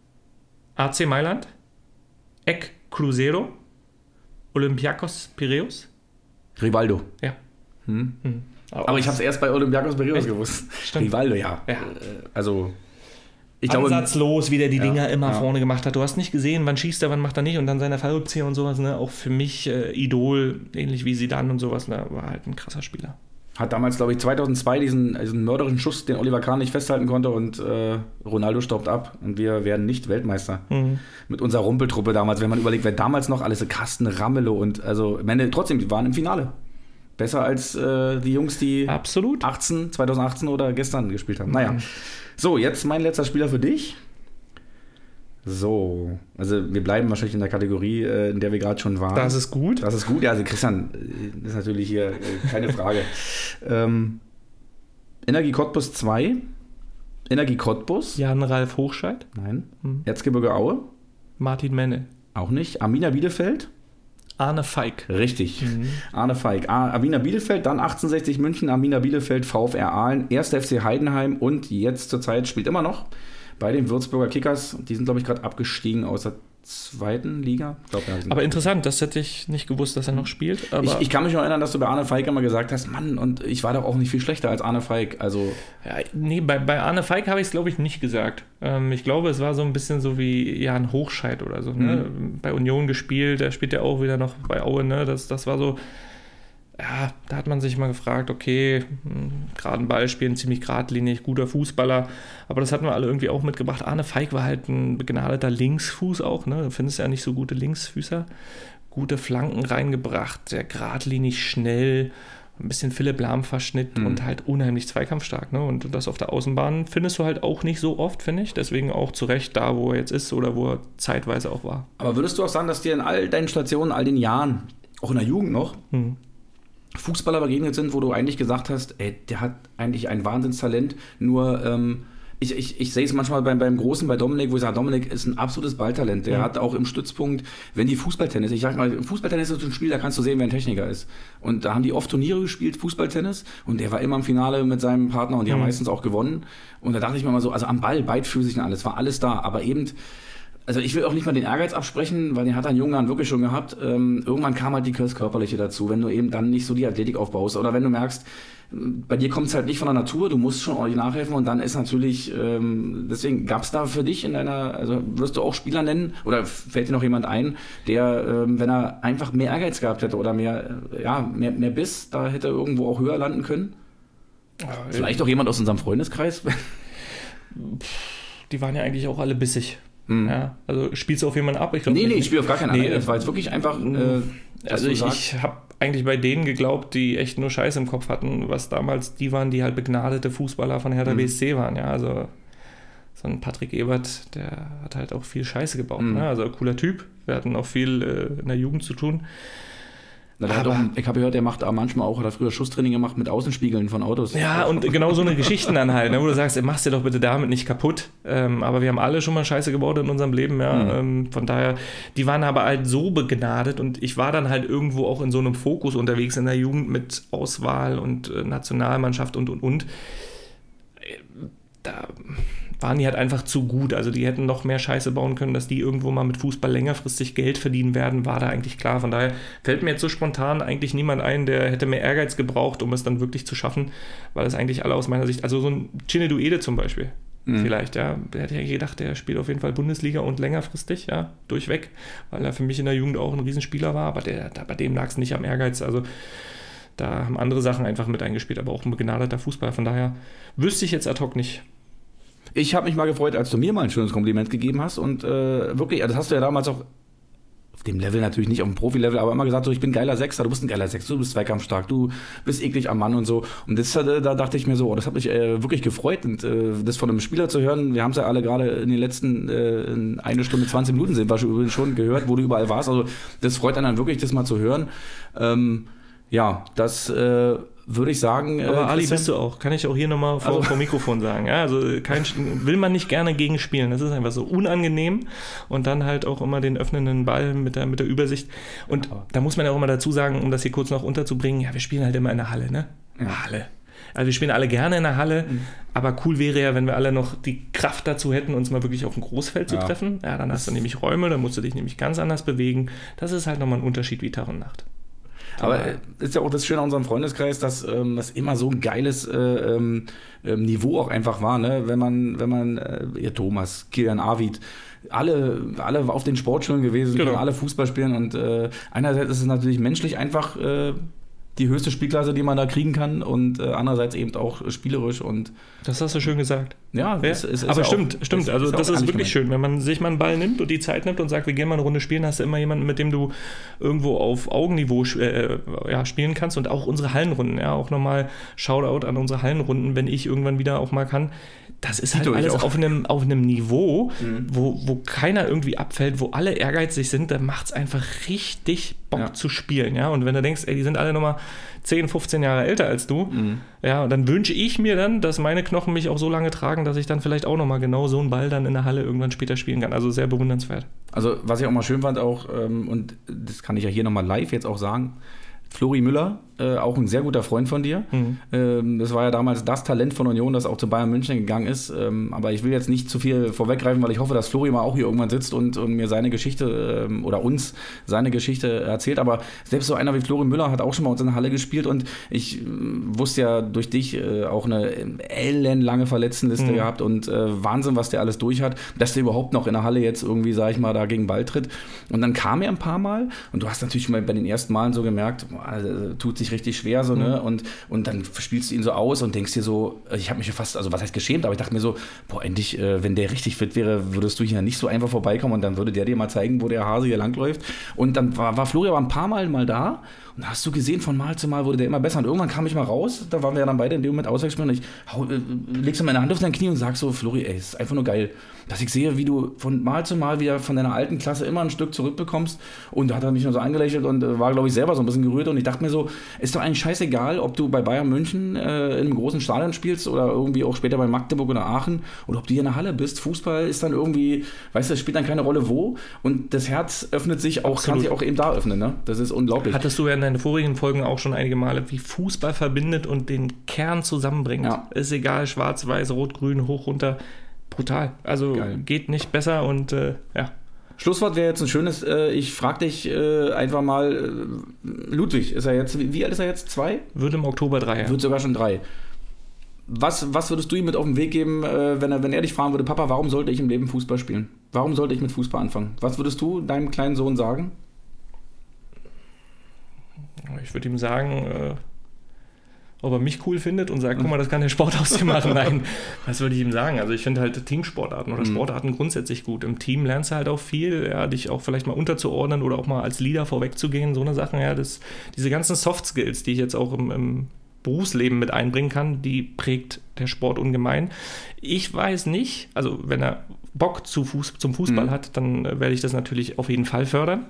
AC Mailand, EC Cruzeiro, Olympiakos Piraeus. Rivaldo. Ja. Aber ich habe es erst bei Olympiakos Piraeus gewusst. Stimmt. Rivaldo, ja. Also, ich ansatzlos, wie der die Dinger immer vorne gemacht hat. Du hast nicht gesehen, wann schießt er, wann macht er nicht und dann seine Fallrückzieher und sowas. Ne? Auch für mich Idol, ähnlich wie Zidane und sowas. Ne? War halt ein krasser Spieler. Hat damals, glaube ich, 2002 diesen mörderischen Schuss, den Oliver Kahn nicht festhalten konnte und Ronaldo staubt ab und wir werden nicht Weltmeister. Mit unserer Rumpeltruppe damals, wenn man überlegt, wer damals noch alles, Carsten Ramelow und also, trotzdem, die waren im Finale. Besser als die Jungs, die Absolut. 2018 oder gestern gespielt haben. Naja. So, jetzt mein letzter Spieler für dich. So, also wir bleiben wahrscheinlich in der Kategorie, in der wir gerade schon waren. Das ist gut. Das ist gut, ja, also Christian, das ist natürlich hier keine Frage. Energie Cottbus 2, Energie Cottbus. Jan-Ralf Hochscheid. Nein. Erzgebirge Aue. Martin Menne. Auch nicht. Arminia Bielefeld. Arne Feig. Richtig. Arne Feig. Arminia Bielefeld, dann 1860 München, Arminia Bielefeld, VfR Aalen, 1. FC Heidenheim und jetzt zurzeit spielt immer noch bei den Würzburger Kickers. Die sind, glaube ich, gerade abgestiegen aus der 2. Liga. Aber interessant, das hätte ich nicht gewusst, dass er noch spielt. Aber ich kann mich noch erinnern, dass du bei Arne Feig immer gesagt hast, Mann, und ich war doch auch nicht viel schlechter als Arne Feig. Also ja, nee, bei Arne Feig habe ich es, glaube ich, nicht gesagt. Ich glaube, es war so ein bisschen so wie Jan Hochscheid oder so. Ne? Bei Union gespielt, der spielt ja auch wieder noch bei Aue. Ne? Das war so, ja, da hat man sich mal gefragt, okay, geraden Ball spielen, ziemlich geradlinig, guter Fußballer, aber das hatten wir alle irgendwie auch mitgebracht. Arne Feig war halt ein begnadeter Linksfuß auch, ne? Du findest ja nicht so gute Linksfüßer, gute Flanken reingebracht, sehr geradlinig, schnell, ein bisschen Philipp Lahm-Verschnitt und halt unheimlich zweikampfstark, ne? Und das auf der Außenbahn findest du halt auch nicht so oft, finde ich, deswegen auch zu Recht da, wo er jetzt ist oder wo er zeitweise auch war. Aber würdest du auch sagen, dass dir in all deinen Stationen, all den Jahren, auch in der Jugend noch, Fußballer begegnet sind, wo du eigentlich gesagt hast, ey, der hat eigentlich ein Wahnsinnstalent, nur ich sehe es manchmal beim Großen, bei Dominik, wo ich sage, Dominik ist ein absolutes Balltalent, der hat auch im Stützpunkt, wenn die Fußballtennis, ich sag mal, Fußballtennis ist so ein Spiel, da kannst du sehen, wer ein Techniker ist, und da haben die oft Turniere gespielt, Fußballtennis, und der war immer im Finale mit seinem Partner und die haben meistens auch gewonnen, und da dachte ich mir mal so, also am Ball, beidfüßig und alles, war alles da, aber eben, also ich will auch nicht mal den Ehrgeiz absprechen, weil den hat er in jungen Jahren wirklich schon gehabt. Irgendwann kam halt die Körperliche dazu, wenn du eben dann nicht so die Athletik aufbaust oder wenn du merkst, bei dir kommt es halt nicht von der Natur, du musst schon ordentlich nachhelfen und dann ist natürlich, deswegen gab es da für dich in deiner, also wirst du auch Spieler nennen oder fällt dir noch jemand ein, der, wenn er einfach mehr Ehrgeiz gehabt hätte oder mehr Biss, da hätte er irgendwo auch höher landen können? Vielleicht auch jemand aus unserem Freundeskreis? Die waren ja eigentlich auch alle bissig. Ja, also spielst du auf jemanden ab? Ich glaub, nee, ich spiele auf gar keinen ab. Das war jetzt wirklich einfach. Also ich habe eigentlich bei denen geglaubt, die echt nur Scheiße im Kopf hatten, was damals die waren, die halt begnadete Fußballer von Hertha BSC waren. Ja, also so ein Patrick Ebert, der hat halt auch viel Scheiße gebaut. Ne? Also cooler Typ. Wir hatten auch viel in der Jugend zu tun. Ich habe gehört, der macht manchmal auch, hat er früher Schusstraining gemacht mit Außenspiegeln von Autos. Ja, und genau so eine Geschichten dann halt, ne, wo du sagst, machst dir doch bitte damit nicht kaputt. Aber wir haben alle schon mal Scheiße gebaut in unserem Leben, ja. Von daher, die waren aber halt so begnadet und ich war dann halt irgendwo auch in so einem Fokus unterwegs in der Jugend mit Auswahl und Nationalmannschaft und. Da waren die halt einfach zu gut. Also die hätten noch mehr Scheiße bauen können, dass die irgendwo mal mit Fußball längerfristig Geld verdienen werden, war da eigentlich klar. Von daher fällt mir jetzt so spontan eigentlich niemand ein, der hätte mehr Ehrgeiz gebraucht, um es dann wirklich zu schaffen, weil es eigentlich alle aus meiner Sicht, also so ein Chinedu Ede zum Beispiel, vielleicht, ja, der hätte ja gedacht, der spielt auf jeden Fall Bundesliga und längerfristig, ja, durchweg, weil er für mich in der Jugend auch ein Riesenspieler war, aber bei dem lag es nicht am Ehrgeiz, also da haben andere Sachen einfach mit eingespielt, aber auch ein begnadeter Fußballer, von daher wüsste ich jetzt ad hoc nicht. Ich habe mich mal gefreut, als du mir mal ein schönes Kompliment gegeben hast und wirklich, das hast du ja damals auch auf dem Level natürlich nicht, auf dem Profi-Level, aber immer gesagt, so, ich bin geiler Sechser, du bist ein geiler Sechser, du bist zweikampfstark, du bist eklig am Mann und so. Und das, da dachte ich mir so, das hat mich wirklich gefreut und das von einem Spieler zu hören, wir haben es ja alle gerade in den letzten 1 Stunde 20 Minuten sind wir schon gehört, wo du überall warst, also das freut einen dann wirklich, das mal zu hören. Ja, das würde ich sagen. Aber Ali bist du auch, kann ich auch hier nochmal vor Mikrofon sagen. Ja, also will man nicht gerne gegen spielen, das ist einfach so unangenehm und dann halt auch immer den öffnenden Ball mit der Übersicht. Und da muss man ja auch immer dazu sagen, um das hier kurz noch unterzubringen, ja, wir spielen halt immer in der Halle, ne? Ja. Halle. Also wir spielen alle gerne in der Halle, aber cool wäre ja, wenn wir alle noch die Kraft dazu hätten, uns mal wirklich auf dem Großfeld zu treffen. Ja, dann hast du nämlich Räume, dann musst du dich nämlich ganz anders bewegen. Das ist halt nochmal ein Unterschied wie Tag und Nacht. Aber ist ja auch das Schöne an unserem Freundeskreis, dass das immer so ein geiles Niveau auch einfach war, ne? Wenn man Thomas, Kilian Arvid, alle auf den Sportschulen gewesen, genau. Alle Fußball spielen und einerseits ist es natürlich menschlich einfach die höchste Spielklasse, die man da kriegen kann und andererseits eben auch spielerisch und das hast du schön gesagt. Ja, aber ja stimmt. Also das ist wirklich schön, wenn man sich mal einen Ball nimmt und die Zeit nimmt und sagt, wir gehen mal eine Runde spielen, hast du immer jemanden, mit dem du irgendwo auf Augenniveau spielen kannst und auch unsere Hallenrunden, ja, auch nochmal Shoutout an unsere Hallenrunden, wenn ich irgendwann wieder auch mal kann. Das ist halt alles auf einem Niveau, wo keiner irgendwie abfällt, wo alle ehrgeizig sind, da macht es einfach richtig Bock zu spielen, ja, und wenn du denkst, ey, die sind alle nochmal 10, 15 Jahre älter als du, ja, und dann wünsche ich mir dann, dass meine Knochen mich auch so lange tragen, dass ich dann vielleicht auch nochmal genau so einen Ball dann in der Halle irgendwann später spielen kann, also sehr bewundernswert. Also, was ich auch mal schön fand auch, und das kann ich ja hier nochmal live jetzt auch sagen, Flori Müller, auch ein sehr guter Freund von dir. Das war ja damals das Talent von Union, das auch zu Bayern München gegangen ist. Aber ich will jetzt nicht zu viel vorweggreifen, weil ich hoffe, dass Flori mal auch hier irgendwann sitzt und mir seine Geschichte oder uns seine Geschichte erzählt. Aber selbst so einer wie Flori Müller hat auch schon mal uns in der Halle gespielt und ich wusste ja durch dich auch eine ellenlange Verletztenliste gehabt und Wahnsinn, was der alles durch hat, dass der überhaupt noch in der Halle jetzt irgendwie, sag ich mal, da gegen Ball tritt. Und dann kam er ein paar Mal und du hast natürlich mal bei den ersten Malen so gemerkt, tut sich richtig schwer so, ne? Und dann spielst du ihn so aus und denkst dir so, ich habe mich fast, also was heißt geschämt, aber ich dachte mir so, boah, endlich, wenn der richtig fit wäre, würdest du hier nicht so einfach vorbeikommen und dann würde der dir mal zeigen, wo der Hase hier langläuft. Und dann war Florian ein paar Mal da und hast du gesehen, von Mal zu Mal wurde der immer besser und irgendwann kam ich mal raus, da waren wir ja dann beide in dem Moment auswechseln und ich legst du meine Hand auf dein Knie und sag so, Flori, ey, ist einfach nur geil, dass ich sehe, wie du von Mal zu Mal wieder von deiner alten Klasse immer ein Stück zurückbekommst und da hat er mich nur so angelächelt und war, glaube ich, selber so ein bisschen gerührt und ich dachte mir so, ist doch eigentlich scheißegal, ob du bei Bayern München in einem großen Stadion spielst oder irgendwie auch später bei Magdeburg oder Aachen oder ob du hier in der Halle bist. Fußball ist dann irgendwie, weißt du, es spielt dann keine Rolle wo und das Herz öffnet sich auch, kann sich auch eben da öffnen, ne? Das ist unglaublich. Hattest du ja in deinen vorigen Folgen auch schon einige Male, wie Fußball verbindet und den Kern zusammenbringt. Ja. Ist egal, schwarz, weiß, rot, grün, hoch, runter, brutal. Also geil. Geht nicht besser und ja. Schlusswort wäre jetzt ein schönes, ich frage dich einfach mal, Ludwig, ist er jetzt, wie alt ist er jetzt? 2? Wird im Oktober 3, ja. Wird sogar schon 3. Was würdest du ihm mit auf den Weg geben, wenn er dich fragen würde, Papa, warum sollte ich im Leben Fußball spielen? Warum sollte ich mit Fußball anfangen? Was würdest du deinem kleinen Sohn sagen? Ich würde ihm sagen, ob er mich cool findet und sagt, guck mal, das kann der Sport aus dir machen. Nein, was würde ich ihm sagen? Also ich finde halt Teamsportarten oder Sportarten grundsätzlich gut. Im Team lernst du halt auch viel, ja, dich auch vielleicht mal unterzuordnen oder auch mal als Leader vorwegzugehen, so eine Sachen. Ja, diese ganzen Soft Skills, die ich jetzt auch im Berufsleben mit einbringen kann, die prägt der Sport ungemein. Ich weiß nicht, also wenn er Bock zum Fußball hat, dann werde ich das natürlich auf jeden Fall fördern.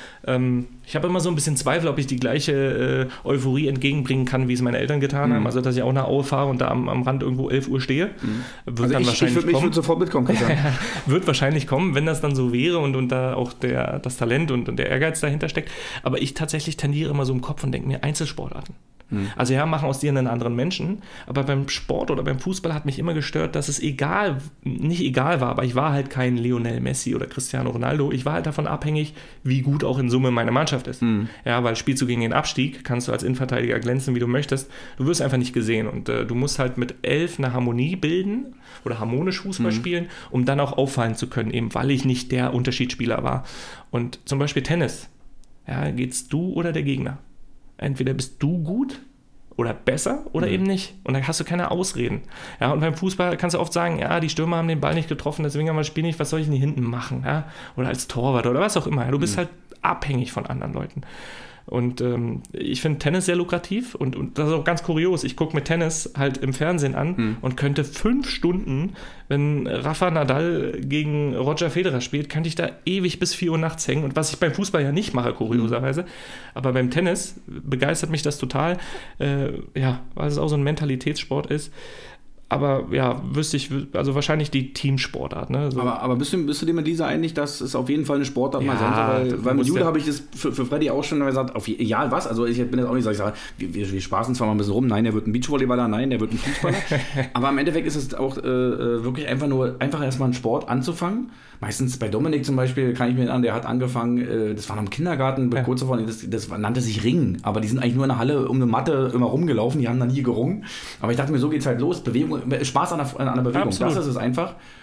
Ich habe immer so ein bisschen Zweifel, ob ich die gleiche Euphorie entgegenbringen kann, wie es meine Eltern getan haben. Also, dass ich auch nach Aue fahre und da am Rand irgendwo 11 Uhr stehe. Wird dann wahrscheinlich kommen. Ich würde sofort mitkommen, Christian. Wird wahrscheinlich kommen, wenn das dann so wäre und da auch das Talent und der Ehrgeiz dahinter steckt. Aber ich tatsächlich tendiere immer so im Kopf und denke mir, Einzelsportarten. Also ja, machen aus dir einen anderen Menschen, aber beim Sport oder beim Fußball hat mich immer gestört, dass es nicht egal war, aber ich war halt kein Lionel Messi oder Cristiano Ronaldo, ich war halt davon abhängig, wie gut auch in Summe meine Mannschaft ist. Ja, weil spielst du gegen den Abstieg, kannst du als Innenverteidiger glänzen, wie du möchtest, du wirst einfach nicht gesehen und du musst halt mit 11 eine Harmonie bilden oder harmonisch Fußball spielen, um dann auch auffallen zu können, eben weil ich nicht der Unterschiedsspieler war. Und zum Beispiel Tennis, ja, geht's du oder der Gegner? Entweder bist du gut oder besser oder eben nicht. Und dann hast du keine Ausreden. Ja, und beim Fußball kannst du oft sagen, ja, die Stürmer haben den Ball nicht getroffen, deswegen haben wir das Spiel nicht, was soll ich denn hier hinten machen? Ja? Oder als Torwart oder was auch immer. Ja, du bist halt abhängig von anderen Leuten. Und ich finde Tennis sehr lukrativ und das ist auch ganz kurios. Ich gucke mir Tennis halt im Fernsehen an und könnte 5 Stunden, wenn Rafa Nadal gegen Roger Federer spielt, könnte ich da ewig bis 4 Uhr nachts hängen. Und was ich beim Fußball ja nicht mache, kurioserweise. Aber beim Tennis begeistert mich das total, weil es auch so ein Mentalitätssport ist. Aber ja, wüsste ich, also wahrscheinlich die Teamsportart. Ne? So. Aber bist du dir mit dieser einig, dass es auf jeden Fall eine Sportart mal sein soll? Weil mit Jude habe ich das für Freddy auch schon gesagt, egal was, also ich bin jetzt auch nicht, ich sage, wir spaßen zwar mal ein bisschen rum, nein, der wird ein Beachvolleyballer, nein, der wird ein Fußballer. Aber im Endeffekt ist es auch wirklich einfach erstmal einen Sport anzufangen. Meistens bei Dominik zum Beispiel, kann ich mir erinnern, der hat angefangen, das war noch im Kindergarten, kurz davor, das nannte sich Ringen, aber die sind eigentlich nur in der Halle um eine Matte immer rumgelaufen, die haben da nie gerungen. Aber ich dachte mir, so geht's halt los, Bewegung, Spaß an der Bewegung, absolut. Das ist es einfach.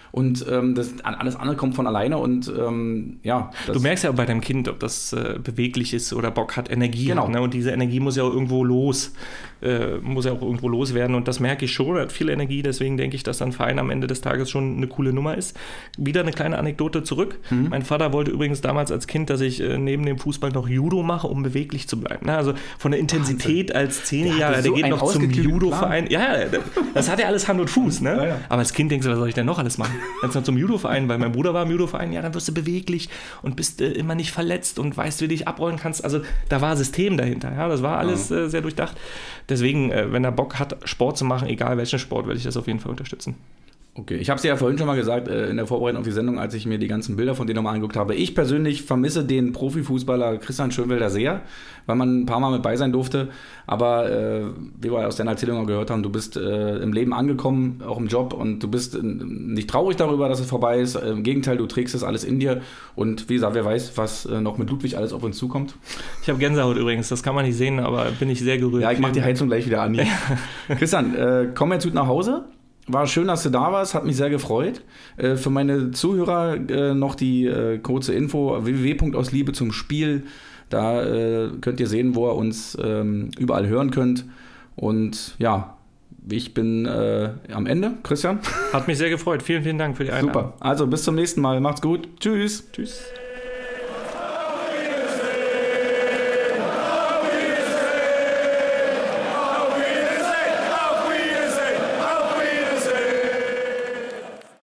Und alles andere kommt von alleine und ja. Du merkst ja auch bei deinem Kind, ob das beweglich ist oder Bock hat, Energie Genau. hat. Ne? Und diese Energie muss ja auch irgendwo loswerden. Und das merke ich schon, er hat viel Energie. Deswegen denke ich, dass ein Verein am Ende des Tages schon eine coole Nummer ist. Wieder eine kleine Anekdote zurück. Mein Vater wollte übrigens damals als Kind, dass ich neben dem Fußball noch Judo mache, um beweglich zu bleiben. Ne? Also von der Intensität als 10-Jähriger, der geht noch zum Judo-Verein. Ja, das hat ja alles Hand und Fuß. Ne? Ja. Aber als Kind denkst du, was soll ich denn noch alles machen? Jetzt noch zum Judo-Verein, weil mein Bruder war im Judo-Verein, ja, dann wirst du beweglich und bist immer nicht verletzt und weißt, wie du dich abrollen kannst. Also da war System dahinter. Ja? Das war alles sehr durchdacht. Deswegen, wenn er Bock hat, Sport zu machen, egal welchen Sport, werde ich das auf jeden Fall unterstützen. Okay, ich habe es ja vorhin schon mal gesagt, in der Vorbereitung auf die Sendung, als ich mir die ganzen Bilder von denen nochmal angeguckt habe. Ich persönlich vermisse den Profifußballer Christian Schönwelder sehr, weil man ein paar Mal mit bei sein durfte. Aber wie wir aus deiner Erzählung auch gehört haben, du bist im Leben angekommen, auch im Job, und du bist nicht traurig darüber, dass es vorbei ist. Im Gegenteil, du trägst es alles in dir. Und wie gesagt, wer weiß, was noch mit Ludwig alles auf uns zukommt. Ich habe Gänsehaut übrigens, das kann man nicht sehen, aber bin ich sehr gerührt. Ja, ich mache die Heizung gleich wieder an. Christian, komm jetzt gut nach Hause. War schön, dass du da warst, hat mich sehr gefreut. Für meine Zuhörer noch die kurze Info: www.ausliebe zum Spiel. Da könnt ihr sehen, wo ihr uns überall hören könnt. Und ja, ich bin am Ende. Christian? Hat mich sehr gefreut. Vielen, vielen Dank für die Einladung. Super. Also bis zum nächsten Mal. Macht's gut. Tschüss. Tschüss.